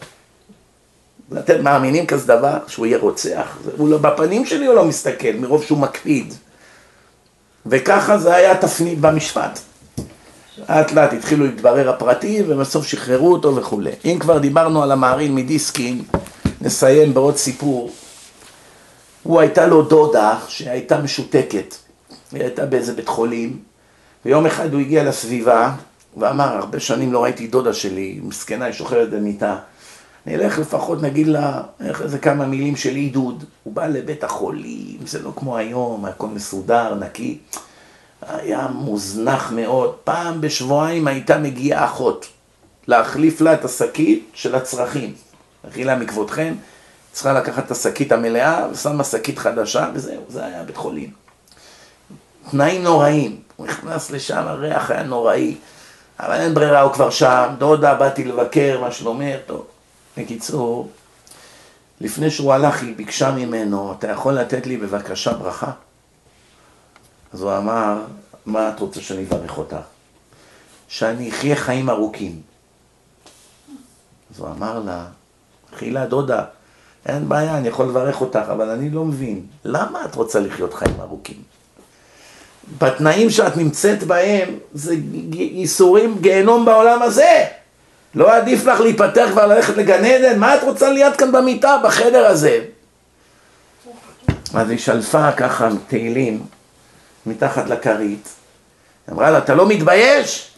אתם מאמינים כזה דבר? שהוא יהיה רוצח? הוא לא, בפנים שלי הוא לא מסתכל, מרוב שהוא מקפיד. וככה זה היה תפנית במשפט. לאט לאט התחילו להתברר הפרטים, ובסוף שחררו אותו וכו'. אם כבר דיברנו על המהר"ל מדיסקין, נסיים בעוד סיפור. הוא הייתה לו דודה שהייתה משותקת. היא הייתה באיזה בית חולים, ויום אחד הוא הגיע לסביבה, ואמר, הרבה שנים לא ראיתי דודה שלי, מסכנה, היא שוכבת במיטה. נלך לפחות, נגיד לה, איזה כמה מילים של עידוד. הוא בא לבית החולים, זה לא כמו היום, הכל מסודר, נקי. היה מוזנח מאוד. פעם בשבועיים הייתה מגיעה אחות, להחליף לה את השקית של הצרכים. אכילה מכבודכם, צריכה לקחת את השקית המלאה, ושמה שקית חדשה, וזהו, זה היה בית חולים. תנאים נוראים, הוא נכנס לשם, הריח היה נוראי, אבל אין ברירה, הוא כבר שם, דודה, באתי לבקר, מה שלומך, טוב. בקיצור, לפני שהוא הלך, היא ביקשה ממנו, אתה יכול לתת לי בבקשה ברכה? אז הוא אמר, מה את רוצה שאני אברך אותך? שאני אחיה חיים ארוכים. אז הוא אמר לה, חילה דודה, אין בעיה, אני יכול לברך אותך, אבל אני לא מבין, למה את רוצה לחיות חיים ארוכים? בתנאים שאת נמצאת בהם, זה ייסורים גיהנום בעולם הזה. לא עדיף לך להיפטר כבר ללכת לגן עדן? מה את רוצה להיות כאן במיטה, בחדר הזה? אז היא שלפה ככה תהילים מתחת לכרית. אמרה לה, אתה לא מתבייש?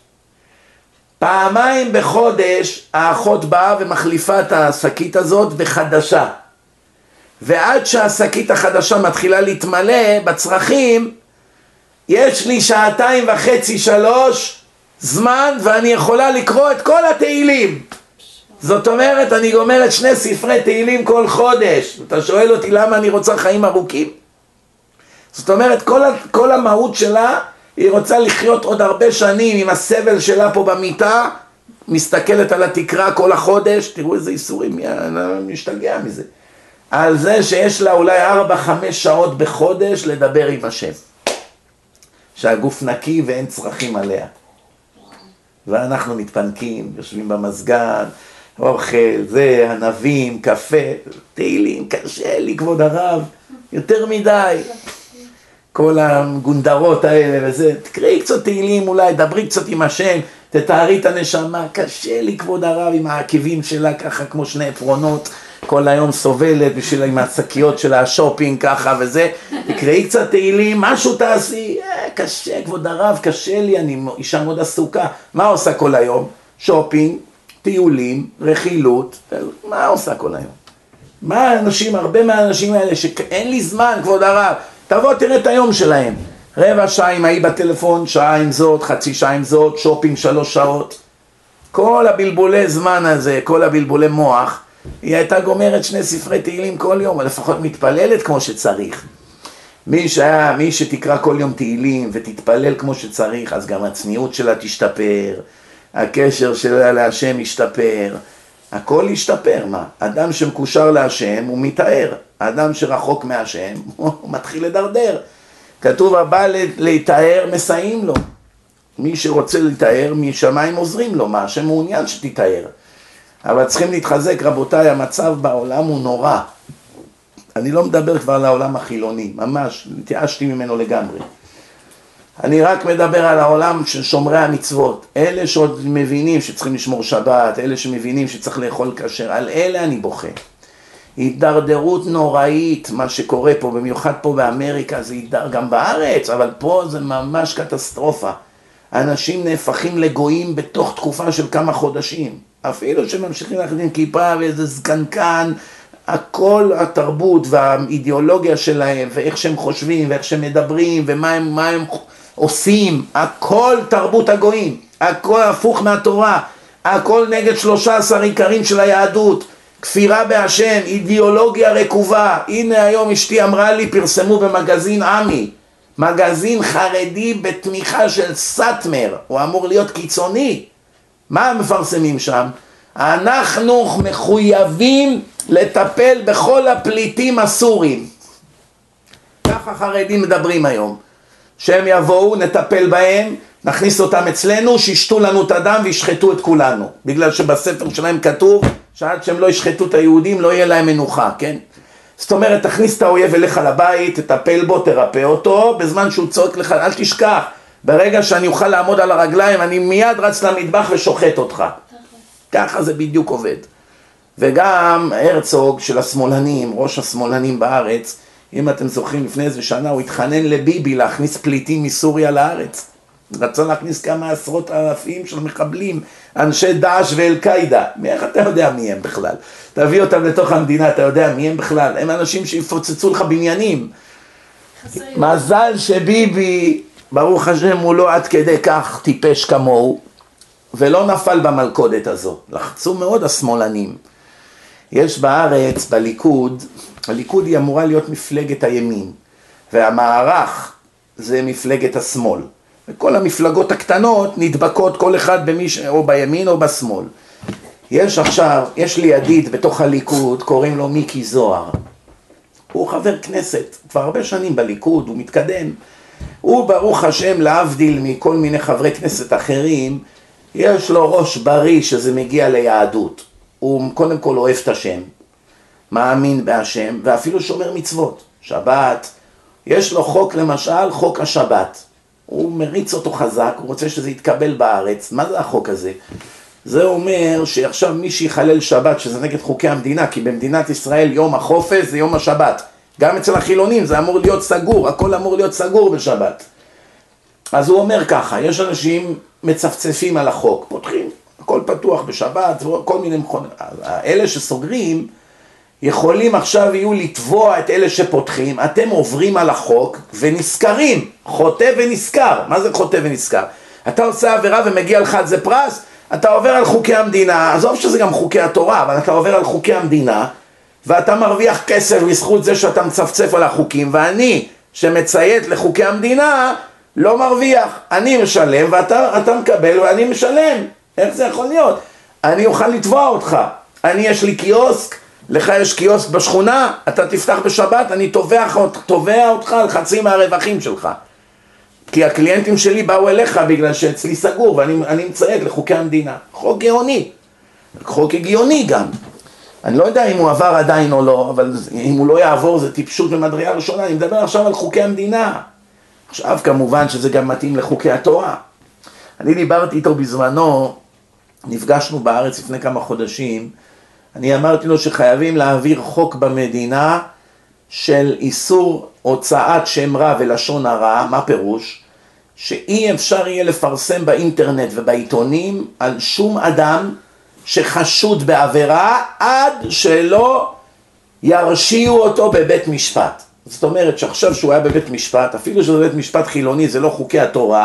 2 בחודש האחות באה ומחליפה את השקית הזאת בחדשה. ועד שהשקית החדשה מתחילה להתמלא בצרכים, יש לי 2.5-3 זמן, ואני יכולה לקרוא את כל התהילים. זאת אומרת, אני גומרת 2 ספרי תהילים כל חודש. אתה שואל אותי למה אני רוצה חיים ארוכים? זאת אומרת, כל המהות שלה, היא רוצה לחיות עוד הרבה שנים עם הסבל שלה פה במיטה, מסתכלת על התקרה כל החודש, תראו איזה איסורים, אני משתגע מזה. על זה שיש לה אולי 4-5 שעות בחודש לדבר עם השם. שהגוף נקי ואין צרכים עליה. ואנחנו מתפנקים, יושבים במסגן, אוכל, זה, ענבים, קפה, תהילים, קשה לי כבוד הרב, יותר מדי. כל הגונדרות האלה וזה, תקראי קצת תהילים אולי, דברי קצת עם השם, תתארי את הנשמה, קשה לי כבוד הרב עם העקבים שלה ככה כמו 2 עפרונות, כל היום סובלת בשביל עם השקיות של השופינג ככה וזה, תקראי קצת תהילים, משהו תעשי, קשה כבוד הרב, קשה לי, אני אישה מאוד עסוקה, מה עושה כל היום? שופינג, טיולים, רכילות, מה עושה כל היום? מה האנשים, הרבה מהאנשים האלה שאין לי זמן כבוד הרב, תבוא תראה את היום שלהם, 15 שעה עם ההיא בטלפון, שעה עם זאת, חצי שעה עם זאת, שופינג 3 שעות, כל הבלבולי זמן הזה, כל הבלבולי מוח, היא הייתה גומרת 2 ספרי תהילים כל יום, אבל לפחות מתפללת כמו שצריך. מי שתקרא כל יום תהילים ותתפלל כמו שצריך, אז גם הצניעות שלה תשתפר, הקשר שלה להשם ישתפר, הכל ישתפר. מה? אדם שמקושר להשם הוא מתאר, אדם שרחוק מהשם הוא מתחיל לדרדר. כתוב הבא להתאר מסייעים לו. מי שרוצה להתאר משמיים עוזרים לו, מה? השם מעוניין שתתאר. אבל צריכים להתחזק, רבותיי, המצב בעולם הוא נורא. אני לא מדבר כבר על העולם החילוני, ממש, התייאשתי ממנו לגמרי. אני רק מדבר על העולם של שומרי המצוות, אלה שעוד מבינים שצריכים לשמור שבת, אלה שמבינים שצריך לאכול כשר, על אלה אני בוכה. הידרדרות נוראית, מה שקורה פה, במיוחד פה באמריקה, זה גם בארץ, אבל פה זה ממש קטסטרופה. אנשים נהפכים לגויים בתוך תקופה של כמה חודשים, אפילו שממשיכים להחזיק עם כיפה ואיזה זקנקן, הכל התרבות והאידיאולוגיה שלהם, ואיך שהם חושבים, ואיך שהם מדברים, ומה הם עושים, הכל תרבות הגויים, הכל הפוך מהתורה, הכל נגד 13 עיקרים של היהדות, כפירה בהשם, אידיאולוגיה רקובה. הנה היום אשתי אמרה לי, פרסמו במגזין עמי, מגזין חרדי בתמיכה של סאטמר, הוא אמור להיות קיצוני. מה מפרסמים שם? אנחנו מחויבים לטפל בכל הפליטים הסורים. ככה חרדים מדברים היום. שהם יבואו, נטפל בהם, נכניס אותם אצלנו, שישתו לנו את הדם וישחטו את כולנו. בגלל שבספר שלהם כתוב שעד שהם לא ישחטו את היהודים לא יהיה להם מנוחה, כן? זאת אומרת, תכניס את האויב אליך לבית, תטפל בו, תרפא אותו, בזמן שהוא צועק לך, אל תשכח, ברגע שאני אוכל לעמוד על הרגליים, אני מיד רץ למטבח ושוחט אותך. ככה זה בדיוק עובד. וגם הרצוג של השמאלנים, ראש השמאלנים בארץ, אם אתם זוכרים לפני איזה שנה, הוא התחנן לביבי להכניס פליטים מסוריה לארץ. רצה להכניס כמה עשרות אלפים של מחבלים, אנשי דאעש ואל-קאידה. איך אתה יודע מי הם בכלל? תביא אותם לתוך המדינה, אתה יודע מי הם בכלל? הם אנשים שיפוצצו לך בניינים. מזל שביבי, ברוך השם, הוא לא עד כדי כך טיפש כמוהו, ולא נפל במלכודת הזו. לחצו מאוד השמאלנים. יש בארץ, בליכוד, הליכוד היא אמורה להיות מפלגת הימין, והמערך זה מפלגת השמאל. וכל המפלגות הקטנות נדבקות כל אחד או בימין או בשמאל. יש לי ידיד בתוך הליכוד, קוראים לו מיקי זוהר. הוא חבר כנסת, כבר הרבה שנים בליכוד, הוא מתקדם. הוא ברוך השם להבדיל מכל מיני חברי כנסת אחרים, יש לו ראש בריא שזה מגיע ליהדות. הוא קודם כל אוהב את השם, מאמין בהשם, ואפילו שומר מצוות. שבת, יש לו חוק למשל, חוק השבת. הוא מריץ אותו חזק, הוא רוצה שזה יתקבל בארץ. מה זה החוק הזה? זה אומר שעכשיו מי שיחלל שבת, שזה נגד חוקי המדינה, כי במדינת ישראל יום החופש זה יום השבת. גם אצל החילונים זה אמור להיות סגור, הכל אמור להיות סגור בשבת. אז הוא אומר ככה, יש אנשים מצפצפים על החוק, פותחים, הכל פתוח בשבת, כל מיני מכונות. אלה שסוגרים, יכולים עכשיו יהיו לתבוע את אלה שפותחים, אתם עוברים על החוק ונזכרים, חוטא ונזכר. מה זה חוטא ונזכר? אתה עושה עבירה ומגיע לך על זה פרס, אתה עובר על חוקי המדינה, עזוב שזה גם חוקי התורה, אבל אתה עובר על חוקי המדינה, ואתה מרוויח כסף בזכות זה שאתה מצפצף על החוקים, ואני שמציית לחוקי המדינה לא מרוויח, אני משלם ואתה מקבל ואני משלם. איך זה יכול להיות? אני אוכל לתבוע אותך, יש לי קיוסק, לך יש קיוסק בשכונה, אתה תפתח בשבת, אני תובע אותך על חצי מהרווחים שלך. כי הקליינטים שלי באו אליך בגלל שאצלי סגור, ואני מציית לחוקי המדינה. חוק גאוני, חוק הגיוני גם. אני לא יודע אם הוא עבר עדיין או לא, אבל אם הוא לא יעבור זה טיפשות במדרגה ראשונה. אני מדבר עכשיו על חוקי המדינה. עכשיו כמובן שזה גם מתאים לחוקי התורה. אני דיברתי איתו בזמנו, נפגשנו בארץ לפני כמה חודשים, אני אמרתי לו שחייבים להעביר חוק במדינה של איסור הוצאת שם רע ולשון הרע. מה פירוש? שאי אפשר יהיה לפרסם באינטרנט ובעיתונים על שום אדם שחשוד בעבירה עד שלא ירשיעו אותו בבית משפט. זאת אומרת שעכשיו שהוא היה בבית משפט, אפילו שזה בית משפט חילוני, זה לא חוקי התורה,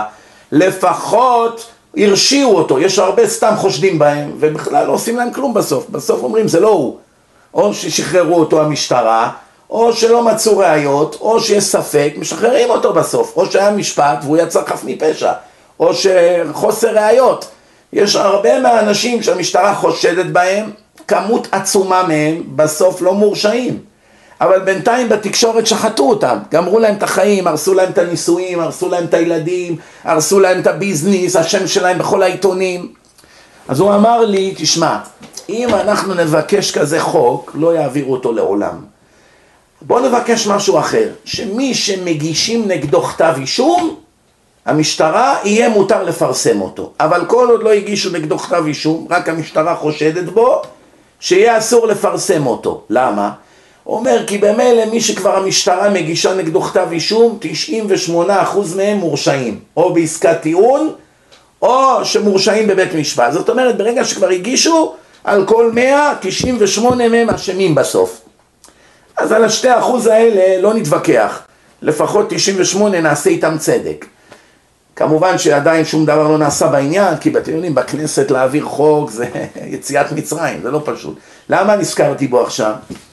לפחות הרשיעו אותו. יש הרבה סתם חושדים בהם ובכלל לא עושים להם כלום בסוף. בסוף אומרים זה לא הוא. או ששחררו אותו המשטרה, או שלא מצאו ראיות, או שיש ספק, משחררים אותו בסוף, או שהיה משפט והוא יצא חף מפשע, או שחוסר ראיות. יש הרבה מהאנשים שהמשטרה חושדת בהם, כמות עצומה מהם בסוף לא מורשעים. אבל בינתיים בתקשורת שחטו אותם, גמרו להם את החיים, הרסו להם את הנישואים, הרסו להם את הילדים, הרסו להם את הביזניס, השם שלהם בכל העיתונים. אז הוא אמר לי, תשמע, אם אנחנו נבקש כזה חוק, לא יעבירו אותו לעולם. בוא נבקש משהו אחר, שמי שמגישים נגדו כתב אישום, המשטרה יהיה מותר לפרסם אותו. אבל כל עוד לא הגישו נגדו כתב אישום, רק המשטרה חושדת בו, שיהיה אסור לפרסם אותו. למה? הוא אומר כי במילא מי שכבר המשטרה מגישה נגדו כתב אישום, 98% מהם מורשעים, או בעסקת טיעון, או שמורשעים בבית משפט. זאת אומרת, ברגע שכבר הגישו, על כל 100, 98 מהם אשמים בסוף. אז על 2% האלה לא נתווכח, לפחות 98 נעשה איתם צדק. כמובן שעדיין שום דבר לא נעשה בעניין, כי אתם יודעים, בכנסת להעביר חוק זה יציאת מצרים, זה לא פשוט. למה נזכרתי בו עכשיו?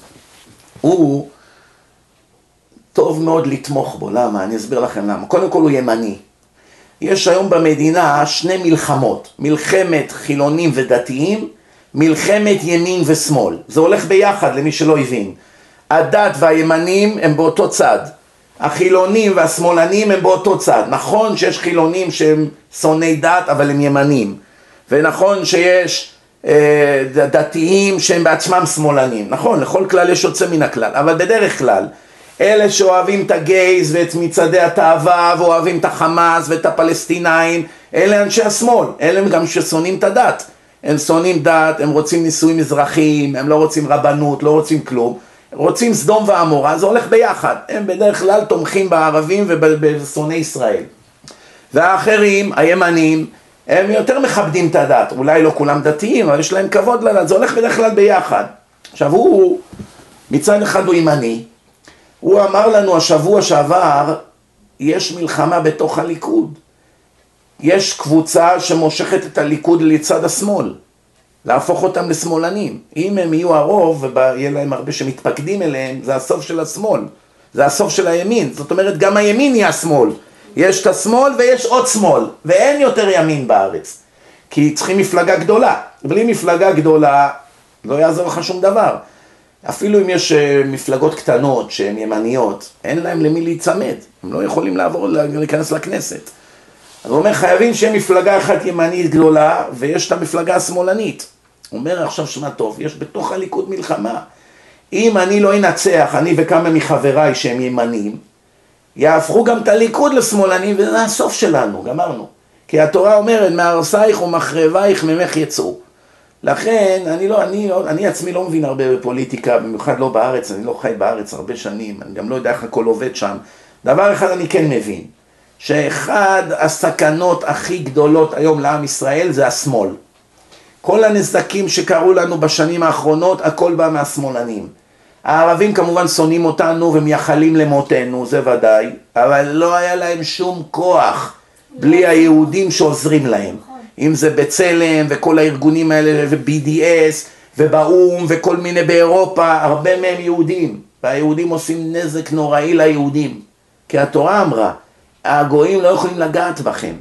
הוא טוב מאוד לתמוך בו, למה? אני אסביר לכם למה. קודם כל הוא ימני. יש היום במדינה שני מלחמות, מלחמת חילונים ודתיים, מלחמת ימין ושמאל. זה הולך ביחד למי שלא הבין. הדת והימנים הם באותו צד. החילונים והשמאלנים הם באותו צד. נכון שיש חילונים שהם שונאי דת אבל הם ימנים. ונכון שיש דתיים שהם בעצמם שמאלנים. נכון, לכל כלל יש יוצא מן הכלל. אבל בדרך כלל, אלה שאוהבים את הגייז ואת מצעדי התאווה ואוהבים את החמאס ואת הפלסטינאים, אלה אנשי השמאל. אלה הם גם ששונאים את הדת. הם שונאים דת, הם רוצים נישואים אזרחיים, הם לא רוצים רבנות, לא רוצים כלום. רוצים סדום ועמורה, זה הולך ביחד. הם בדרך כלל תומכים בערבים ובשונאי ישראל. והאחרים, הימנים, הם יותר מכבדים את הדת. אולי לא כולם דתיים, אבל יש להם כבוד לדת. זה הולך בדרך כלל ביחד. עכשיו הוא, מצד אחד הוא ימני, הוא אמר לנו השבוע שעבר, יש מלחמה בתוך הליכוד. יש קבוצה שמושכת את הליכוד לצד השמאל. להפוך אותם לשמאלנים. אם הם יהיו הרוב ויהיה להם הרבה שמתפקדים אליהם, זה הסוף של השמאל. זה הסוף של הימין. זאת אומרת, גם הימין יהיה השמאל. יש את השמאל ויש עוד שמאל. ואין יותר ימין בארץ. כי צריכים מפלגה גדולה. בלי מפלגה גדולה, לא יעזור לך שום דבר. אפילו אם יש מפלגות קטנות שהן ימניות, אין להם למי להיצמד. הם לא יכולים להיכנס לכנסת. אז הוא אומר, חייבים שיהיה מפלגה אחת ימנית גדולה, ויש את המפלגה השמאלנית. הוא אומר, עכשיו שמע טוב, יש בתוך הליכוד מלחמה. אם אני לא אנצח, אני וכמה מחבריי שהם ימנים, יהפכו גם את הליכוד לשמאלנים, וזה הסוף שלנו, גמרנו. כי התורה אומרת, מהרסייך ומחרבייך ממך יצאו. לכן, אני עצמי לא מבין הרבה בפוליטיקה, במיוחד לא בארץ, אני לא חי בארץ הרבה שנים, אני גם לא יודע איך הכל עובד שם. דבר אחד אני כן מבין. שאחד הסכנות הכי גדולות היום לעם ישראל זה השמאל. כל הנזקים שקרו לנו בשנים האחרונות, הכל בא מהשמאלנים. הערבים כמובן שונאים אותנו ומייחלים למותנו, זה ודאי, אבל לא היה להם שום כוח בלי היהודים שעוזרים להם. אם זה בצלם וכל הארגונים האלה ו-BDS ובאום וכל מיני באירופה, הרבה מהם יהודים. והיהודים עושים נזק נוראי ליהודים. כי התורה אמרה, הגויים לא יכולים לגעת בכם.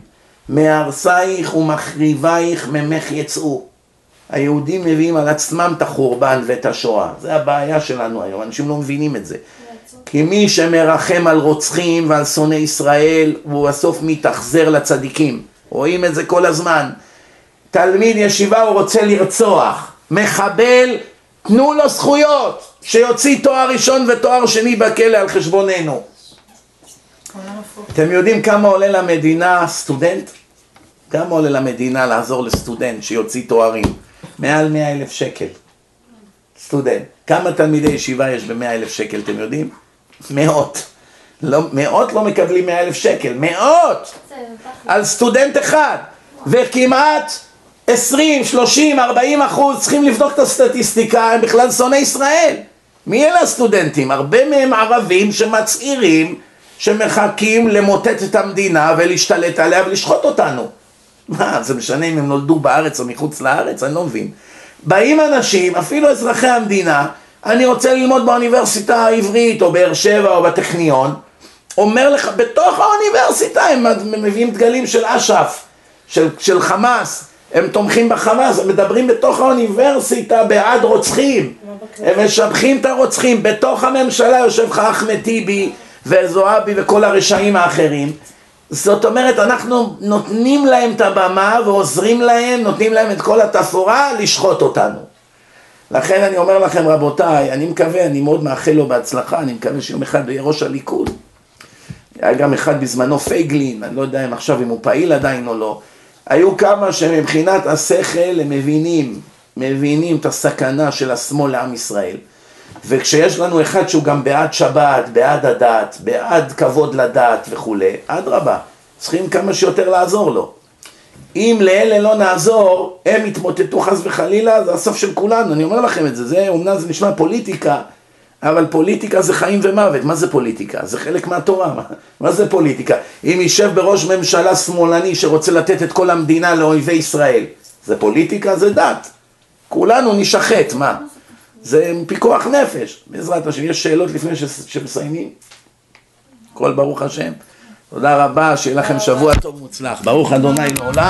מהרסייך ומחריבייך ממך יצאו. היהודים מביאים על עצמם את החורבן ואת השואה. זה הבעיה שלנו היום, אנשים לא מבינים את זה. כי מי שמרחם על רוצחים ועל שונאי ישראל, הוא בסוף מתאכזר לצדיקים. רואים את זה כל הזמן. תלמיד ישיבה הוא רוצה לרצוח. מחבל, תנו לו זכויות. שיוציא תואר ראשון ותואר שני בכלא על חשבוננו. אתם יודעים כמה עולה למדינה סטודנט? כמה עולה למדינה לעזור לסטודנט שיוציא תוארים? מעל 100,000 שקל. סטודנט. כמה תלמידי ישיבה יש ב100,000 שקל, אתם יודעים? מאות. מאות לא מקבלים 100,000 שקל. מאות! על סטודנט אחד. וכמעט 20, 30, 40% צריכים לבדוק את הסטטיסטיקה, הם בכלל שונאי ישראל. מי אלה הסטודנטים? הרבה מהם ערבים שמצעירים שמחכים למוטט את המדינה ולהשתלט עליה ולשחוט אותנו. מה, זה משנה אם הם נולדו בארץ או מחוץ לארץ? אני לא מבין. באים אנשים, אפילו אזרחי המדינה, אני רוצה ללמוד באוניברסיטה העברית, או באר שבע, או בטכניון, אומר לך, בתוך האוניברסיטה הם מביאים דגלים של אש"ף, של חמאס, הם תומכים בחמאס, הם מדברים בתוך האוניברסיטה בעד רוצחים, הם משבחים את הרוצחים, בתוך הממשלה יושב לך אחמד טיבי וזועבי וכל הרשעים האחרים. זאת אומרת, אנחנו נותנים להם את הבמה ועוזרים להם, נותנים להם את כל התפאורה לשחוט אותנו. לכן אני אומר לכם, רבותיי, אני מקווה, אני מאוד מאחל לו בהצלחה, אני מקווה שיום אחד יהיה ראש הליכוד. היה גם אחד בזמנו פייגלין, אני לא יודע אם עכשיו אם הוא פעיל עדיין או לא. היו כמה שמבחינת השכל הם מבינים את הסכנה של השמאל לעם ישראל. וכשיש לנו אחד שהוא גם בעד שבת, בעד הדת, בעד כבוד לדת וכו', אדרבה, צריכים כמה שיותר לעזור לו. אם לאלה לא נעזור, הם יתמוטטו חס וחלילה, זה הסוף של כולנו, אני אומר לכם את זה, זה אומנם זה נשמע פוליטיקה, אבל פוליטיקה זה חיים ומוות. מה זה פוליטיקה? זה חלק מהתורה. מה זה פוליטיקה? אם יישב בראש ממשלה שמאלני שרוצה לתת את כל המדינה לאויבי ישראל, זה פוליטיקה? זה דת. כולנו נשחט, מה? זה פיקוח נפש. בעזרת השם, יש שאלות לפני שמסיימים? כל ברוך השם. תודה רבה, שיהיה לכם שבוע טוב ומוצלח. ברוך אדוני לעולם.